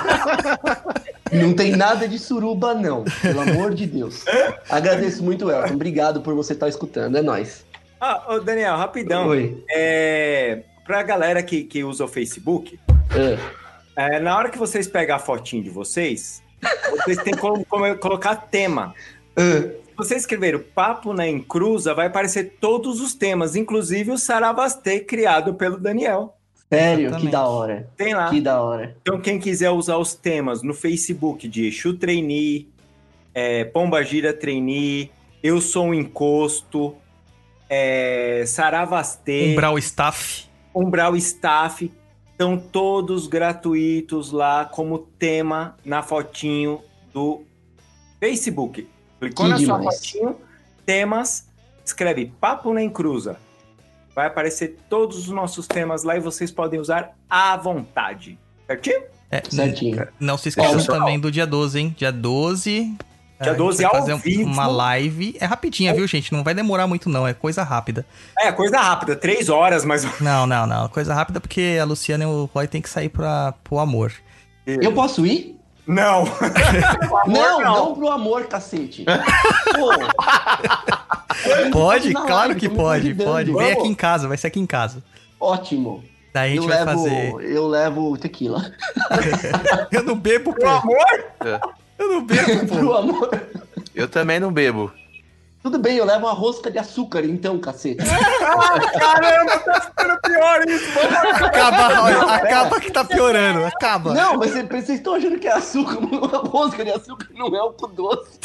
Não tem nada de suruba, não. Pelo amor de Deus. Agradeço muito, Elton. Obrigado por você estar escutando. É nóis. Ô Daniel, rapidão. Oi. Pra galera que usa o Facebook, na hora que vocês pegam a fotinho de vocês têm como colocar tema. Se vocês escreveram Papo na Encruza, vai aparecer todos os temas, inclusive o Saravastê, criado pelo Daniel. Sério? Exatamente. Que da hora. Tem lá. Que da hora. Então, quem quiser usar os temas no Facebook de Exu Trainee, Pombagira Trainee, Eu Sou um Encosto, Saravastê, Umbral Staff, estão todos gratuitos lá como tema na fotinho do Facebook. Clicou na sua fotinho, temas, escreve Papo na Encruza. Vai aparecer todos os nossos temas lá e vocês podem usar à vontade. Certinho? Certinho. Não se esqueçam também do dia 12, hein? Dia 12... Dia 12 ao fazer vivo. Uma live. É rapidinha, viu, gente? Não vai demorar muito, não. É coisa rápida. Coisa rápida. 3 horas, mais ou menos. Não. Coisa rápida porque a Luciana e o Roy tem que sair pro amor. Eu posso ir? Não. Não pro amor, cacete. Pô. Pode? Na Claro live, que tô me pode. convidando. Vem aqui em casa, vai ser aqui em casa. Ótimo. Daí a gente vai fazer... Eu levo tequila. Eu não bebo, pô. Pro amor? Eu não bebo, pô. Pro amor. Eu também não bebo. Tudo bem, eu levo uma rosca de açúcar, então, cacete. Caramba, tá ficando pior isso. Acaba que tá piorando. Acaba. Não, mas vocês estão achando que é açúcar. Rosca de açúcar não é algo doce.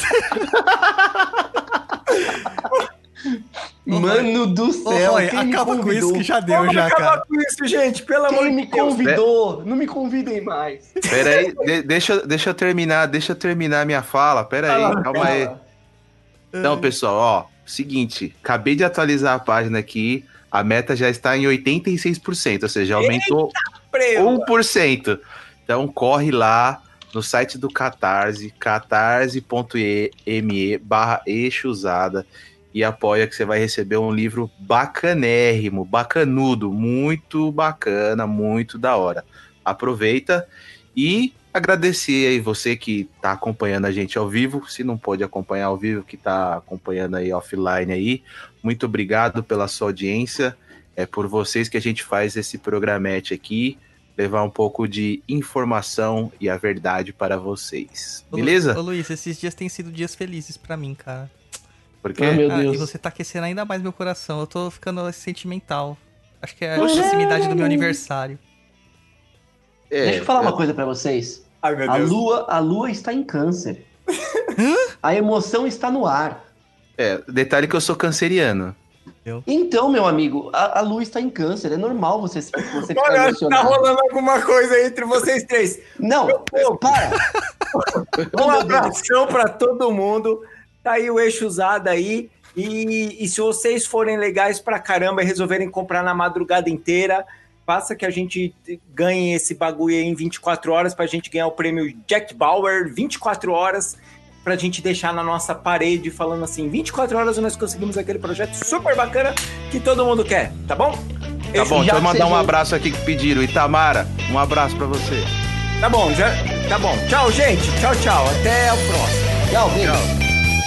Mano do céu, Roy, quem me acaba com convidou? isso que já deu, Vamos já, acabar cara. com isso, gente. Pelo amor Quem de me Deus. convidou? Não me convidem mais. Pera aí, deixa eu terminar minha fala. Pera aí, calma aí. Então, pessoal, ó, seguinte, acabei de atualizar a página aqui, a meta já está em 86%, ou seja, aumentou 1%. Então, corre lá no site do Catarse, catarse.me/exusada, e apoia que você vai receber um livro bacanérrimo, bacanudo, muito bacana, muito da hora. Aproveita e agradecer aí você que tá acompanhando a gente ao vivo, se não pode acompanhar ao vivo, que tá acompanhando aí offline aí, muito obrigado pela sua audiência, é por vocês que a gente faz esse programete aqui, levar um pouco de informação e a verdade para vocês, beleza? Ô Luiz, esses dias têm sido dias felizes pra mim, cara. Por quê? Ah, meu Deus. E você tá aquecendo ainda mais meu coração, eu tô ficando sentimental. Acho que é a proximidade do meu aniversário. Deixa eu falar uma coisa pra vocês. Ai, meu A Deus. lua está em câncer. A emoção está no ar. Detalhe que eu sou canceriano. Então, meu amigo, a lua está em câncer. É normal você ficar Olha, acho que tá emocionado. rolando alguma coisa aí entre vocês três. Não, para. Um abração pra todo mundo. Tá aí o eixo usado aí. E se vocês forem legais pra caramba e resolverem comprar na madrugada inteira, faça que a gente ganhe esse bagulho aí em 24 horas pra gente ganhar o prêmio Jack Bauer, 24 horas, pra gente deixar na nossa parede falando assim, 24 horas nós conseguimos aquele projeto super bacana que todo mundo quer, tá bom? Tá bom, já deixa eu mandar um chegou. abraço aqui que pediram. Itamara, um abraço pra você. Tá bom, tá bom. Tchau, gente. Tchau, tchau. Até o próximo. Tchau, beijo.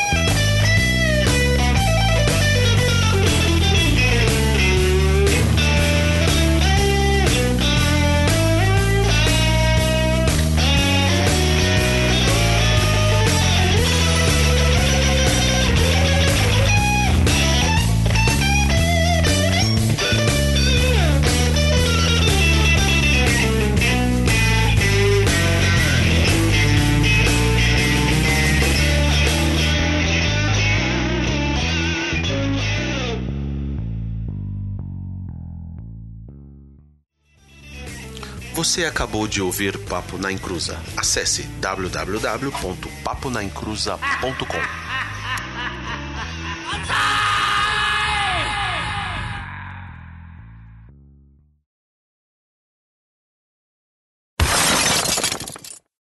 Você acabou de ouvir Papo na Encruza. Acesse www.paponaencruza.com.